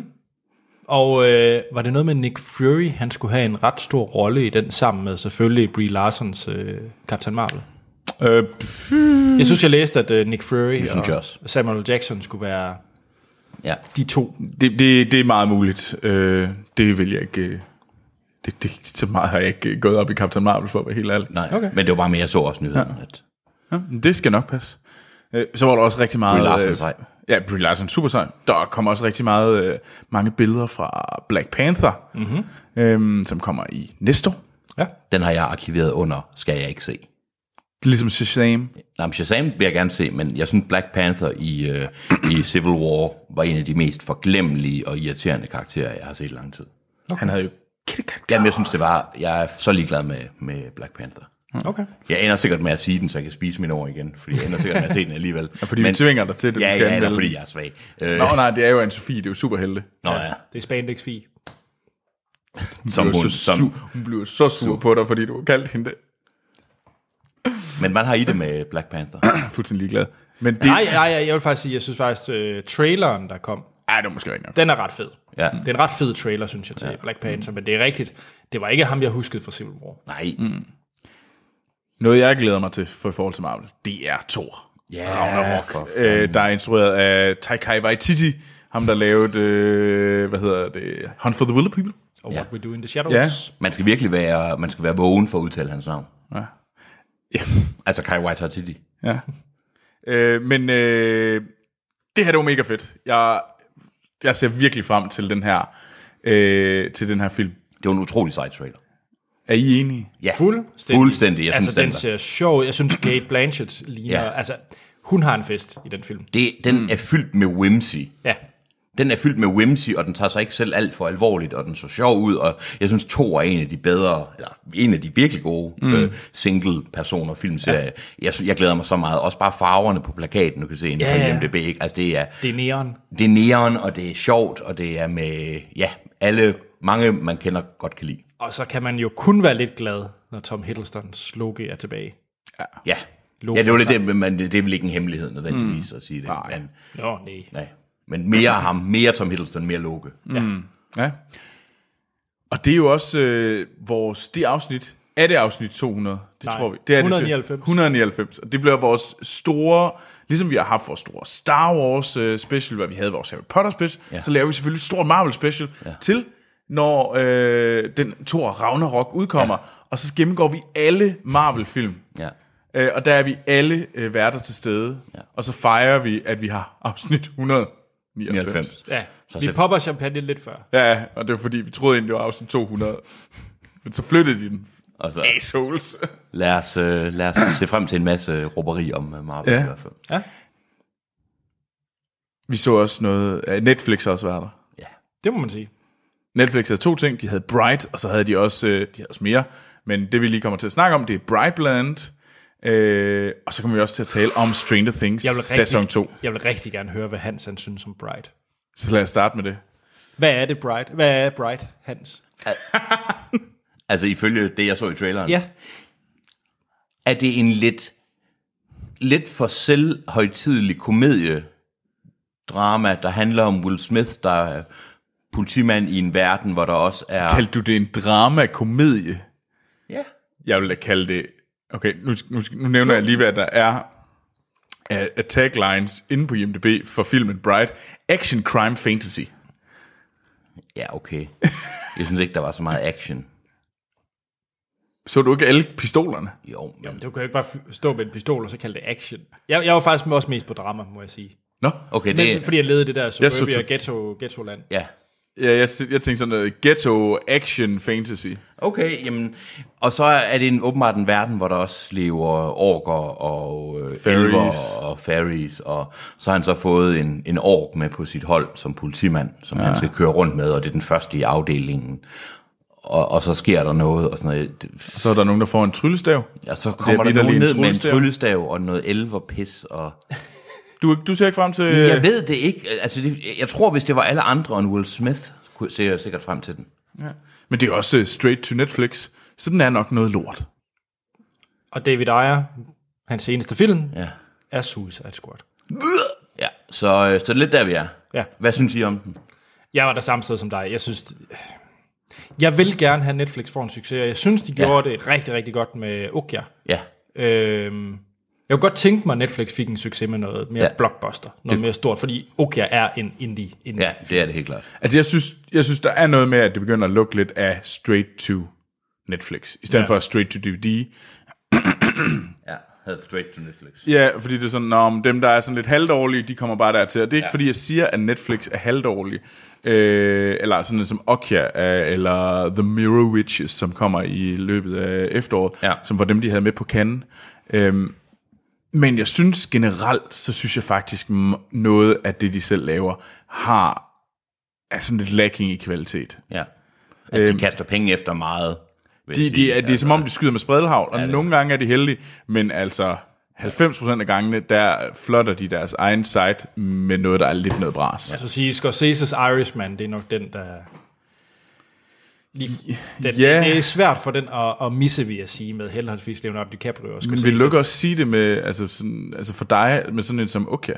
Og øh, var det noget med Nick Fury, han skulle have en ret stor rolle i den, sammen med selvfølgelig Brie Larsons øh, Captain Marvel? Øh, Jeg synes, jeg læste, at uh, Nick Fury synes jeg og også. Samuel Jackson skulle være Ja. de to. det, det, det er meget muligt. Øh, det vil jeg ikke... øh, Det, det, så meget har jeg ikke gået op i Captain Marvel, for at være helt ærlig. Nej, okay. Men det var bare mere, jeg så også nyheden. Ja. At Ja, men det skal nok passe. Øh, så var der også rigtig meget... Brie Larson øh, sej. Ja, Brie Larson, super sej. Der kommer også rigtig meget, øh, mange billeder fra Black Panther, mm-hmm. øhm, som kommer i næste år. Ja. den har jeg arkiveret under, skal jeg ikke se. Ligesom Shazam. Nej, men Shazam vil jeg gerne se, men jeg synes Black Panther i, øh, i Civil War var en af de mest forglemmelige og irriterende karakterer, jeg har set i lang tid. Okay. Han havde jo Kitty Jamen, jeg synes, det var... Jeg er så ligeglad med, med Black Panther. Okay. Jeg ender sikkert med at sige den, så jeg kan spise mine ord igen, fordi jeg ender sikkert med at se den alligevel. Ja, fordi men, vi tvinger dig til det. Ja, du skal ja, eller vælge. fordi jeg er svag. Øh, Nå nej, det er jo Anne-Sophie, det er jo superhelte. Nå ja, Det er spandex-fi. som Hun, hun, så som, sur, hun blev så sur på dig, fordi du har kaldt hende det. men man har i det med Black Panther. Fuldstændig ligeglad. Men det, Nej, nej, jeg vil faktisk sige, jeg synes faktisk, uh, traileren, der kom, ja, det er måske ikke nok. den er ret fed. Ja. Det er en ret fed trailer, synes jeg, til ja. Black Panther, men det er rigtigt. Det var ikke ham, jeg huskede fra Civil War. Nej. Mm. Noget, jeg glæder mig til for i forhold til Marvel, det er Thor. Ja, Ragnarok. for Øh, der er instrueret af Taika Waititi, ham der lavede, øh, hvad hedder det, Hunt for the Wilder People. Og Ja. What We Do in the Shadows. Ja. Man skal virkelig være, man skal være vågen for at udtale hans navn. Ja. Ja. Altså Kai Waititi. ja. Øh, men øh, det her, det var mega fedt. Jeg, jeg ser virkelig frem til den her, øh, til den her film. Det var en utrolig sej trailer. Er I enige? Ja, Fuldstændig. fuldstændig. Jeg Altså, synes, den den, ser sjov ud. Jeg synes, Kate Blanchett ligner... Ja. Altså, hun har en fest i den film. det, den mm. er fyldt med whimsy. Ja. Den er fyldt med whimsy, og den tager sig ikke selv alt for alvorligt, og den så sjov ud, og jeg synes, Thor er en af de bedre, eller en af de virkelig gode mm. øh, single-personer filmserier. Ja. Jeg, synes, jeg glæder mig så meget. Også bare farverne på plakaten, du kan se inde Ja, på ja. I M D B. Ikke? Altså, det er, Det er neon. det er neon, og det er sjovt, og det er med, ja, alle, mange man kender godt kan lide. Og så kan man jo kun være lidt glad, når Tom Hiddlestons Loki er tilbage. Ja, Logo ja det, var lidt sammen. det, men det er vel ikke en hemmelighed nødvendigvis mm. at sige det. Nej. Men, Nå, nej. nej. Men mere ham, mere Tom Hiddleston, mere Loke. Ja. Ja. Og det er jo også øh, vores, det afsnit, er det afsnit to hundrede? Det Nej, tror vi. Det er et hundrede det, nioghalvfems. et hundrede nioghalvfems. Og det bliver vores store, ligesom vi har haft vores store Star Wars øh, special, hvor vi havde vores Harry Potter special, ja. Så laver vi selvfølgelig et stort Marvel special ja. til, når øh, den Thor Ragnarok udkommer, ja. Og så gennemgår vi alle Marvel-film. Ja. Øh, og der er vi alle øh, værter til stede, Ja. og så fejrer vi, at vi har afsnit et hundrede nioghalvfems. nioghalvfems. Ja, Så vi selv- popper champagne lidt før. Ja, og det var fordi, vi troede egentlig, det var afsnit to hundrede. Men så flyttede de den. Og så Assholes. lad os, øh, lad os se frem til en masse råberi om uh, Marvel Ja. i hvert fald. Ja, Vi så også noget, uh, Netflix har også været der. Ja. det må man sige. Netflix havde to ting, de havde Bright, og så havde de også, uh, de havde også mere. Men det vi lige kommer til at snakke om, det er Bright blandt andet. Uh, og så kommer vi også til at tale om Stranger Things Jeg vil sæson rigtig, to. jeg vil rigtig gerne høre, hvad Hans han synes om Bright. Så lad os starte med det. Hvad er det, Bright? Hvad er Bright, Hans? Altså ifølge det, jeg så i traileren, Ja, er det en lidt, lidt for selvhøjtidelig komediedrama, der handler om Will Smith, der er politimand i en verden, hvor der også er... Kaldte du det en drama-komedie? Ja. Jeg vil da kalde det... Okay, nu, nu, nu nævner jeg lige, hvad der er af, af taglines inde på I M D B for filmen Bright. Action, crime, fantasy. Ja, okay. Jeg synes ikke, der var så meget action. Så du ikke alle pistolerne? Jo, men... du kan jo ikke bare f- stå med en pistol og så kalde det action. Jeg, jeg var faktisk også mest på drama, må jeg sige. Nå, Okay, Men, det... fordi jeg ledede det der Jeg så suburbia to- ghetto, ghetto-land. Ja. ja, jeg, jeg tænkte sådan noget ghetto, action, fantasy. Okay, jamen... Og så er det en, åbenbart en verden, hvor der også lever orker og øh, Fairies. elver og fairies, og så har han så fået en, en ork med på sit hold som politimand, som ja. han skal køre rundt med, og det er den første i afdelingen. Og, og så sker der noget, og sådan noget. Det- Så er der nogen, der får en tryllestav. Ja, så kommer der vitterligt nogen en ned med en tryllestav. tryllestav og noget elverpis, og... Du, du ser ikke frem til... Jeg ved det ikke. Altså, det, jeg tror, hvis det var alle andre end Will Smith, kunne- ser jeg sikkert frem til den. Ja. Men det er også uh, straight to Netflix, så den er nok noget lort. Og David Ayer, hans seneste film, Ja, er Suicide Squad. ja. Så, øh, så det er lidt der, vi er. Ja. Hvad synes I om den? Jeg var der samme sted som dig. Jeg synes, jeg vil gerne have Netflix for en succes, og jeg synes, de Ja. gjorde det rigtig, rigtig godt med Okja. Ja, Øhm, Jeg kunne godt tænke mig, at Netflix fik en succes med noget mere Ja. ja. blockbuster, noget det. mere stort, fordi Okja er en indie. indie. Ja, det er det helt klart. Altså, jeg synes, jeg synes, der er noget med, at det begynder at lugte lidt af straight to Netflix, i stedet Ja. for straight to D V D. Ja, havde straight to Netflix. Ja, fordi det er sådan, om dem, der er sådan lidt halvdårlige, de kommer bare dertil. Og det er ikke, ja. fordi jeg siger, at Netflix er halvdårlig. Øh, eller sådan noget som Okja, øh, eller The Mirror Witches, som kommer i løbet af efteråret, Ja. som var dem, de havde med på kanden. Øh, men jeg synes generelt, så synes jeg faktisk, m- noget af det, de selv laver, har er sådan lidt lacking i kvalitet. Ja. At de kaster penge efter meget. vil De, jeg de, sige. er, det er som om, de skyder med spredlhavl, og Ja, det- nogle gange er de heldige, men altså halvfems procent af gangene, der flotter de deres egen site med noget, der er lidt noget bras. Så at sige, Scorsese's Irishman, det er nok den, der... Lige, den, Ja. Det er svært for den at, at misse, vil jeg sige, med henholdsvis Leonardo DiCaprio og Men Scorsese. vil du ikke også sige det med, altså, sådan, altså for dig, med sådan en som okay?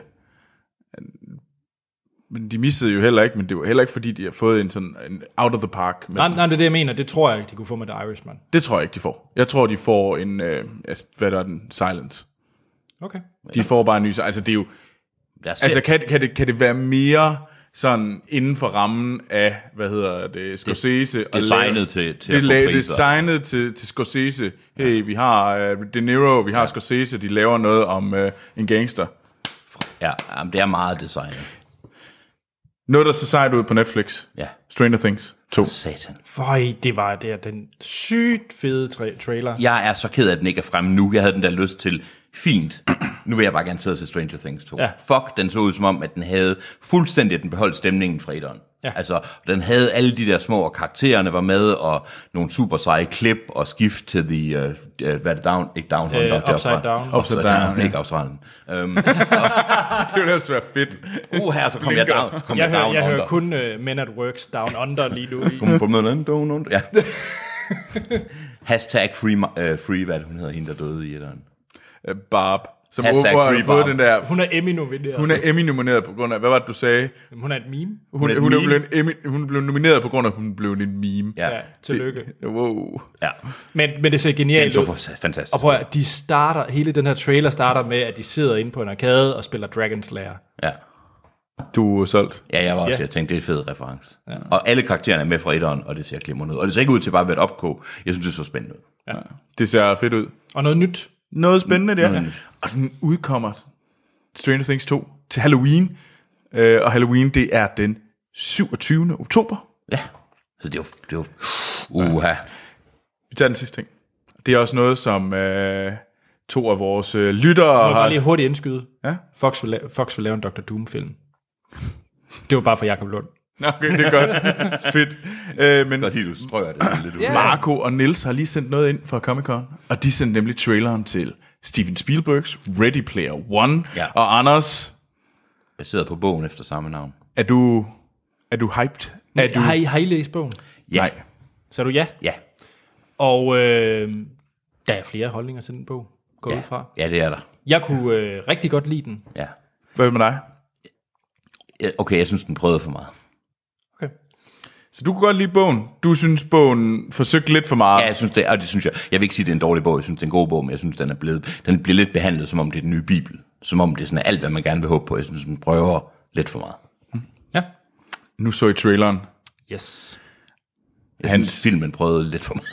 Men de missede jo heller ikke, men det var heller ikke, fordi de har fået en sådan en out of the park. Med Nej, nej, det er det, jeg mener. Det tror jeg ikke, de kunne få med The Irishman. Det tror jeg ikke, de får. Jeg tror, de får en, øh, hvad der er den, Silence. Okay. De får bare en ny, altså det er jo, Jeg ser, altså kan, kan, det, kan det være mere sådan inden for rammen af, hvad hedder det, Scorsese? og designet lave- til, til det at få er priser. designet til, til Scorsese. Hey, vi har uh, De Niro, vi har ja. Scorsese, de laver noget om uh, en gangster. Ja, jamen, det er meget designet. Noget, der ser sejt ud på Netflix. Ja. Stranger Things to. Satan. Føj, det var det, den sygt fede tra- trailer. Jeg er så ked af, at den ikke er fremme nu. Jeg havde den der lyst til, fint, nu vil jeg bare gerne sidde til Stranger Things to. Ja. Fuck, den så ud som om, at den havde fuldstændig, at den beholdt stemningen fra etteren. Ja. Altså, den havde alle de der små, og karaktererne var med, og nogle super seje klip, og skift til the, uh, uh, hvad er det, down, ikke down under, Øh, derfra. Upside Down. Upside, Upside down, Down, ja. ikke Australien. Um, Det ville også være fedt. uh, her, så kom jeg down, så kom Jeg, jeg, hører, down jeg under. hører kun uh, Men at Works Down Under lige nu. I. Kom på med down under, ja. Hashtag free, uh, free, hvad er det, hun hedder, hende der døde i etteren. Uh, Barb. Som Hashtag åbenbart har free fået Barb. den der... Hun er Emmy-nomineret. Hun er Emmy-nomineret på grund af... Hvad var det, du sagde? Hun er et meme. Hun, er et hun, er meme. blevet Emmy, hun blev nomineret på grund af, at hun blev en meme. Ja, Ja, tillykke. Det, wow. ja. Men, men det ser Den genialt så ud. for fantastisk. Og prøv at, de starter, hele den her trailer starter med, at de sidder inde på en arcade og spiller Dragon Slayer. Ja. Du er solgt. Ja, jeg var også, Ja. jeg tænkte, det er en fed reference. Ja. Og alle karaktererne er med fra etteren, og det ser glimrende ud. Og det ser ikke ud til bare at være et opkog. Jeg synes, det så spændende ud. Ja. Det ser fedt ud. Og noget nyt. Noget spændende, det er. Mm. Og den udkommer, Stranger Things to, til Halloween. Øh, og Halloween, det er den syvogtyvende oktober. Ja, så det var, det var uha. Vi tager den sidste ting. Det er også noget, som øh, to af vores øh, lyttere Jeg vil har... bare lige hurtigt indskyde. Ja? Fox vil, la- Fox vil lave en doktor Doom-film. Det var bare for Jacob Lund. Okay, det er godt. Fedt. Øh, men Godt, du strøger det sådan lidt ud. Ja. Marco og Niels har lige sendt noget ind fra Comic-Con, og de sendte nemlig traileren til Steven Spielbergs Ready Player One. Ja. Og Anders, Baseret på bogen efter samme navn. er du, er du hyped? Er du... Har I, har I læst bogen? Ja. Nej. Så er du ja. Ja. Og øh, der er flere holdninger til den bog, går Ja. ud fra. Ja, det er der. Jeg kunne øh, rigtig godt lide den. Ja. Hvad med dig? Ja, okay, jeg synes, den prøvede for meget. Okay. Så du kunne godt lide bogen. Du synes, bogen forsøgte lidt for meget. Ja, jeg synes det, og det synes jeg. Jeg vil ikke sige, det er en dårlig bog. Jeg synes, det er en god bog, men jeg synes, den er blevet, den bliver lidt behandlet, som om det er den nye Bibel. Som om det er sådan alt, hvad man gerne vil håbe på. Jeg synes, den prøver lidt for meget. Ja. Nu så I traileren. Yes. Jeg Hans- synes, filmen prøvede lidt for meget.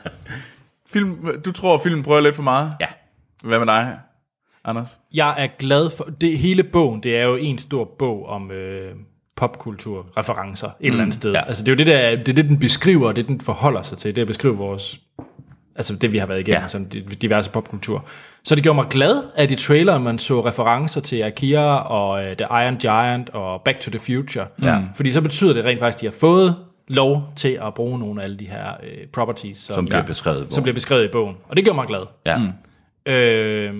Film, du tror, filmen prøver lidt for meget? Ja. Hvad med dig, Anders? Jeg er glad for... Det, hele bogen, det er jo en stor bog om øh, popkultur, referencer et mm, eller andet sted. ja. Altså det er jo det, der, det er det, den beskriver, og det, den forholder sig til. Det er at beskrive vores... Altså det, vi har været igennem, Ja. som diverse popkultur. Så det gjorde mig glad, at i traileren man så referencer til Akira og uh, The Iron Giant og Back to the Future. Ja. Fordi så betyder det rent faktisk, at de har fået lov til at bruge nogle af alle de her uh, properties, som, Som bliver beskrevet i bogen. som bliver beskrevet i bogen. Og det gjorde mig glad. Ja. Mm. Øh,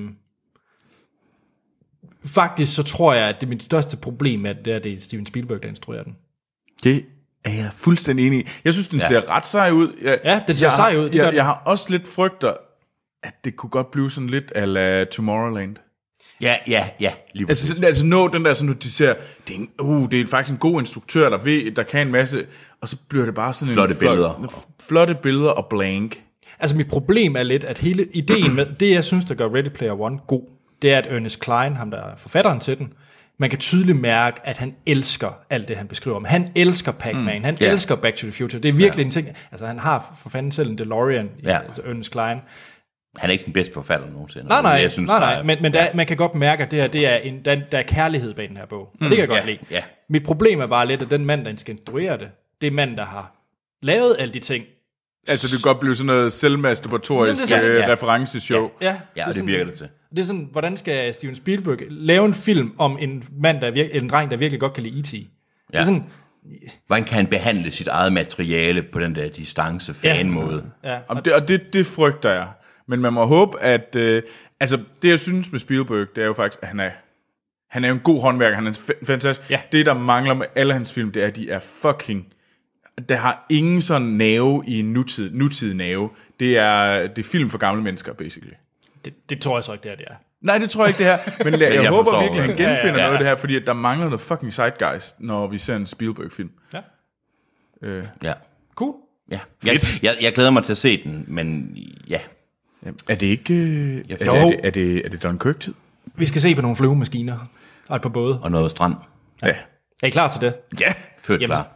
faktisk så tror jeg, at det er mit største problem, at det er, det er Steven Spielberg, der instruerer den. Det er jeg fuldstændig enig i. Jeg synes, den Ja. ser ret sej ud. Jeg, Ja, den ser jeg, sej ud, det gør Jeg, den. jeg har også lidt frygter, at det kunne godt blive sådan lidt a la Tomorrowland. Ja, ja, ja. Lige Altså, sådan- altså nå den der, sådan, de ser, det er, en, uh, det er faktisk en god instruktør, der ved, der kan en masse, og så bliver det bare sådan Flotte en flot- billeder. flotte billeder og blank. Altså mit problem er lidt, at hele ideen med det, jeg synes, der gør Ready Player One god, det er, at Ernest Cline, ham der er forfatteren til den, man kan tydeligt mærke, at han elsker alt det, han beskriver om. Han elsker Pac-Man, mm. han yeah. elsker Back to the Future. Det er virkelig ja. en ting. Altså, han har for fanden selv en DeLorean, ja. altså Ernest Cline. Han er ikke den bedste forfatter nogensinde. Nej, nej, jeg synes, nej, nej. er, men, men ja. der, man kan godt mærke, at det her, det er en, der, der er kærlighed bag den her bog. Og mm. det kan jeg godt ja. lide. Ja. Mit problem er bare lidt, at den mand, der skal instruere det, det er manden, der har lavet alle de ting. Altså, det kan godt blive sådan noget selvmasturbatorisk Jamen, det er ja. referenceshow. Ja, Ja, det, det sådan, virker det til. Det er sådan, hvordan skal Steven Spielberg lave en film om en mand, der er vir- en dreng, der virkelig godt kan lide E T? Ja. Det er sådan, hvordan kan han behandle sit eget materiale på den der distance fan-måde? ja. Og, det, og det, det frygter jeg. Men man må håbe, at... Øh, altså, det jeg synes med Spielberg, det er jo faktisk, at han er, han er en god håndværker. Han er f- fantastisk. Ja. Det, der mangler med alle hans film, det er, at de er fucking... Der har ingen sådan nerve i nutid, nutid nerve. Det er, det er film for gamle mennesker, basically. det, det tror jeg så ikke, det er, det er. Nej, det tror jeg ikke, det her. Men jeg, jeg, jeg håber forstår, virkelig, at han ja. genfinder Ja, ja, ja. noget af det her, fordi at der mangler noget fucking zeitgeist, når vi ser en Spielberg-film. Ja. Øh. Ja. Cool. Ja. Jeg, jeg, jeg glæder mig til at se den, men ja. Er det ikke... Øh, er, det, Jo. er, det, er, det, er det Dunkirk-tid? Vi skal se på nogle flyvemaskiner og et par både. Og noget strand. Ja. Er I klar til det? Ja. Født Jamen. klar.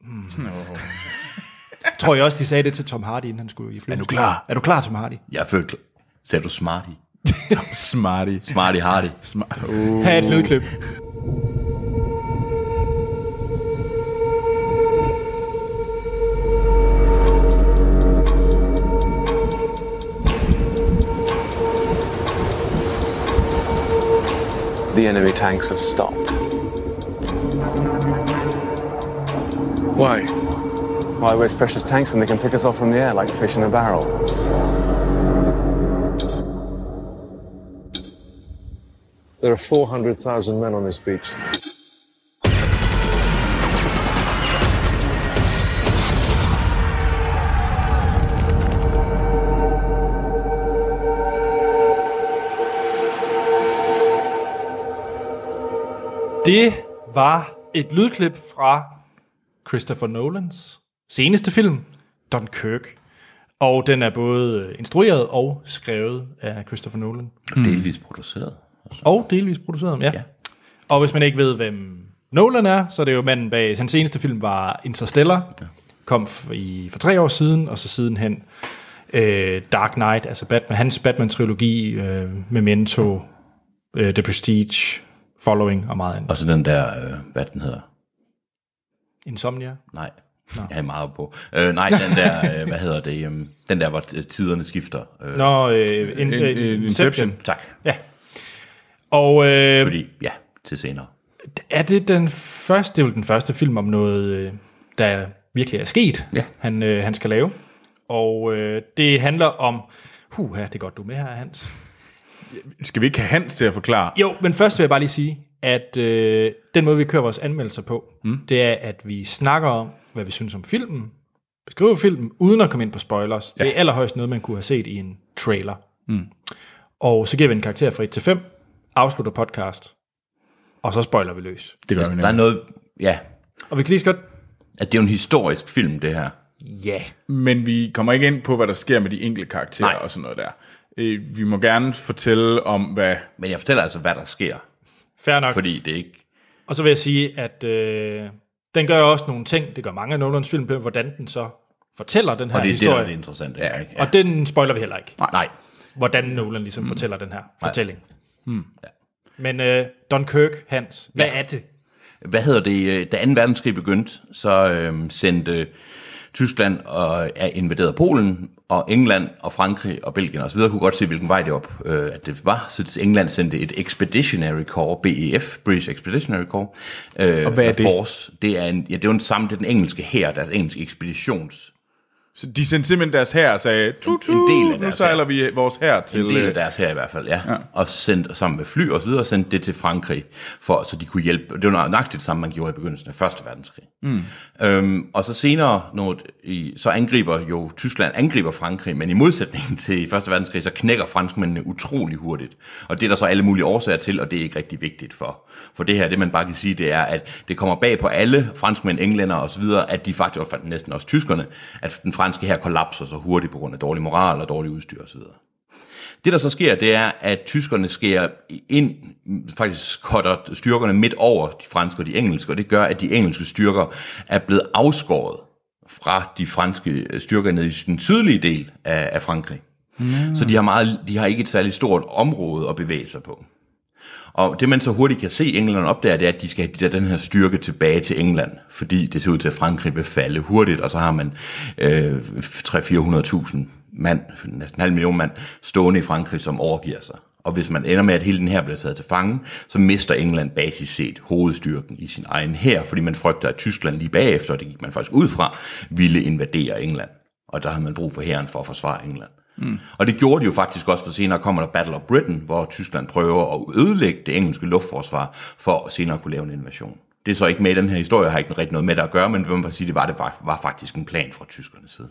Tror jeg også, de sagde det til Tom Hardy, inden han skulle i flyvemaskiner. Er du klar? Er du klar, Tom Hardy? Jeg er født klar. Sagde du smarty? Smarty. Smarty Hardy. Smart. Uh. Ha' et lydklip. The enemy tanks have stopped. Why? Why waste precious tanks when they can pick us off from the air like fish in a barrel? There are four hundred thousand men on this beach. Det var et lydklip fra Christopher Nolans seneste film, Dunkirk. Og den er både instrueret og skrevet af Christopher Nolan. Mm. Delvis produceret. Og delvis produceret, ja. ja. Og hvis man ikke ved, hvem Nolan er, så er det jo manden bag... Hans seneste film var Interstellar, ja. kom i, for tre år siden, og så sidenhen øh, Dark Knight, altså Batman, hans Batman-trilogi, øh, Memento, øh, The Prestige, Following og meget andet. Og så den der, øh, hvad den hedder? Insomnia? Nej, Nå. jeg er meget på. Øh, nej, den der, øh, hvad hedder det? Um, den der, hvor tiderne skifter. Øh. Nå, øh, in, in, in, Inception. Tak. Ja. Og øh, Fordi, ja, til senere. er det den første, det er jo den første film om noget, øh, der virkelig er sket, ja. han, øh, han skal lave. Og øh, det handler om, huh, det er godt, du er med her, Hans. Skal vi ikke have Hans til at forklare? Jo, men først vil jeg bare lige sige, at øh, den måde, vi kører vores anmeldelser på, mm. det er, at vi snakker om, hvad vi synes om filmen, beskriver filmen, uden at komme ind på spoilers. Ja. Det er allerhøjst noget, man kunne have set i en trailer. Mm. Og så giver vi en karakter fra et til fem, afslutter podcast, og så spoiler vi løs. Det gør vi Der er noget, ja. Og vi kan lige så godt... At det er jo en historisk film, det her. Ja. Men vi kommer ikke ind på, hvad der sker med de enkelte karakterer Nej. og sådan noget der. Vi må gerne fortælle om, hvad... Men jeg fortæller altså, hvad der sker. Fair nok. Fordi det ikke... Og så vil jeg sige, at øh, den gør også nogle ting, det gør mange af Nolans film på, hvordan den så fortæller den her og det er historie. det, der er det interessante. Ja, ja. Og den spoiler vi heller ikke. Nej. Nej. Hvordan Nolan ligesom mm. fortæller den her Nej. fortælling. Mm. Ja. Men øh, Dunkirk, Hans, hvad ja. er det? Hvad hedder det? Da anden verdenskrig begyndte, så øh, sendte Tyskland og er invaderet Polen, og England og Frankrig og Belgien og så videre kunne godt se, hvilken vej det op, øh, at det var. Så England sendte et Expeditionary Corps, B E F, British Expeditionary Corps. Øh, og hvad er det? Force. Det er, en, ja, det er jo en samme, det er den engelske hær, deres engelske ekspeditions. Så de sendte simpelthen deres hær og sagde, tu, tu, en del af nu sejler vi vores hær til... En del af deres hær i hvert fald, ja. ja. Og sendte sammen med fly og så videre, sendte det til Frankrig, for, så de kunne hjælpe. Det var nøjagtigt det samme, man gjorde i begyndelsen af første verdenskrig. Mm. Øhm, og så senere, når i, så angriber jo Tyskland, angriber Frankrig, men i modsætning til første verdenskrig, så knækker franskmændene utrolig hurtigt. Og det er der så alle mulige årsager til, og det er ikke rigtig vigtigt for, for det her. Det man bare kan sige, det er, at det kommer bag på alle franskmænd, englænder og så videre, at de faktisk, og næsten også tyskerne, at den franske her kollapser så hurtigt på grund af dårlig moral og dårlig udstyr og så videre. Det, der så sker, det er, at tyskerne skærer ind, faktisk cutter styrkerne midt over de franske og de engelske, og det gør, at de engelske styrker er blevet afskåret fra de franske styrker nede i den sydlige del af, af Frankrig. Mm. Så de har, meget, de har ikke et særligt stort område at bevæge sig på. Og det, man så hurtigt kan se England opdager, det er, at de skal have den her styrke tilbage til England, fordi det ser ud til, at Frankrig vil falde hurtigt, og så har man øh, tre hundrede til fire hundrede tusind mand, næsten en halv million mand, stående i Frankrig, som overgiver sig. Og hvis man ender med, at hele den her bliver taget til fange, så mister England basis set hovedstyrken i sin egen hær, fordi man frygter, at Tyskland lige bagefter, og det gik man faktisk ud fra, ville invadere England. Og der har man brug for hæren for at forsvare England. Mm. Og det gjorde de jo faktisk også, for senere kommer der Battle of Britain, hvor Tyskland prøver at ødelægge det engelske luftforsvar, for at senere kunne lave en invasion. Det er så ikke med i den her historie, har ikke rigtig noget med det at gøre, men man kan sige, det var, det var, var faktisk en plan fra tyskernes side.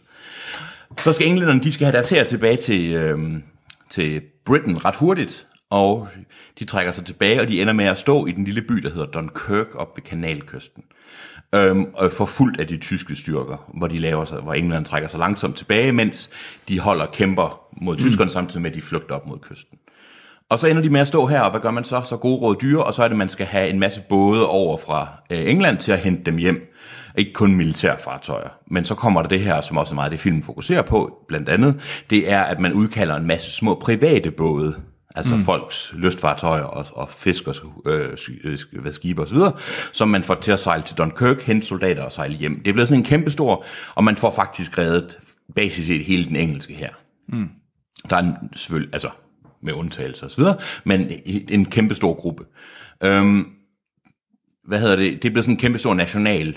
Så skal englænderne, de skal have deres hær tilbage til, øhm, til Britain ret hurtigt, og de trækker sig tilbage, og de ender med at stå i den lille by, der hedder Dunkirk, op ved kanalkysten. Øhm, og forfulgt af de tyske styrker, hvor de laver sig, hvor England trækker sig langsomt tilbage, mens de holder kæmper mod tyskerne, mm. samtidig med at de flygter op mod kysten. Og så ender de med at stå her, og hvad gør man så? Så gode råd dyre, og så er det, at man skal have en masse både over fra øh, England til at hente dem hjem. Ikke kun militærfartøjer, men så kommer der det her, som også er meget det filmen fokuserer på, blandt andet, det er, at man udkalder en masse små private både, altså mm. folks lystfartøjer og, og fiskers øh, skibe og så videre, som man får til at sejle til Dunkirk, hente soldater og sejle hjem. Det er blevet sådan en kæmpestor, og man får faktisk reddet basis set hele den engelske her. Mm. Der er en, selvfølgelig, altså med undtagelser og så videre, men en kæmpestor gruppe. Øhm, hvad hedder det? Det er blevet sådan en kæmpestor national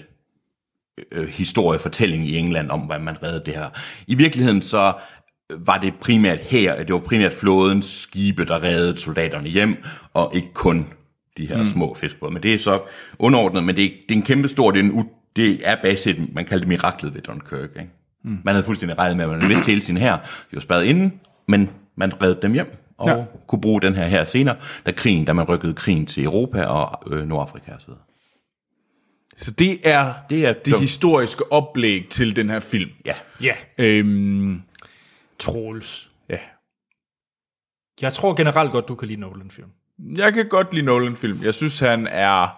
øh, historiefortælling i England om, hvordan man reddede det her. I virkeligheden så var det primært her, det var primært flådens skibe, der reddede soldaterne hjem, og ikke kun de her mm. små fiskebåde. Men det er så underordnet, men det er, det er en kæmpe stor, det er, en, det er basit, man kalder det miraklet ved Dunkirk. Ikke? Mm. Man havde fuldstændig regnet med, at man vidste hele sin her, de var spadet inden, men man reddede dem hjem, og ja. kunne bruge den her her senere, da krigen, da man rykkede krigen til Europa og øh, Nordafrika og så videre. Så det er det, er det dumt. historiske oplæg til den her film. Ja. Ja. Øhm, Troels. Ja. Jeg tror generelt godt, du kan lide Nolan-film. Jeg kan godt lide Nolan-film. Jeg synes, han er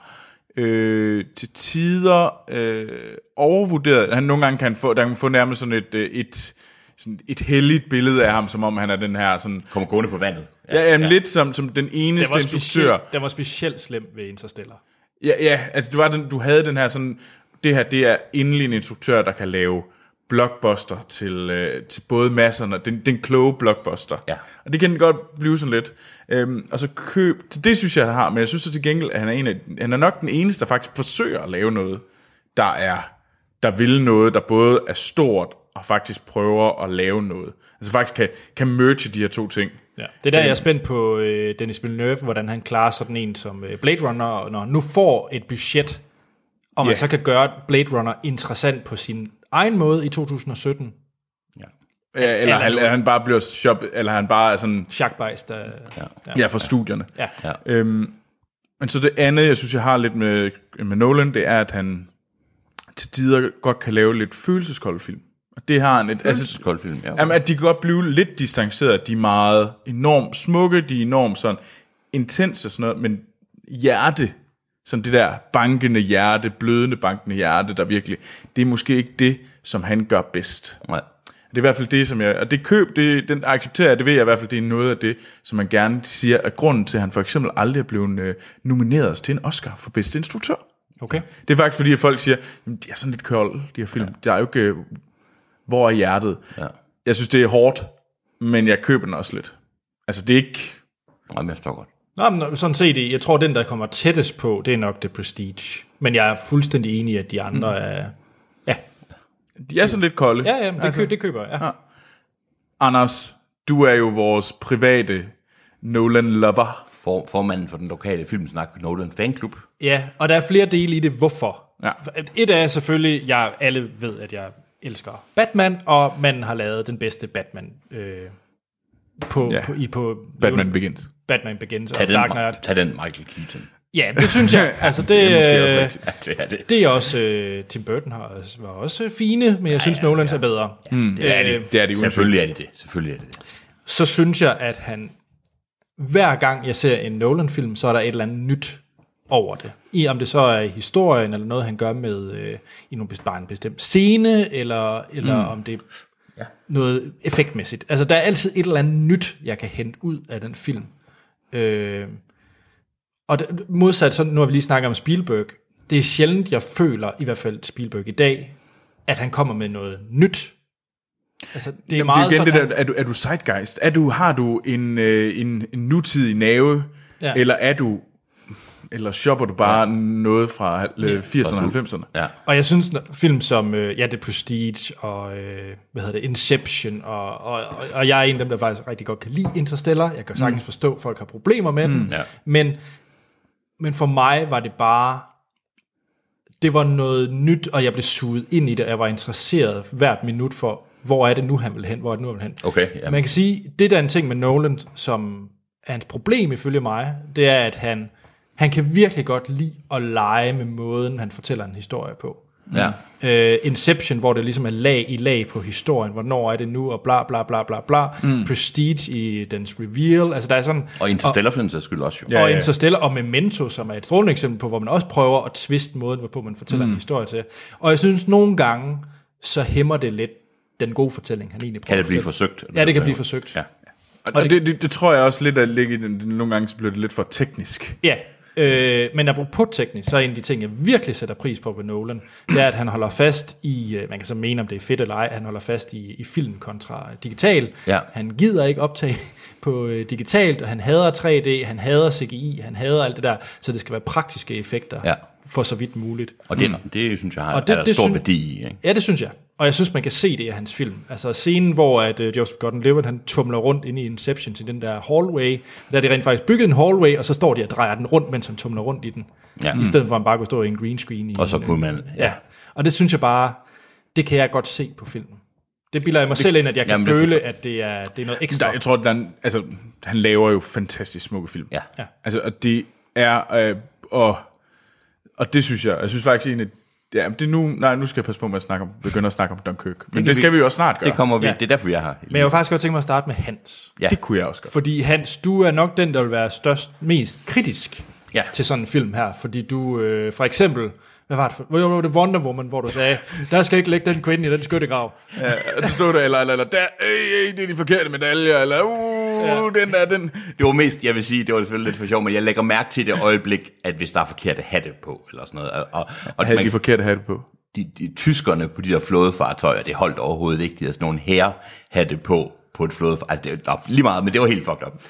øh, til tider øh, overvurderet. Han nogle gange kan få, der kan få nærmest sådan et, et, sådan et helligt billede af ham, som om han er den her sådan... Kommer gående på vandet. Ja, ja, ja. Lidt som, som den eneste det instruktør. Den var specielt slem ved Interstellar. Ja, ja, altså du, var den, du havde den her sådan... Det her, det er endelig en instruktør, der kan lave blockbuster til, øh, til både masserne. Den, den kloge blockbuster. Ja. Og det kan den godt blive sådan lidt. Øhm, og så køb... Det synes jeg, han har. Men jeg synes så til gengæld, at han er, en af, han er nok den eneste, der faktisk forsøger at lave noget, der er... Der vil noget, der både er stort, og faktisk prøver at lave noget. Altså faktisk kan, kan merge de her to ting. Ja. Det er der, jeg er spændt på øh, Denis Villeneuve, hvordan han klarer sådan en som øh, Blade Runner, og når han nu får et budget, og man yeah. så kan gøre Blade Runner interessant på sin egen måde i to tusind og sytten. Ja. Ja, eller, eller han, han bare bliver shoppet, eller han bare er sådan... Schackbejst. Ja. Ja, ja, fra studierne. Ja. Ja. Øhm, men så det andet, jeg synes, jeg har lidt med, med Nolan, det er, at han til tider godt kan lave lidt følelseskolde film. Og det har han et... Følelseskold film, ja. Jamen, at de kan godt blive lidt distanceret. De er meget enormt smukke, de er enormt sådan intense og sådan noget, men hjerte, sådan det der bankende hjerte, blødende bankende hjerte, der virkelig, det er måske ikke det, som han gør bedst. Nej. Det er i hvert fald det, som jeg... Og det køb, det, den accepterer jeg, det ved jeg i hvert fald, det er noget af det, som man gerne siger, at grunden til, at han for eksempel aldrig er blevet øh, nomineret til en Oscar for bedste instruktør. Okay. Det er faktisk fordi, at folk siger, jamen, de er sådan lidt kold, de her film. Ja. Der er jo ikke... Hvor er hjertet? Ja. Jeg synes, det er hårdt, men jeg køber den også lidt. Altså, det er ikke... Nej, men jeg forstår godt. Nå, men sådan set, jeg tror, den, der kommer tættest på, det er nok The Prestige. Men jeg er fuldstændig enig i, at de andre mm. er... Ja. De er sådan lidt kolde. Ja, ja, det, altså, køb, det køber jeg. Ja. Ja. Anders, du er jo vores private Nolan-lover. For, formanden for den lokale filmsnak Nolan Fanklub. Ja, og der er flere dele i det, hvorfor. Ja. Et er selvfølgelig, jeg alle ved, at jeg elsker Batman, og man har lavet den bedste Batman øh, på, ja. på, i, på Batman Begins. Batman Begins tag og den, Dark Knight. Tag den Michael Keaton. Ja, det synes jeg. Altså det, det er også øh, ja, det er det. det er også øh, Tim Burton har var også fine, men jeg synes ja, ja, Nolans ja. er bedre. Mm. Det er øh, det. Det er det. Selvfølgelig er det det. Selvfølgelig er det det. så synes jeg, at han, hver gang jeg ser en Nolan-film, så er der et eller andet nyt over det. I om det så er i historien, eller noget, han gør med øh, i nogle, bare en bestemt scene, eller, eller mm. om det er ja. noget effektmæssigt. Altså, der er altid et eller andet nyt, jeg kan hente ud af den film. Øh, og det, modsat, så nu har vi lige snakket om Spielberg, det er sjældent, jeg føler, i hvert fald Spielberg i dag, at han kommer med noget nyt. Altså, det er Jamen, meget det er igen sådan, det der, er du, er du zeitgeist? Er du, har du en, øh, en, en nutidig nerve, ja. eller er du, eller shopper du bare ja. noget fra øh, firserne og halvfemserne? Ja. Og jeg synes, film som øh, ja, The Prestige og øh, hvad hedder det, Inception, og, og, og, og jeg er en af dem, der faktisk rigtig godt kan lide Interstellar. Jeg kan sagtens mm. forstå, at folk har problemer med mm. den. Ja. Men, men for mig var det bare, det var noget nyt, og jeg blev suget ind i det, og jeg var interesseret hvert minut for, hvor er det nu, han vil hen, hvor er det nu, han vil hen. Okay, ja. Man kan sige, det der er en ting med Nolan, som er hans problem ifølge mig, det er, at han, han kan virkelig godt lide at lege med måden, han fortæller en historie på. Ja. Uh, Inception, hvor det ligesom er lag i lag på historien, hvornår er det nu, og bla bla bla bla bla. Mm. Prestige i dens reveal, altså der er sådan... Og Interstellar for den sags skyld også jo. Ja, og ja. Interstellar og Memento, som er et strålende eksempel på, hvor man også prøver at twiste måden, hvorpå man fortæller mm. en historie til. Og jeg synes, nogle gange, så hæmmer det lidt den gode fortælling, han egentlig prøver. Kan det blive forsøgt? Ja, det kan blive forsøgt. Ja. Og, og det, det, det tror jeg også lidt at ligge i den. Nogle gange så bliver det lidt for teknisk. Ja, øh, men apropos teknisk, så er en af de ting, jeg virkelig sætter pris på ved Nolan, det er, at han holder fast i, man kan så mene, om det er fedt eller ej, han holder fast i, i film kontra digital. Ja. Han gider ikke optage på øh, digitalt, og han hader tre D, han hader C G I, han hader alt det der, så det skal være praktiske effekter. Ja. For så vidt muligt. Og det, mm. det synes jeg har og det, er det stor synes, værdi i. Ikke? Ja, det synes jeg. Og jeg synes, man kan se det i hans film. Altså scenen, hvor at, uh, Joseph Gordon-Levitt, han tumler rundt inde i Inception til den der hallway. Der er de rent faktisk bygget en hallway, og så står de og drejer den rundt, mens han tumler rundt i den. Ja. I stedet for, at han bare kunne stå i en green screen. I og så en, kunne man... Ja. ja. Og det synes jeg bare, det kan jeg godt se på filmen. Det bilder jeg mig det, selv ind, at jeg kan jamen, føle, det at det er, det er noget ekstra. Der, jeg tror, at den, altså, han laver jo fantastisk smukke film. Ja. ja. Altså, og det er... Øh, og Og det synes jeg, jeg synes faktisk egentlig, ja, det er nu, nej, nu skal jeg passe på med at snakke om, begynde at snakke om Dunkirk. Men det, det skal vi, vi jo også snart gøre. Det kommer vi, ja. det er derfor, jeg har. Men jeg vil faktisk godt tænke mig at starte med Hans. Ja. Det kunne jeg også godt. Fordi Hans, du er nok den, der vil være størst, mest kritisk ja. til sådan en film her. Fordi du, øh, for eksempel, hvad var det for, hvor var det Wonder Woman, hvor du sagde, der skal ikke lægge den kvinde i den skyttegrav. Ja, så stod der, eller, eller, eller der, øh, det er de forkerte medaljer, eller uh, ja. den der, den. Det var mest, jeg vil sige, det var selvfølgelig lidt for sjov, men jeg lægger mærke til det øjeblik, at hvis der er forkerte hatte på, eller sådan noget. Og, og, og havde man, de forkerte hatte på? De, de tyskerne på de der flådefartøjer, det holdt overhovedet ikke, de havde sådan nogle herrehatte på, på et flådefartøj. Altså, det var lige meget, men det var helt fucked up.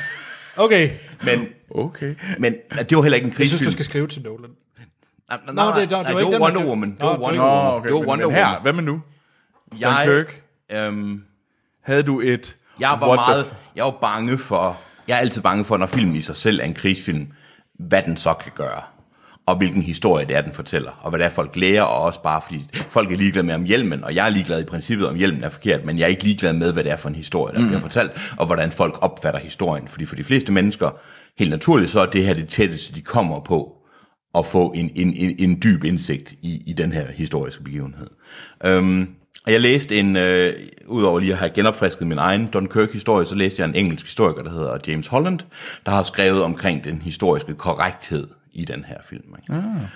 Okay. Men, okay. men det var heller ikke en krigsfilm. Jeg synes, du skal skrive til Nolan. Nej, nej, nej, det, det, det var ikke Wonder Woman. Det var Wonder Woman. Okay, det var Wonder Woman. Her, hvad med nu? Jeg, Dunkirk. Øhm, havde du et... Jeg var meget, jeg var bange for, jeg er altid bange for, når filmen i sig selv er en krigsfilm, hvad den så kan gøre, og hvilken historie det er, den fortæller, og hvad det er, folk lærer, og også bare fordi folk er ligeglade med om hjelmen, og jeg er ligeglad i princippet, om hjelmen er forkert, men jeg er ikke ligeglad med, hvad det er for en historie, der mm. bliver fortalt, og hvordan folk opfatter historien, fordi for de fleste mennesker, helt naturligt, så er det her det tætteste, de kommer på, at få en, en, en, en dyb indsigt i, i den her historiske begivenhed. Um, og jeg læste en, øh, udover lige at have genopfrisket min egen Dunkirk-historie, så læste jeg en engelsk historiker, der hedder James Holland, der har skrevet omkring den historiske korrekthed i den her film. Ah.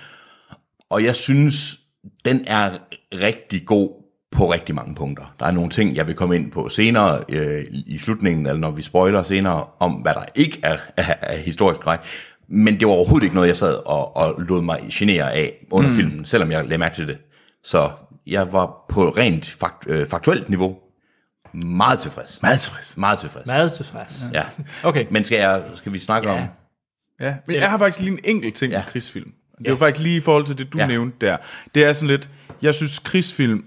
Og jeg synes, den er rigtig god på rigtig mange punkter. Der er nogle ting, jeg vil komme ind på senere øh, i slutningen, eller når vi spoiler senere, om hvad der ikke er, er, er historisk korrekt. Men det var overhovedet ikke noget, jeg sad og, og lod mig genere af under mm. filmen, selvom jeg lagde mærke til det. Så jeg var på rent fakt, øh, faktuelt niveau meget tilfreds. Meget tilfreds. Meget tilfreds. Meget tilfreds. Ja. Okay. Men skal, jeg, skal vi snakke ja. om... Ja, men jeg har faktisk lige en enkelt ting ja. med krigsfilm. Det ja. var faktisk lige i forhold til det, du ja. nævnte der. Det er sådan lidt, jeg synes krigsfilm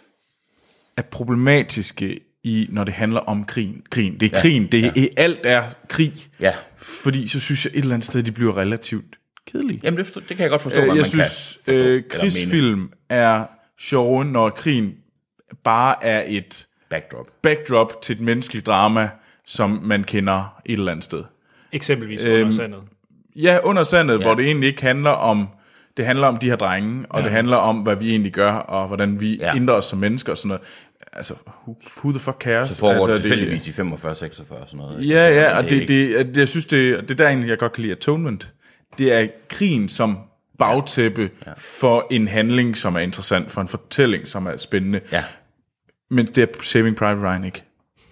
er problematiske i, når det handler om krigen. krigen. Det er ja. krigen. Det er, ja. alt er krig. Ja. Fordi så synes jeg et eller andet sted, de bliver relativt kedelige. Jamen det, det kan jeg godt forstå, øh, hvad jeg man synes, kan forstå, øh, krigsfilm er sjove, når krigen bare er et backdrop. backdrop til et menneskeligt drama, som man kender et eller andet sted. Eksempelvis under øhm, sandet. Ja, under sandet, ja. hvor det egentlig ikke handler om, det handler om de her drenge, og ja. det handler om, hvad vi egentlig gør, og hvordan vi ja. ændrer os som mennesker og sådan noget. altså, who, who the fuck cares? Så foregår altså, det tilfældigvis i femogfyrre seksogfyrre sådan noget. Ja, så, ja, og det, ikke... det, jeg synes, det, det der egentlig, jeg godt kan lide Atonement, det er krigen som bagtæppe ja. Ja. for en handling, som er interessant, for en fortælling, som er spændende. Ja. Men det er Saving Private Ryan ikke.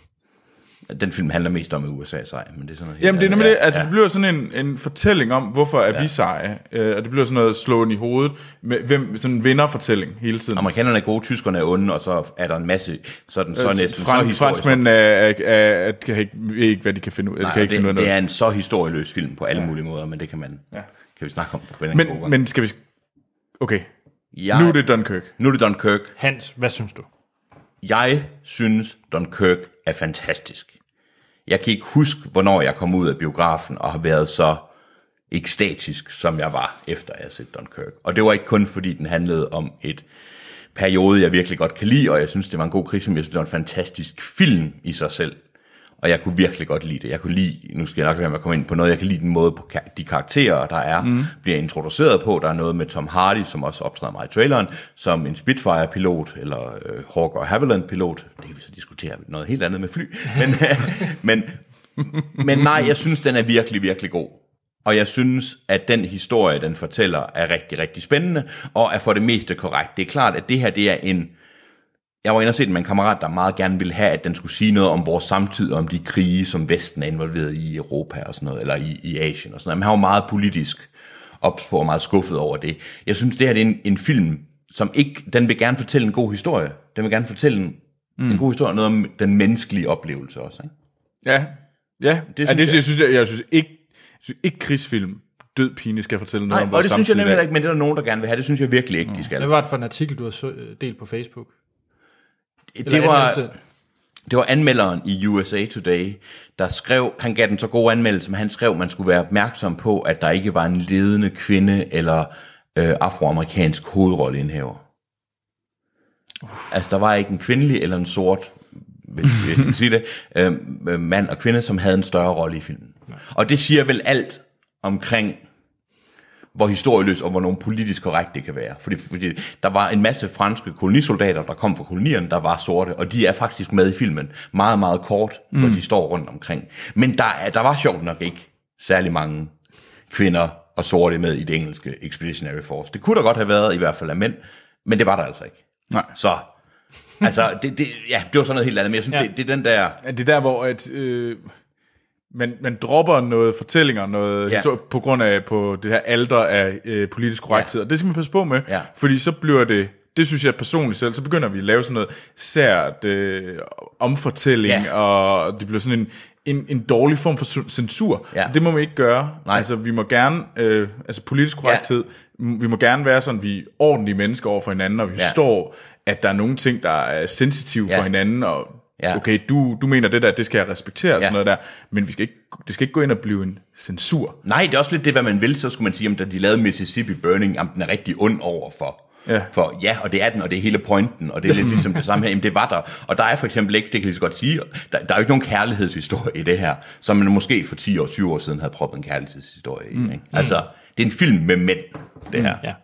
Den film handler mest om U S A sej, men det er sådan noget. Jamen det er nemlig ja, det, altså ja. det bliver sådan en, en fortælling om, hvorfor er ja. vi seje, øh, og det bliver sådan noget slående i hovedet, med hvem, sådan en vinderfortælling hele tiden. Amerikanerne er gode, tyskerne er onde, og så er der en masse, sådan, så øh, næsten Frank, så historisk. Franskmænd er, er, er, er, kan ikke, ved ikke, hvad de kan finde ud af. Nej, kan ikke det, finde ud af det er en så historieløs film på alle ja. mulige måder, men det kan man, ja. kan vi snakke om på en men, men skal vi, okay, jeg, nu er det Dunkirk. Nu er det Dunkirk. Hans, hvad synes du? Jeg synes, Dunkirk er fantastisk. Jeg kan ikke huske, hvornår jeg kom ud af biografen og har været så ekstatisk, som jeg var, efter jeg havde set Dunkirk. Og det var ikke kun, fordi den handlede om et periode, jeg virkelig godt kan lide, og jeg synes, det var en god krigsfilm. Jeg synes, det var en fantastisk film i sig selv. Og jeg kunne virkelig godt lide det. Jeg kunne lide, nu skal jeg nok lade mig komme ind på noget, jeg kan lide den måde, på de karakterer, der er, mm. bliver introduceret på. Der er noget med Tom Hardy, som også optræder meget i traileren, som en Spitfire-pilot, eller øh, Hawker Havilland-pilot. Det kan vi så diskutere noget helt andet med fly. Men, men, men nej, jeg synes, den er virkelig, virkelig god. Og jeg synes, at den historie, den fortæller, er rigtig, rigtig spændende, og er for det meste korrekt. Det er klart, at det her, det er en... Jeg var inde og set med en kammerat, der meget gerne ville have, at den skulle sige noget om vores samtid, om de krige, som Vesten er involveret i Europa og sådan noget, eller i, i Asien og sådan noget. Men han var meget politisk ops på og meget skuffet over det. Jeg synes, det her det er en, en film, som ikke, den vil gerne fortælle en god historie. Den vil gerne fortælle en, mm. en god historie, noget om den menneskelige oplevelse også. Ikke? Ja, ja. Det, synes ja, det jeg, jeg, synes, jeg, jeg synes ikke, jeg synes ikke krigsfilm, død pine, skal fortælle noget Nej, om vores samtid. Og det synes jeg nemlig der. ikke, men det er der nogen, der gerne vil have. Det synes jeg virkelig ikke, mm. de skal. Det var for en artikel, du har delt på Facebook. Det var, det var anmelderen i U S A Today, der skrev, han gav den så god anmeldelse, men han skrev, at man skulle være opmærksom på, at der ikke var en ledende kvinde eller øh, afroamerikansk hovedrolleindhaver. Uh. Altså, der var ikke en kvindelig eller en sort, hvis jeg kan sige det, øh, mand og kvinde, som havde en større rolle i filmen. Nej. Og det siger vel alt omkring, hvor historieløs og hvor nogen politisk korrekt det kan være. Fordi, fordi der var en masse franske kolonisoldater, der kom fra kolonierne, der var sorte, og de er faktisk med i filmen meget, meget kort, mm. hvor de står rundt omkring. Men der, der var sjovt nok ikke særlig mange kvinder og sorte med i det engelske Expeditionary Force. Det kunne der godt have været, i hvert fald af mænd, men det var der altså ikke. Nej. Så, altså, det, det, ja, det var sådan noget helt andet, men jeg synes, ja. det, det er den der... Det er der, hvor at... Øh Man, man dropper noget fortællinger, noget ja. historie, på grund af på det her alter af øh, politisk korrekthed, ja. og det skal man passe på med, ja. fordi så bliver det, det synes jeg personligt selv, så begynder vi at lave sådan noget sært øh, omfortælling, ja. og det bliver sådan en, en, en dårlig form for censur. Ja. Det må man ikke gøre. Nej. Altså vi må gerne, øh, altså politisk korrekthed, ja. vi må gerne være sådan, vi er ordentlige mennesker over for hinanden, og vi ja. forstår, at der er nogle ting, der er sensitive ja. for hinanden, og ja. okay, du, du mener det der, det skal jeg respektere, ja. sådan noget der, men vi skal ikke, det skal ikke gå ind og blive en censur. Nej, det er også lidt det, hvad man vil, så skulle man sige, om da de lavede Mississippi Burning, jamen den er rigtig ond over for. Ja. For ja, og det er den, og det er hele pointen, og det er lidt ligesom det samme her, jamen det var der. Og der er for eksempel ikke, det kan jeg lige så godt sige, der, der er jo ikke nogen kærlighedshistorie i det her, som man måske for ti år, tyve år siden havde proppet en kærlighedshistorie i. Mm. Ikke? Altså, det er en film med mænd, det her. Mm. Ja.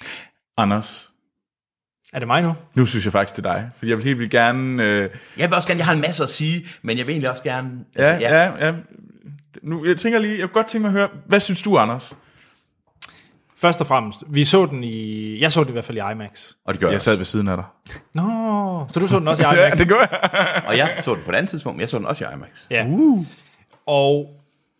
Anders. Er det mig nu? Nu synes jeg faktisk, det er dig. Fordi jeg vil helt vildt gerne... Øh... Jeg vil også gerne, jeg har en masse at sige, men jeg vil egentlig også gerne... Altså, ja, ja, ja. Nu, jeg tænker lige, jeg kunne godt tænke mig at høre, hvad synes du, Anders? Først og fremmest, vi så den i... Jeg så den i hvert fald i IMAX. Og det gør jeg. Jeg sad ved siden af dig. Nå, så du så den også i IMAX? Ja, det gør jeg. Og jeg så den på et andet tidspunkt, men jeg så den også i IMAX. Ja. Uh. Og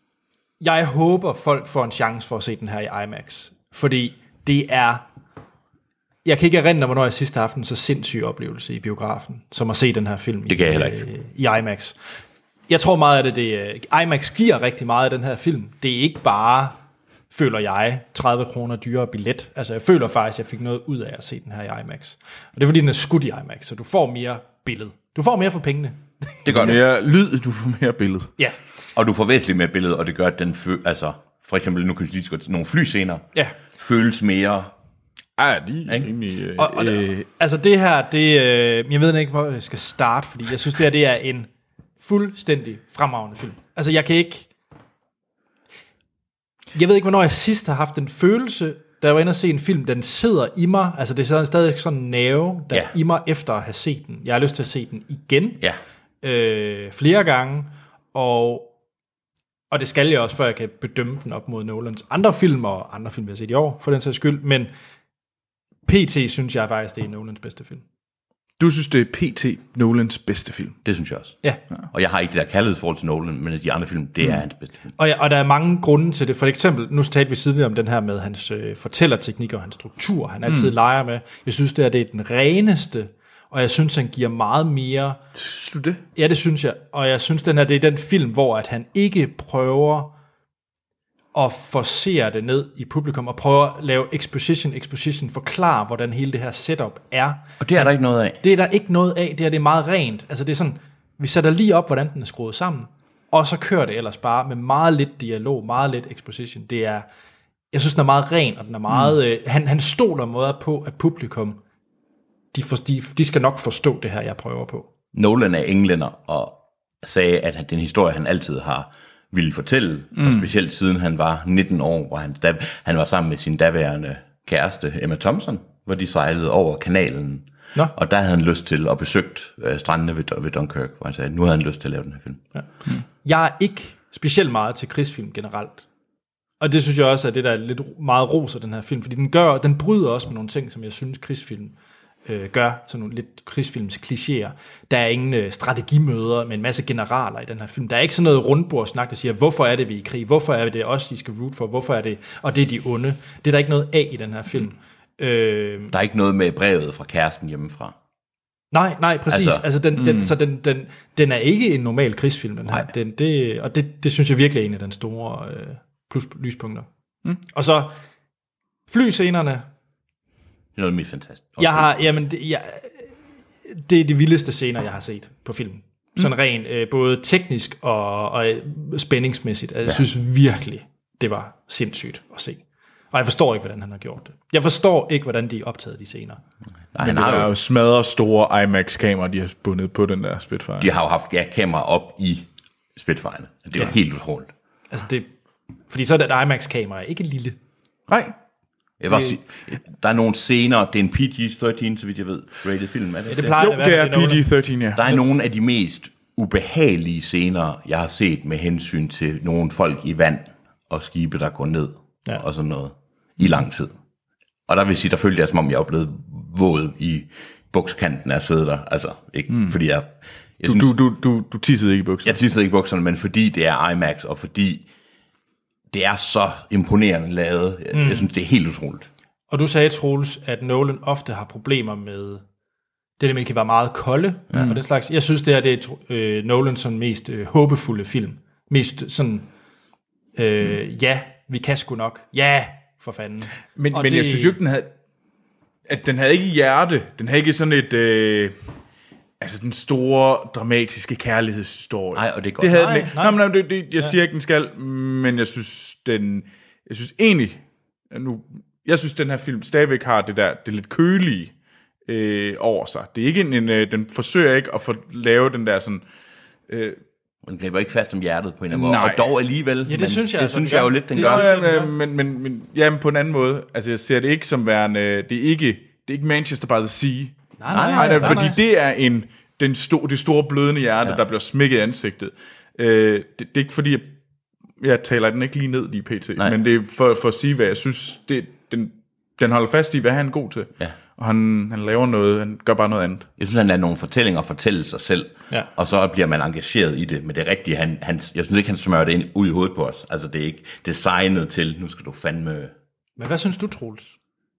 jeg håber, folk får en chance for at se den her i IMAX. Fordi det er... Jeg kan ikke erindre, hvornår jeg sidste aften så sindssyg oplevelse i biografen, som at se den her film det i, kan jeg heller ikke. i IMAX. Jeg tror meget af det, det IMAX giver rigtig meget af den her film. Det er ikke bare, føler jeg, tredive kroner dyrere billet. Altså jeg føler faktisk, at jeg fik noget ud af at se den her i IMAX. Og det er fordi, den er skudt i IMAX, så du får mere billede. Du får mere for pengene. Det gør du. Mere lyd, du får mere billede. Ja. Og du får væsentligt mere billede, og det gør, at den fø- altså for eksempel, nu kan vi lige gå til nogle flyscener, ja. føles mere... Ja, de er egentlig... Øh, og, og, øh, altså det her, det, øh, jeg ved ikke, hvor jeg skal starte, fordi jeg synes, det her det er en fuldstændig fremragende film. Altså jeg kan ikke... Jeg ved ikke, hvornår jeg sidst har haft en følelse da jeg var inde og se en film, den sidder i mig, altså det er stadig sådan en nerve, der Ja. i mig efter at have set den. Jeg har lyst til at se den igen, Ja. øh, flere gange, og, og det skal jeg også, før jeg kan bedømme den op mod Nolans andre film, og andre film, jeg har set i år, for den sags skyld, men P T synes jeg faktisk, det er Nolans bedste film. Du synes, det er P T Nolans bedste film? Det synes jeg også. Ja. Og jeg har ikke det der kaldet forhold til Nolan, men de andre film, det er mm. hans bedste film. Og, ja, og der er mange grunde til det. For eksempel, nu talte vi tidligere om den her med hans øh, fortællerteknik og hans struktur, han altid mm. leger med. Jeg synes, det er, det er den reneste, og jeg synes, han giver meget mere... Synes du det? Ja, det synes jeg. Og jeg synes, den her, det er den film, hvor at han ikke prøver at forcere det ned i publikum, og prøver at lave exposition, exposition, forklare, hvordan hele det her setup er. Og det er der ikke noget af. Det er der ikke noget af. Det er, det er meget rent. Altså, det er sådan, vi sætter lige op, hvordan den er skruet sammen, og så kører det ellers bare med meget lidt dialog, meget lidt exposition. Det er, jeg synes, den er meget ren, og den er meget... Mm. Øh, han, han stoler måder på, at publikum, de, for, de, de skal nok forstå det her, jeg prøver på. Nolan er englænder, og sagde, at han, den historie, han altid har ville fortælle, mm. og specielt siden han var nitten år, hvor han, da, han var sammen med sin daværende kæreste, Emma Thompson, hvor de sejlede over kanalen. Nå. Og der havde han lyst til at besøge øh, strandene ved, ved Dunkirk, hvor han sagde, nu havde han lyst til at lave den her film. Ja. Mm. Jeg er ikke specielt meget til krigsfilm generelt. Og det synes jeg også er det, der er lidt meget ros af den her film, fordi den, gør, den bryder også med nogle ting, som jeg synes krigsfilm øh, gør, sådan nogle lidt krigsfilms klichéer. Der er ingen øh, strategimøder med en masse generaler i den her film. Der er ikke sådan noget rundbordsnak, der siger, hvorfor er det, vi er i krig? Hvorfor er det os, I skal root for? Hvorfor er det, og det er de onde? Det er der ikke noget af i den her film. Mm. Øh, der er ikke noget med brevet fra kæresten hjemmefra. Nej, nej, præcis. Altså, altså den, den, mm. så den, den, den er ikke en normal krigsfilm, den her. Den, det, og det, det synes jeg virkelig er en af den store øh, plus lyspunkter. Mm. Og så flyscenerne. Det er noget mest fantastisk. Jeg har, jamen, det, jeg, det er de vildeste scener, jeg har set på film. Sådan mm. rent, øh, både teknisk og, og spændingsmæssigt. Jeg ja. synes virkelig, det var sindssygt at se. Og jeg forstår ikke, hvordan han har gjort det. Jeg forstår ikke, hvordan de optagede de scener. Nej, men det er jo smadret store IMAX-kameraer, de har bundet på den der Spitfire. De har jo haft ja, kamera op i Spitfire'ne. Det er ja. helt utroligt. Altså det, fordi så er det et IMAX-kamera, ikke lille. Nej. Jeg vil sige, der er nogle scener, det er en P G tretten, så vidt jeg ved, rated film, er det? Ja, det plejer jo, at være, det er P G tretten, ja. Der er nogle af de mest ubehagelige scener, jeg har set med hensyn til nogle folk i vand og skibe, der går ned ja. og sådan noget, i lang tid. Og der vil sige, der følte jeg, som om jeg er blevet våd i bukskanten af at sidde der. Altså, ikke mm. fordi jeg... jeg du, synes, du, du, du, du tissede ikke i bukserne? Jeg tissede ikke i bukserne, men fordi det er IMAX, og fordi det er så imponerende lavet. Jeg, mm. jeg synes, det er helt utroligt. Og du sagde, Troels, at Nolan ofte har problemer med det, der kan være meget kolde, ja. og den slags. Jeg synes, det er, det er øh, Nolans sådan mest øh, håbefulde film. Mest sådan, øh, mm. ja, vi kan sgu nok. Ja, for fanden. Men, men det, jeg synes jo ikke, den havde, at den havde ikke hjerte. Den havde ikke sådan et... Øh, altså den store, dramatiske kærlighedshistorie. Nej, og det er godt. Det havde nej, den ikke. nej. Nej, men, det, det, jeg ja. siger ikke, den skal, men jeg synes, den... Jeg synes egentlig... Nu, jeg synes, den her film stadigvæk har det der, det lidt kølige øh, over sig. Det er ikke en, en øh, den forsøger ikke at få lave den der sådan... Øh, den griber ikke fast om hjertet på en eller anden måde. Nej. Og dog alligevel. Ja, det men synes jeg, det altså, synes den jeg jo gør. lidt, den Det gør. synes jeg, ja, men, men, men, ja, men på en anden måde. Altså, jeg ser det ikke som værende... Det er ikke, det er ikke Manchester by the Sea. Nej, nej, nej. nej, nej, fordi nej. det er en, den sto, det store blødende hjerte, ja. der bliver smækket i ansigtet. Øh, det, det er ikke fordi, jeg, jeg taler den ikke lige ned lige pt. Nej. Men det er for, for at sige, hvad jeg synes, det, den, den holder fast i, hvad han er god til. Ja. Og han, han laver noget, han gør bare noget andet. Jeg synes, han lader nogle fortællinger fortælle sig selv, ja. og så bliver man engageret i det. Men det er rigtigt, han, han, jeg synes ikke, han smører det ind ud i hovedet på os. Altså, det er ikke designet til, nu skal du fandme... Men hvad synes du, Troels?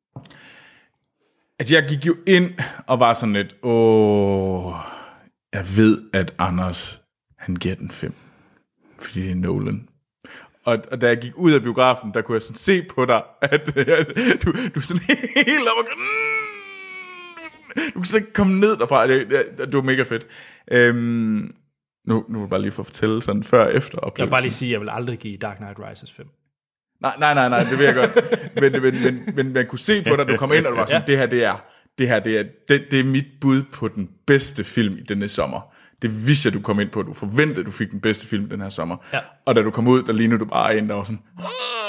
At jeg gik jo ind og var sådan lidt, åh, jeg ved, at Anders, han giver den fem. Fordi det er Nolan. Og, og da jeg gik ud af biografen, der kunne jeg sådan se på dig, at, at du, du er sådan helt op og... Du kan slet ikke komme ned derfra. Det, det, det var mega fedt. Øhm, nu, nu vil jeg bare lige få fortælle sådan før og efter oplevelsen. Jeg vil bare lige sige, at jeg vil aldrig give Dark Knight Rises fem. Nej, nej, nej, nej, det vil jeg godt. men, men, men, men man kunne se på dig, du kom ind, og du var sådan, ja. det her, det er, det her, det er, det, det er mit bud på den bedste film i denne sommer. Det vidste jeg, du kom ind på. Du forventede, du fik den bedste film den her sommer. Ja. Og da du kom ud, der lignede du bare ind, der var sådan...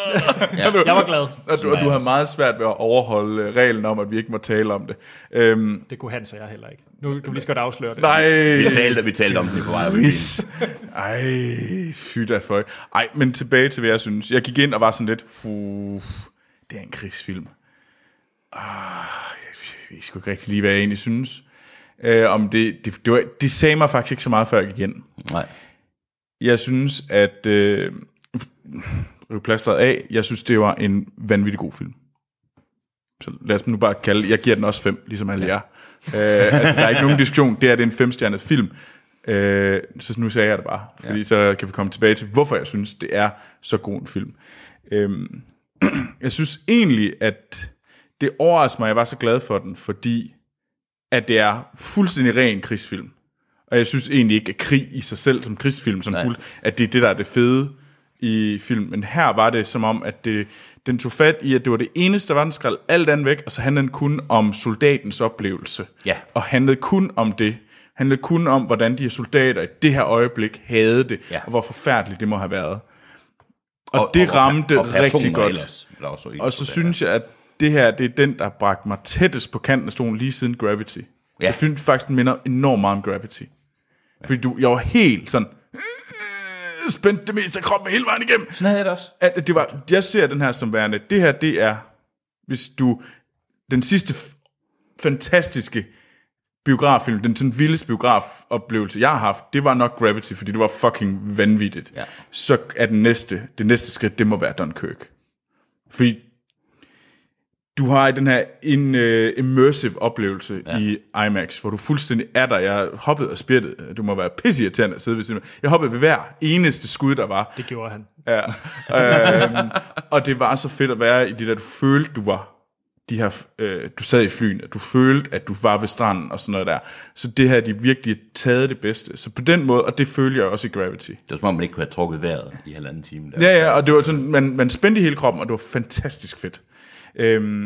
Ja. Jeg var glad. Og du, og du havde meget svært ved at overholde øh, reglen om, at vi ikke må tale om det. Øhm, Det kunne Hans og jeg heller ikke. Nu du vil lige så godt afsløre det. nej. Vi talte, vi talte om det på vej op i bilen. Ej, fy da for. Ej, men tilbage til, hvad jeg synes. Jeg gik ind og var sådan lidt, uh, det er en krigsfilm. Ah, jeg ved sgu ikke rigtig lige, hvad jeg egentlig synes. Uh, om det, det, det, var, det sagde mig faktisk ikke så meget, før jeg gik ind. Nej. Jeg synes, at øh, rive plasteret af, jeg synes, det var en vanvittig god film. Så lad os nu bare kalde, jeg giver den også fem, ligesom alle jer. Uh, altså, der er ikke nogen diskussion, det er, det er en femstjernet film. Uh, så nu sagde jeg det bare, fordi ja. Så kan vi komme tilbage til, hvorfor jeg synes, det er så god en film. Uh, jeg synes egentlig, at det overrasker mig, jeg var så glad for den, fordi at det er fuldstændig ren krigsfilm. Og jeg synes egentlig ikke, at krig i sig selv som krigsfilm, som fuld, at det er det, der er det fede i filmen. Men her var det som om, at det, den tog fat i, at det var det eneste, der var, den skrald alt andet væk, og så handlede den kun om soldatens oplevelse. Ja. Og handlede kun om det. Handlede kun om, hvordan de her soldater i det her øjeblik havde det, ja. og hvor forfærdeligt det må have været. Og, Og det og, ramte og, og rigtig godt. Ellers, og så synes jeg, at det her, det er den, der bragte mig tættest på kanten af stolen lige siden Gravity. Ja. Jeg synes faktisk, den minder enormt meget om Gravity. Ja. Fordi du, jeg var helt sådan, spændt det meste af kroppen hele vejen igennem. Sådan havde jeg det også. At det var, jeg ser den her som værende, det her, det er, hvis du, den sidste f- fantastiske biograffilm, den sådan vildeste biografoplevelse, jeg har haft, det var nok Gravity, fordi det var fucking vanvittigt. Ja. Så er den næste, det næste skridt, det må være Dunkirk. Fordi du har i den her en, uh, immersive oplevelse ja. i IMAX, hvor du fuldstændig er der. Jeg hoppede og spjættede. Du må være pisseirriterende at sidde ved siden. Jeg hoppede ved hver eneste skud, der var. Det gjorde han. Ja. øhm, og det var så fedt at være i det der, du følte, du var de her, øh, du sad i flyene, du følte, at du var ved stranden og sådan noget der. Så det her, de virkelig taget det bedste. Så på den måde, og det følte jeg også i Gravity. Det var som om, man ikke kunne have trukket vejret i halvanden time. Der. Ja, ja, og det var sådan, man, man spændte i hele kroppen, og det var fantastisk fedt. Øhm,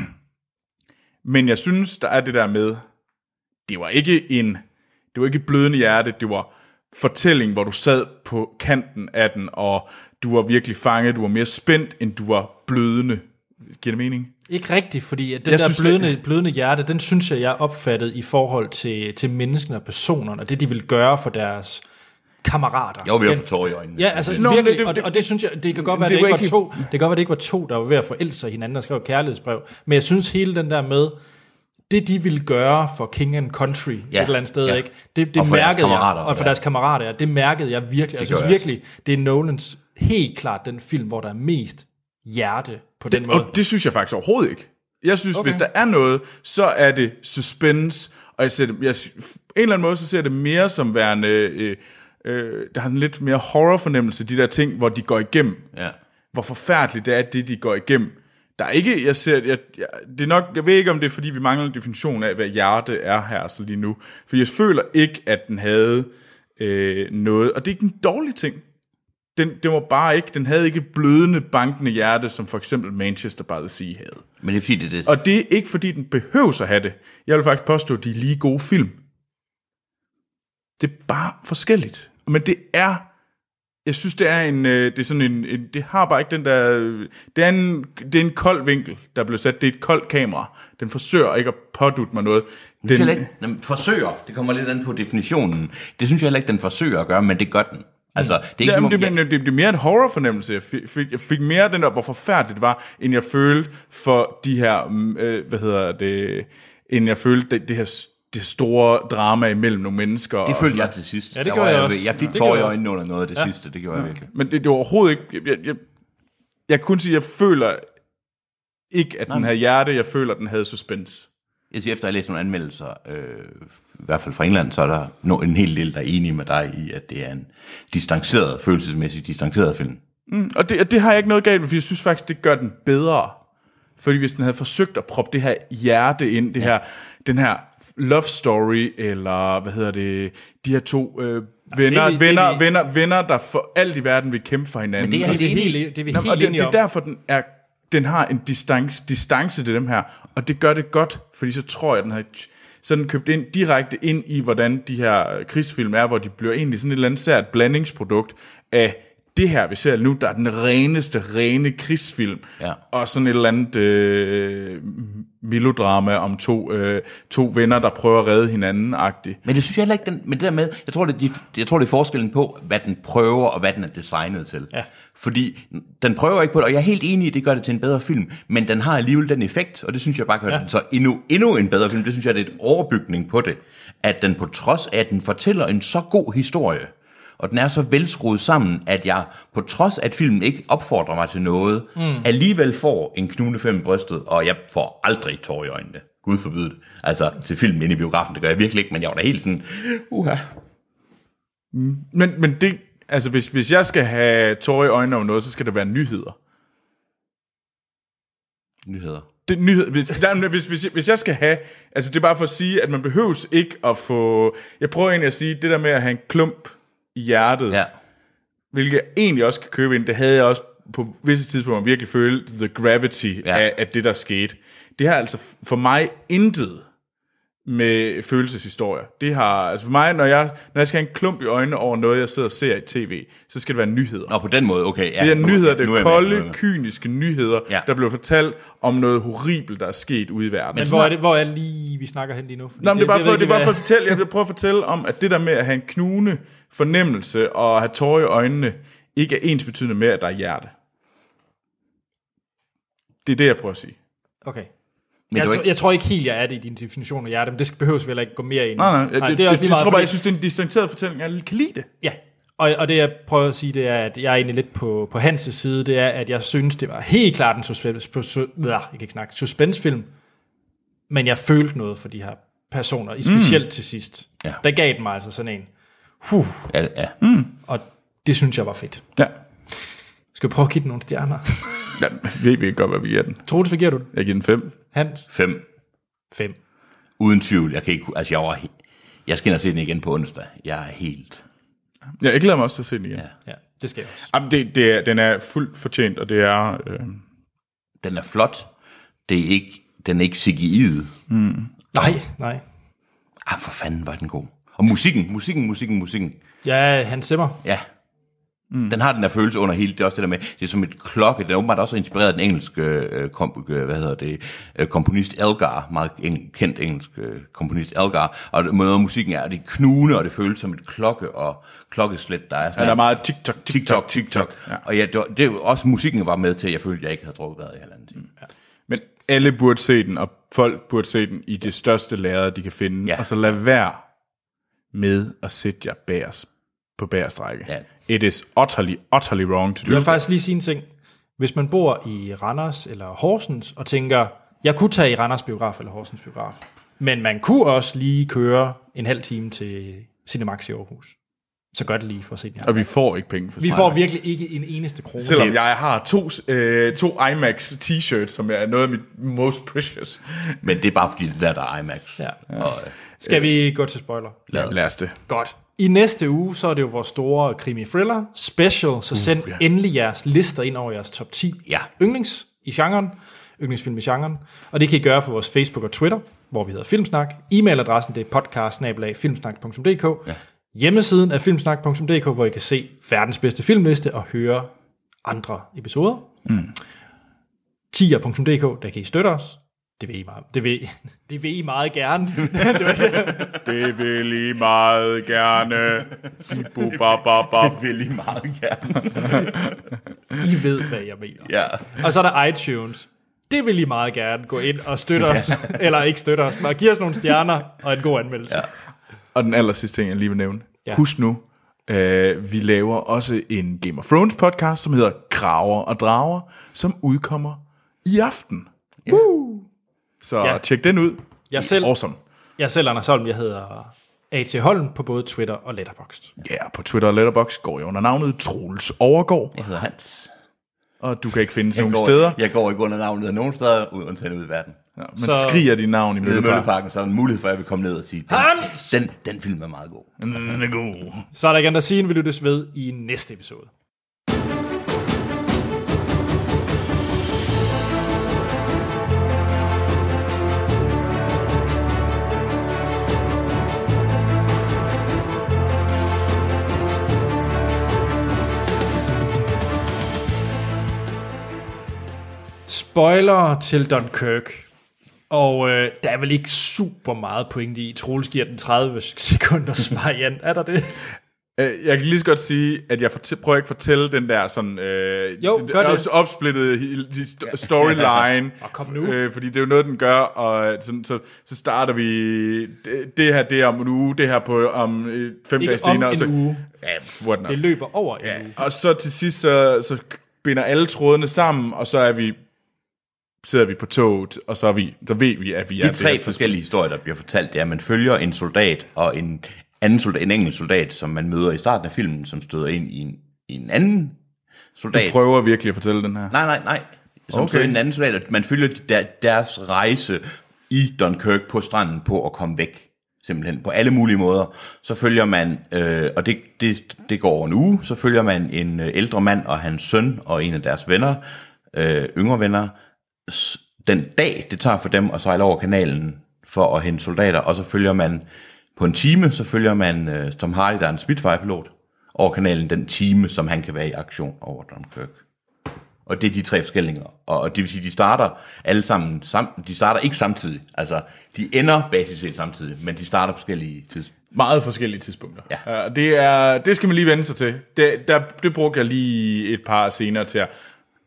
men jeg synes, der er det der med, det var ikke en, det var ikke blødende hjerte, det var fortælling, hvor du sad på kanten af den, og du var virkelig fanget, du var mere spændt, end du var blødende. Giver det mening? Ikke rigtigt, fordi at den Jeg der synes, blødende, det- blødende hjerte, den synes jeg, jeg opfattede i forhold til, til menneskene og personerne, og det de vil gøre for deres kammerater. Jeg var ved at Den- få tårer i øjnene. Ja, altså Nå, virkelig, det- det- og, det, og det synes jeg, det kan godt være, det det, det var ikke ikke- var to, det kan godt være, det ikke var to, der var ved at forelske sig hinanden og skrev et kærlighedsbrev, men jeg synes hele den der med, det de ville gøre for King and Country, ja, et eller andet sted, ja. ikke? Det, det Og for deres mærkede jeg, kammerater, og for ja. deres kammerater, ja, det mærkede jeg virkelig. Jeg synes gjorde jeg virkelig, det er Nolans helt klart den film, hvor der er mest hjerte på den Det, måde. og det synes jeg faktisk overhovedet ikke. Jeg synes, Okay. okay. hvis der er noget, så er det suspense, og jeg ser det, jeg, en eller anden måde, så ser jeg det mere som værende, øh, øh, der har en lidt mere horror-fornemmelse, de der ting, hvor de går igennem. Ja. Hvor forfærdeligt det er, det de går igennem. Der er ikke, jeg ser, jeg, jeg, det er nok, jeg ved ikke, om det er, fordi vi mangler en definition af, hvad hjerte er her så lige nu. For jeg føler ikke, at den havde øh, noget, og det er ikke en dårlig ting. Den, det var bare ikke, den havde ikke blødende, bankende hjerte, som for eksempel Manchester by the Sea havde. Men det er fordi, det er det. Og det er ikke, fordi den behøver at have det. Jeg vil faktisk påstå, at de er lige gode film. Det er bare forskelligt. Men det er, jeg synes, det er en, øh, det er sådan en, en, det har bare ikke den der, øh, det er en, det er en kold vinkel, der blev sat. Det er et koldt kamera. Den forsøger ikke at pådutte mig noget. Den, Den, ikke, den forsøger, det kommer lidt an på definitionen. Det synes jeg heller ikke, den forsøger at gøre, men det gør den. Altså, det er ikke Jamen, som om, det, det, det, det er mere en horror-fornemmelse. Jeg fik, fik, jeg fik mere den der, hvor forfærdeligt det var, end jeg følte for de her, øh, hvad hedder det, end jeg følte det, det her det store drama imellem nogle mennesker. det og følte sådan jeg til sidst. Ja, det Der gjorde var jeg også. Jeg fik Ja, det tårer gjorde i jeg øjnene under noget af det Ja. sidste, det gjorde jeg virkelig. Men det, det var overhovedet ikke, jeg, jeg, jeg, jeg kunne sige, jeg føler ikke, at den havde hjerte, jeg føler, at den havde suspense. Jeg siger, efter at jeg læste nogle anmeldelser, øh, i hvert fald fra England, så er der no, en hel del, der er enige med dig i, at det er en distanceret, følelsesmæssigt distanceret film. Mm, og det, det har jeg ikke noget galt med, for jeg synes faktisk, det gør den bedre. Fordi hvis den havde forsøgt at proppe det her hjerte ind, det ja. her, den her love story, eller hvad hedder det, de her to øh, venner, det er vi- venner, det er vi- venner, venner, der for alt i verden vil kæmpe for hinanden. Men det er Og det er helt helt, enig. det er vi Nå, helt og det, enige det er om. derfor, den, er, den har en distance, distance til dem her, og det gør det godt, fordi så tror jeg, den har sådan købt ind, direkte ind i, hvordan de her krigsfilm er, hvor de bliver egentlig sådan et eller andet sært blandingsprodukt af det her, vi ser nu, der er den reneste, rene krigsfilm, Ja. og sådan et eller andet øh, melodrama om to, øh, to venner, der prøver at redde hinanden-agtigt. Men det synes jeg heller ikke, den, men det der med, jeg tror, det er, de, jeg tror, det er forskellen på, hvad den prøver, og hvad den er designet til. Ja. Fordi den prøver ikke på det, og jeg er helt enig i, det gør det til en bedre film, men den har alligevel den effekt, og det synes jeg bare gør Ja. den så endnu, endnu en bedre film. Det synes jeg, det er et overbygning på det, at den på trods af, at den fortæller en så god historie, og den er så velskruet sammen, at jeg på trods af, at filmen ikke opfordrer mig til noget, mm. alligevel får en knugende i brystet, og jeg får aldrig tår i øjnene. Gud forbyde det. Altså til filmen inde i biografen, det gør jeg virkelig ikke, men jeg var da helt sådan, uha. Men, men det, altså hvis, hvis jeg skal have tårer i øjnene over noget, så skal det være nyheder. Nyheder. Det, nyhed, hvis, nej, hvis, hvis, hvis jeg skal have, altså det er bare for at sige, at man behøves ikke at få, jeg prøver egentlig at sige, det der med at have en klump i hjertet, Ja. hvilket jeg egentlig også kan købe ind, det havde jeg også på visse tidspunkter virkelig følt the gravity Ja. af, af det, der skete. Det har altså for mig intet med følelseshistorier. Det har, altså for mig, når jeg, når jeg skal have en klump i øjnene over noget, jeg sidder og ser i tv, så skal det være nyheder. Nå, på den måde, okay. Ja, Det er nu- nyheder, det nu er jeg med, nu er jeg kolde, med. kyniske nyheder, Ja. der bliver fortalt om noget horribelt, der er sket ude i verden. Men hvor er det, hvor er lige, vi snakker hen lige nu? Fordi Nå, men det er bare jeg for, ved det er ikke, bare for hvad- at fortælle, jeg vil prøve at fortælle om, at det der med at have en knugende fornemmelse og have tårer i øjnene, ikke er ensbetydende med, at der er hjerte. Det er det, jeg prøver at sige. Okay. Men Jeg, du er tr- ikke- jeg tror ikke helt, jeg er det i din definition af hjerte, men det skal behøves vel ikke gå mere ind i. Nej, nej, jeg, det er jeg, også jeg, lige jeg meget, tror bare, fordi- jeg synes, det er en distanceret fortælling, jeg kan lide det. Ja, og, og det jeg prøver at sige, det er, at jeg er egentlig lidt på, på Hans' side, det er, at jeg synes, det var helt klart en suspense, på, su, øh, jeg kan ikke snakke, suspensefilm, men jeg følte noget for de her personer, i specielt mm. til sidst. Ja. Der gav den mig altså sådan en, huh, Ja, ja. og det synes jeg var fedt. Ja. Skal vi prøve at give den nogle stjerner? ja ved vi ikke godt, hvad vi giver den. Troels, hvad giver du den? Jeg giver den fem. Hans? Fem. Fem. Uden tvivl. Jeg kan ikke, altså jeg var he- jeg skal ind og se den igen på onsdag. Jeg er helt... Ja, jeg glæder mig også til at se den igen. Ja. Ja, det skal jeg også. Jamen, det, det er, den er fuldt fortjent, og det er... Øh, Den er flot. Det er ikke, den er ikke C G I'et. Nej, nej. Ah, for fanden var den god. Og musikken, musikken, musikken, musikken. Ja, Hans Zimmer. Ja. Mm. Den har den der følelse under hele, det er også det der med, det er som et klokke, den er åbenbart også inspireret af den engelske, øh, kom, øh, hvad hedder det, øh, komponist Elgar, meget eng, kendt engelsk øh, komponist Elgar, og noget af musikken er, det er knugende, og det føles som et klokke og klokkeslæt, der er sådan ja, der er meget TikTok, TikTok, TikTok. Ja. Og ja, det, var, det er jo også musikken var med til, at jeg følte, at jeg ikke havde drukket vejret i halvanden time. Ja. Men alle burde se den, og folk burde se den i det største lærred, de kan finde. Ja. Og så lad være med at sætte jer bærs på bærstrække. Ja. It is utterly, utterly wrong to do. Jeg vil faktisk lige sige en ting. Hvis man bor i Randers eller Horsens og tænker, jeg kunne tage i Randers biograf eller Horsens biograf, men man kunne også lige køre en halv time til Cinemax i Aarhus. Så gør det lige for at se den her. Og vi får ikke penge for Vi sig. får virkelig ikke en eneste krone. Selvom jeg har to, øh, to IMAX t-shirts, som er noget af mit most precious. Men det er bare fordi, det der, der er IMAX. Ja. Og, øh, Skal vi gå til spoiler? lad os. Lad os det. Godt. I næste uge, så er det jo vores store krimi-thriller special, så send ja. endelig jeres lister ind over jeres top ti Ja. yndlings i genren, yndlingsfilm i genren, og det kan I gøre på vores Facebook og Twitter, hvor vi hedder Filmsnak. E-mailadressen det er podcast snabel-a filmsnak punktum d k. Ja. Hjemmesiden er filmsnak punktum d k, hvor I kan se verdens bedste filmliste og høre andre episoder. Mm. tier punktum d k, der kan I støtte os. Det vil I meget, det vil, det vil I meget gerne. det var det. Det vil I meget gerne. Det vil I meget gerne. I ved, hvad jeg mener. Ja. Og så er der iTunes. Det vil I meget gerne gå ind og støtte os, eller ikke støtte os, men give os nogle stjerner og en god anmeldelse. Ja. Og den aller sidste ting, jeg lige vil nævne. Ja. Ja. Husk nu, øh, vi laver også en Game of Thrones podcast, som hedder Kraver og Drager, som udkommer i aften. Ja. Uh. Så Ja. ja. tjek den ud. Jeg selv, Awesome. jeg er selv Anders Holm, jeg hedder A T Holm på både Twitter og Letterboxd. Ja, yeah, på Twitter og Letterboxd går jeg under navnet Troels Overgaard. Jeg hedder Hans. Og du kan ikke finde Jeg nogen går, steder. jeg går ikke under navnet af nogen steder, uden ud i verden. Ja, men Så- så... skriger dit navn i Nede i Mølleparken. Mølleparken, så er der en mulighed for, at jeg vil komme ned og sige, den, Hans! den, den film er meget god. Den er god. Så er der ikke andet at sige, end vi lyttes ved i næste episode. spoiler til Dunkirk. Og øh, der er vel ikke super meget pointe i. Troels giver den tredive sekunders variant. Er der det? Jeg kan lige så godt sige, at jeg fortæ- prøver ikke at fortælle den der sådan øh, jo, gør det. opsplittede storyline, og kom nu. Øh, fordi det er jo noget, den gør, og sådan, så, så starter vi, det, det her, det er om en uge, det her på om øh, fem ikke dage senere. Om en så, uge. Ja, det løber over en ja, uge. Og så til sidst, så, så binder alle trådene sammen, og så er vi sidder vi på toget, og så, er vi, så ved vi, at vi De er... De tre forskellige historier, der bliver fortalt, det er, at man følger en soldat og en anden soldat, en enkelt soldat, som man møder i starten af filmen, som støder ind i en, i en anden soldat. Du prøver virkelig at fortælle den her? Nej, nej, nej. Som okay. støder ind i en anden soldat, og man følger der, deres rejse i Dunkirk på stranden på at komme væk. Simpelthen på alle mulige måder. Så følger man, øh, og det, det, det går over en uge, så følger man en øh, ældre mand og hans søn og en af deres venner, øh, yngre venner, den dag, det tager for dem at sejle over kanalen for at hente soldater, og så følger man på en time, så følger man uh, Tom Hardy, der er en Spitfire-pilot, over kanalen den time, som han kan være i aktion over Dunkirk. Og det er de tre forskellige. Og, og det vil sige, de starter alle sammen, sam, de starter ikke samtidig. Altså, de ender basisk set samtidig, men de starter forskellige tidspunkter. Meget forskellige tidspunkter. Ja. Uh, det, er, det skal man lige vende sig til. Det, der, det brugte jeg lige et par scener til at...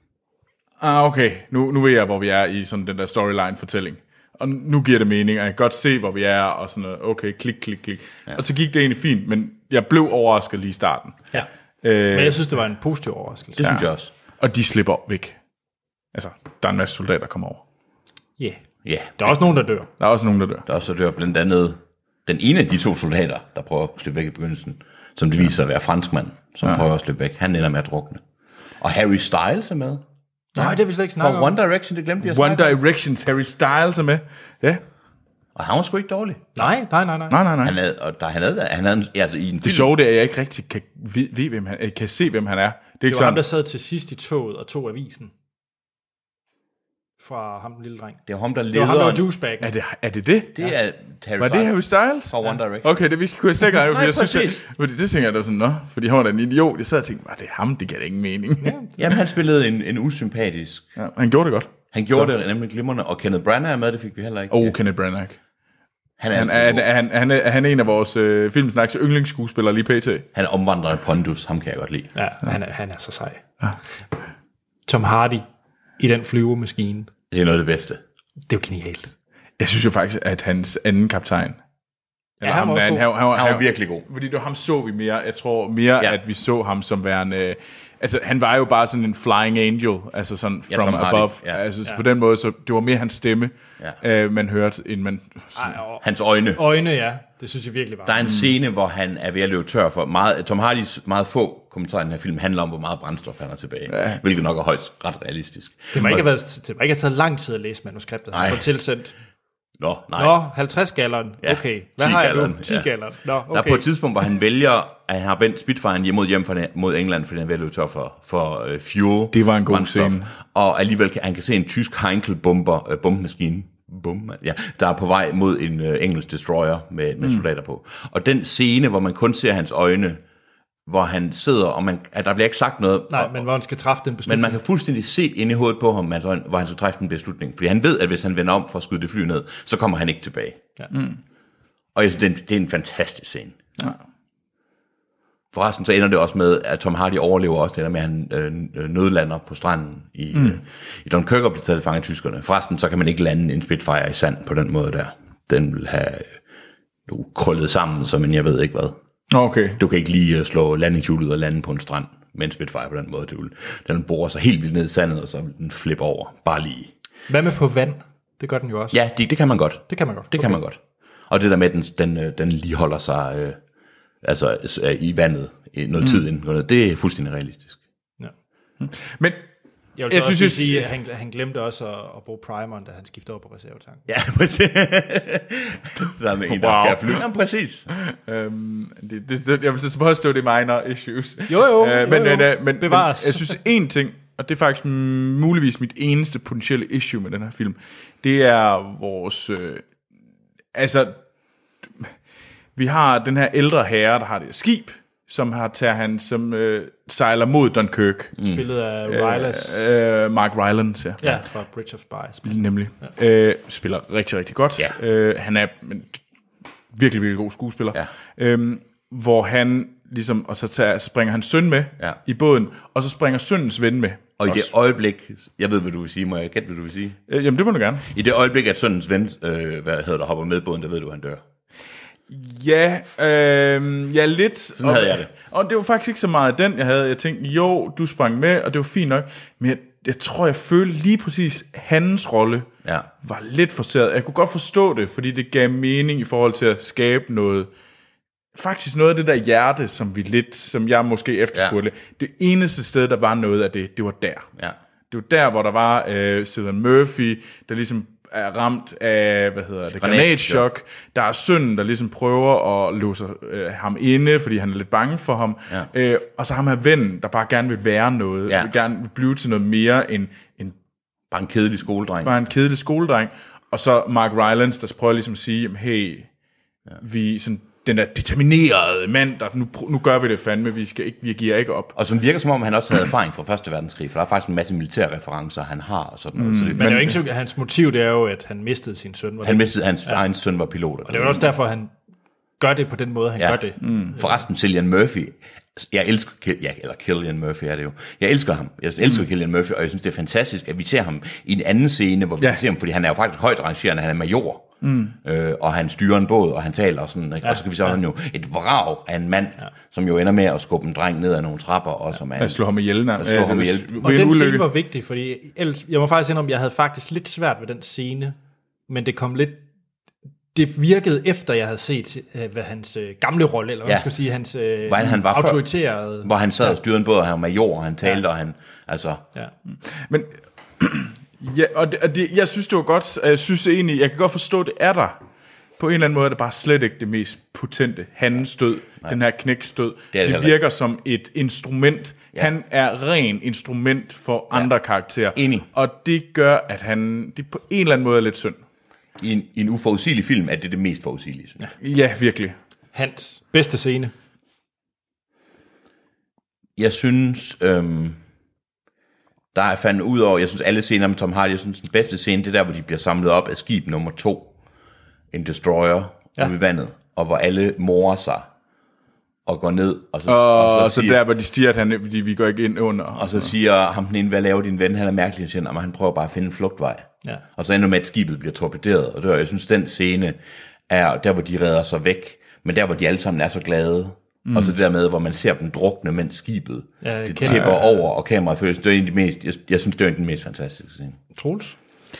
Ah, okay, nu, nu ved jeg, hvor vi er i sådan den der storyline-fortælling. Og nu giver det mening, og jeg kan godt se, hvor vi er, og sådan noget, okay, klik, klik, klik. Ja. Og så gik det egentlig fint, men jeg blev overrasket lige i starten. Ja, øh, men jeg synes, det var en positiv overraskelse. Det synes ja. jeg også. Og de slipper væk. Altså, der er en masse soldater, der kommer over. Ja, yeah. yeah. Der er også nogen, der dør. Der er også nogen, der dør. Der er også dør blandt andet den ene af de to soldater, der prøver at slippe væk i begyndelsen, som det viser at være franskmand, som ja. prøver at slippe væk. Han ender med at drukne. Og Harry Styles er med. Nej, det har vi slet ikke snakket om. One Direction, det glemte vi at One snakke om. Directions, Harry Styles er med. Ja. Og han var sgu ikke dårlig. Nej, nej, nej, nej. Nej, nej, nej. Han havde, og der, han havde, han havde altså i en film. Det sjove det er, at jeg ikke rigtig kan, ved, ved, hvem han, kan se, hvem han er. Det, er det ikke var sådan, ham, der sad til sidst i toget og tog avisen. Fra ham, den lille dreng. Det er ham, der leder. Det var ham, der var douchebaggen. Er det er det? Det, det er Harry Var det Harry Styles? Fra One Direction. Okay, det kunne jeg sikkert have, fordi jeg synes, præcis. at, fordi det tænker jeg da sådan, nå, fordi han var da en idiot. Jeg sad og tænkte, var det ham? Det gav da ingen mening. Ja. Jamen, han spillede en, en usympatisk. Ja, han gjorde det godt. Han gjorde så. det nemlig glimrende, og Kenneth Branagh er med, det fik vi heller ikke. Oh, Kenneth Branagh. Han er, han, er, er, han, han, er, er han en af vores øh, filmsnaks yndlingsskuespillere lige pt. Han er omvandrende pondus, ham kan jeg godt lide. Ja, han er, han er så sej. Ja. Tom Hardy i den flyvemaskine. Det er noget af det bedste. Det er jo genialt. Jeg synes jo faktisk, at hans anden kaptajn, ja, han var, han, han, han, han, han var virkelig god. Fordi det var ham så vi mere, jeg tror mere, ja. at vi så ham som værende, altså han var jo bare sådan en flying angel, altså sådan ja, from above, ja. altså ja. på den måde, så det var mere hans stemme, ja. øh, man hørte, end man... Ej, hans øjne. Øjne, ja, det synes jeg virkelig var. Der er en scene, hvor han er ved at løbe tør for meget, Tom Hardys meget få kommentarer i den her film handler om, hvor meget brændstof han har tilbage, ja. hvilket nok er højst ret realistisk. Det må ikke have, været, det må ikke have taget lang tid at læse manuskriptet, han får tilsendt. Nå, nej. Nå, halvtreds gallon. Ja, okay. Hvad har jeg nu? ti gallon. Nå, okay. Der er på et tidspunkt, hvor han vælger, at han har vendt Spitfire'en hjem mod, hjem for, mod England, fordi han er ved at løbe tør for, for uh, fuel. Det var en god scene. Og alligevel kan han kan se en tysk Heinkel-bomber, uh, bombemaskine, bombe, ja, der er på vej mod en uh, engelsk destroyer med, med mm. soldater på. Og den scene, hvor man kun ser hans øjne, hvor han sidder, og man, at der bliver ikke sagt noget. Nej, og, men hvor han skal træffe den beslutning. Men man kan fuldstændig se ind i hovedet på ham, altså, hvor han skal træffe den beslutning. Fordi han ved, at hvis han vender om for at skyde det fly ned, så kommer han ikke tilbage. Ja. Mm. Og jeg synes, det er, en, det er en fantastisk scene. Ja. Forresten så ender det også med, at Tom Hardy overlever også. Det ender med, at han øh, nødlander på stranden i, mm. øh, i Dunkirk og bliver taget fange af tyskerne. Forresten så kan man ikke lande en Spitfire i sand på den måde der. Den vil have øh, krøllet sammen, som en jeg ved ikke hvad. Okay. Du kan ikke lige slå landingshjulet ud og lande på en strand med en Spitfire på den måde. Det vil, den borer sig helt vildt ned i sandet, og så vil den flippe over. Bare lige. Hvad med på vand? Det gør den jo også. Ja, det, det kan man godt. Det kan man godt. Det okay. kan man godt. Og det der med, at den, den, den lige holder sig øh, altså, øh, i vandet i noget mm. tid inden, det er fuldstændig realistisk. Ja. Mm. Men jeg vil jeg synes, også sige, at han, han glemte også at, at bruge primeren, da han skiftede over på reservetanken. Ja, præcis. Der er med en, der wow. kan flyve. Jamen, præcis. Um, det, det, jeg vil så påstå, det er minor issues. Jo, jo. Uh, men, jo, jo. Men, men, men jeg synes, en ting, og det er faktisk muligvis mit eneste potentielle issue med den her film, det er vores... Øh, altså, vi har den her ældre herre, der har det skib, som har taget han, som øh, sejler mod Dunkirk. Mm. Spillet af Rylance. Øh, øh, Mark Rylance, ja. Ja, fra Bridge of Spies. Nemlig. Ja. Øh, spiller rigtig, rigtig godt. Ja. Øh, han er en virkelig, virkelig god skuespiller. Ja. Øhm, hvor han ligesom, og så, tager, så springer hans søn med Ja. i båden, og så springer sønnens ven med. Og i også. det øjeblik, jeg ved, hvad du vil sige, må jeg gætte, hvad du vil sige? Øh, jamen, det må du gerne. I det øjeblik, at søndens ven, øh, hvad hedder der, hopper med båden, der ved du, at han dør. Ja, øh, ja, lidt. Sådan havde jeg det. Og det var faktisk ikke så meget den, jeg havde. Jeg tænkte, jo, du sprang med, og det var fint nok. Men jeg, jeg tror, jeg følte lige præcis, hans rolle Ja. var lidt forceret. Jeg kunne godt forstå det, fordi det gav mening i forhold til at skabe noget. Faktisk noget af det der hjerte, som vi lidt, som jeg måske efterspurgte. Ja. Det eneste sted, der var noget af det, det var der. Ja. Det var der, hvor der var øh, Cillian Murphy, der ligesom er ramt af, hvad hedder det, granatchok. Der er sønnen, der ligesom prøver at låse øh, ham inde, fordi han er lidt bange for ham. Ja. Øh, og så har man vennen, der bare gerne vil være noget, Ja. vil gerne vil blive til noget mere end, end Bare en kedelig skoledreng. bare en kedelig skoledreng. Og så Mark Rylance, der prøver ligesom at sige, jamen, hey, ja. vi sådan den der determinerede mand, der nu, nu gør vi det fandme, vi, skal ikke, vi giver ikke op. Og som virker som om, han også havde erfaring fra første verdenskrig, for der er faktisk en masse militære referencer, han har og sådan noget. Mm, så det, Men, men det er jo ikke så, hans motiv, det er jo, at han mistede sin søn. han mistede, hans ja. egen søn var pilot. Og det er jo også derfor, han gør det på den måde, han ja. gør det. Mm. Forresten, Cillian Murphy, jeg elsker, ja, eller Cillian Murphy er det jo, jeg elsker ham, jeg elsker mm. Cillian Murphy, og jeg synes, det er fantastisk, at vi ser ham i en anden scene, hvor vi ja. ser ham, fordi han er jo faktisk højt rangerende, han er major, mm. øh, og han styrer en båd, og han taler og sådan, ikke? Ja. Og så kan vi så ja. han jo et vrag af en mand, ja. som jo ender med at skubbe en dreng ned ad nogle trapper, og som er at slå ham ihjel. At slå ham ihjel. Og den scene var vigtig, fordi ellers, jeg må faktisk indrømme, jeg havde faktisk lidt svært ved den scene, men det kom lidt, det virkede efter, jeg havde set hvad hans øh, gamle rolle, eller hvad ja. man skal sige, hans øh, hvor han, han var autoritære... Før, hvor han sad og styrede en båd, og han var major, og han talte, ja. og han, altså... Ja. Men, ja, og, det, og det, jeg synes, det var godt, jeg synes egentlig, jeg kan godt forstå, det er der. På en eller anden måde er det bare slet ikke det mest potente handstød, ja. den her knækstød. Det, det, det virker som et instrument. Ja. Han er ren instrument for ja. andre karakterer. Enig. Og det gør, at han det på en eller anden måde er lidt synd. I en, i en uforudsigelig film er det det mest forudsigelige, synes jeg. Ja, virkelig. Hans bedste scene? Jeg synes, øhm, der er fandt ud over, jeg synes alle scener med Tom Hardy, jeg synes den bedste scene, det er der, hvor de bliver samlet op af skib nummer to, en destroyer, ja. ude i vandet, og hvor alle morer sig og går ned. Og så, og, og så, og så siger, der, hvor de stiger, at han, fordi vi går ikke ind under. Og så siger ham den ene, hvad laver din ven? Han er mærkelig, siger, og han prøver bare at finde en flugtvej. Ja. Og så ender med, at skibet bliver torpederet. Og der, jeg synes, den scene er der, hvor de redder sig væk, men der, hvor de alle sammen er så glade. Mm. Og så det der med, hvor man ser dem drukne, mens skibet ja, det tipper ja, ja. over, og kameraet føles. Det er en af de mest, jeg, jeg synes, det er den mest fantastiske scene. Troels?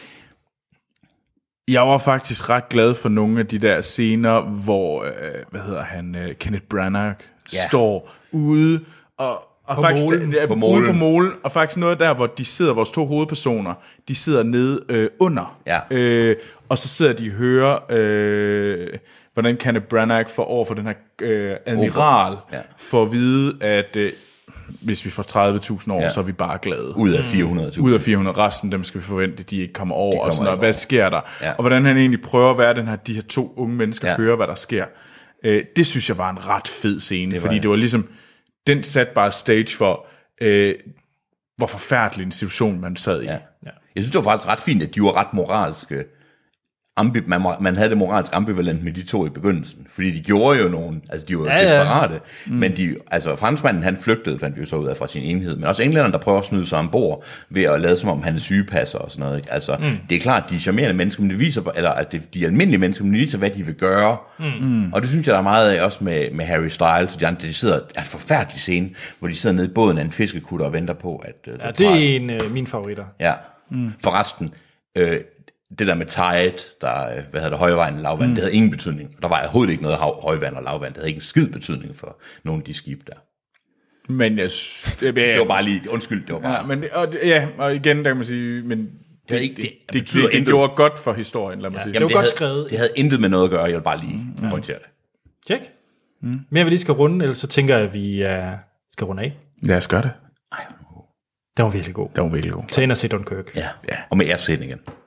Jeg var faktisk ret glad for nogle af de der scener, hvor, øh, hvad hedder han, øh, Kenneth Branagh ja. står ude og, og på faktisk målen. Der, på ude målen. på målen, og faktisk noget der, hvor de sidder, vores to hovedpersoner, de sidder nede øh, under, ja. øh, og så sidder de og hører, øh, hvordan Kenneth Branagh får over for den her øh, admiral, ja. for at vide, at øh, hvis vi får tredive tusind år, ja. så er vi bare glade. Ud af fire hundrede tusind. Ud af fire hundrede. Resten, dem skal vi forvente, de ikke kommer over. kommer og sådan noget. Hvad sker der? Ja. Og hvordan han egentlig prøver at være den her, de her to unge mennesker, ja. høre, hvad der sker. Øh, det synes jeg var en ret fed scene, det fordi det. det var ligesom, den satte bare stage for, øh, hvor forfærdelig en situation man sad i. Ja. Ja. Jeg synes, det var faktisk ret fint, at de var ret moralske. Ambi- man, man havde det moralsk ambivalent med de to i begyndelsen, fordi de gjorde jo nogle, altså de var jo ja, desperate, ja. Mm. men de, altså franskmanden han flygtede, fandt vi jo så ud af fra sin enhed, men også englænderne, der prøver at snyde sig ombord ved at lade som om han er sygepasser og sådan noget, ikke? Altså mm. det er klart, de er charmerende mennesker, men det viser, eller at det, de er almindelige mennesker, men det viser, hvad de vil gøre, mm. og det synes jeg, der er meget af også med, med Harry Styles, og de andre, de sidder, er en forfærdelig scene, hvor de sidder nede i båden af en fiskekutter og venter på, at... Uh, ja, det er en af uh, mine favoritter. Ja, mm. forresten, øh, det der med tide, der, hvad hedder det, højvand og lavvand, mm. det havde ingen betydning. Der var overhovedet ikke noget hav, højvand og lavvand. Det havde ikke en skid betydning for nogle af de skibe der. Men jeg... Det, det var bare lige... Undskyld, det var bare... Ja, men, og, ja, og igen, der kan man sige... Men det, ikke, det, det, det, det, det gjorde godt for historien, lad mig ja, sige. Jamen, det var godt havde, skrevet. Det havde intet med noget at gøre, jeg vil bare lige mm. pointere det. Tjek. Mm. Mere vi lige skal runde, ellers så tænker jeg, at vi uh, skal runde af. Lad os gøre det. Ej, den var virkelig god. Den var virkelig god. Tag ind og se Dunkirk. Ja, ja. Og med jeres sætning igen.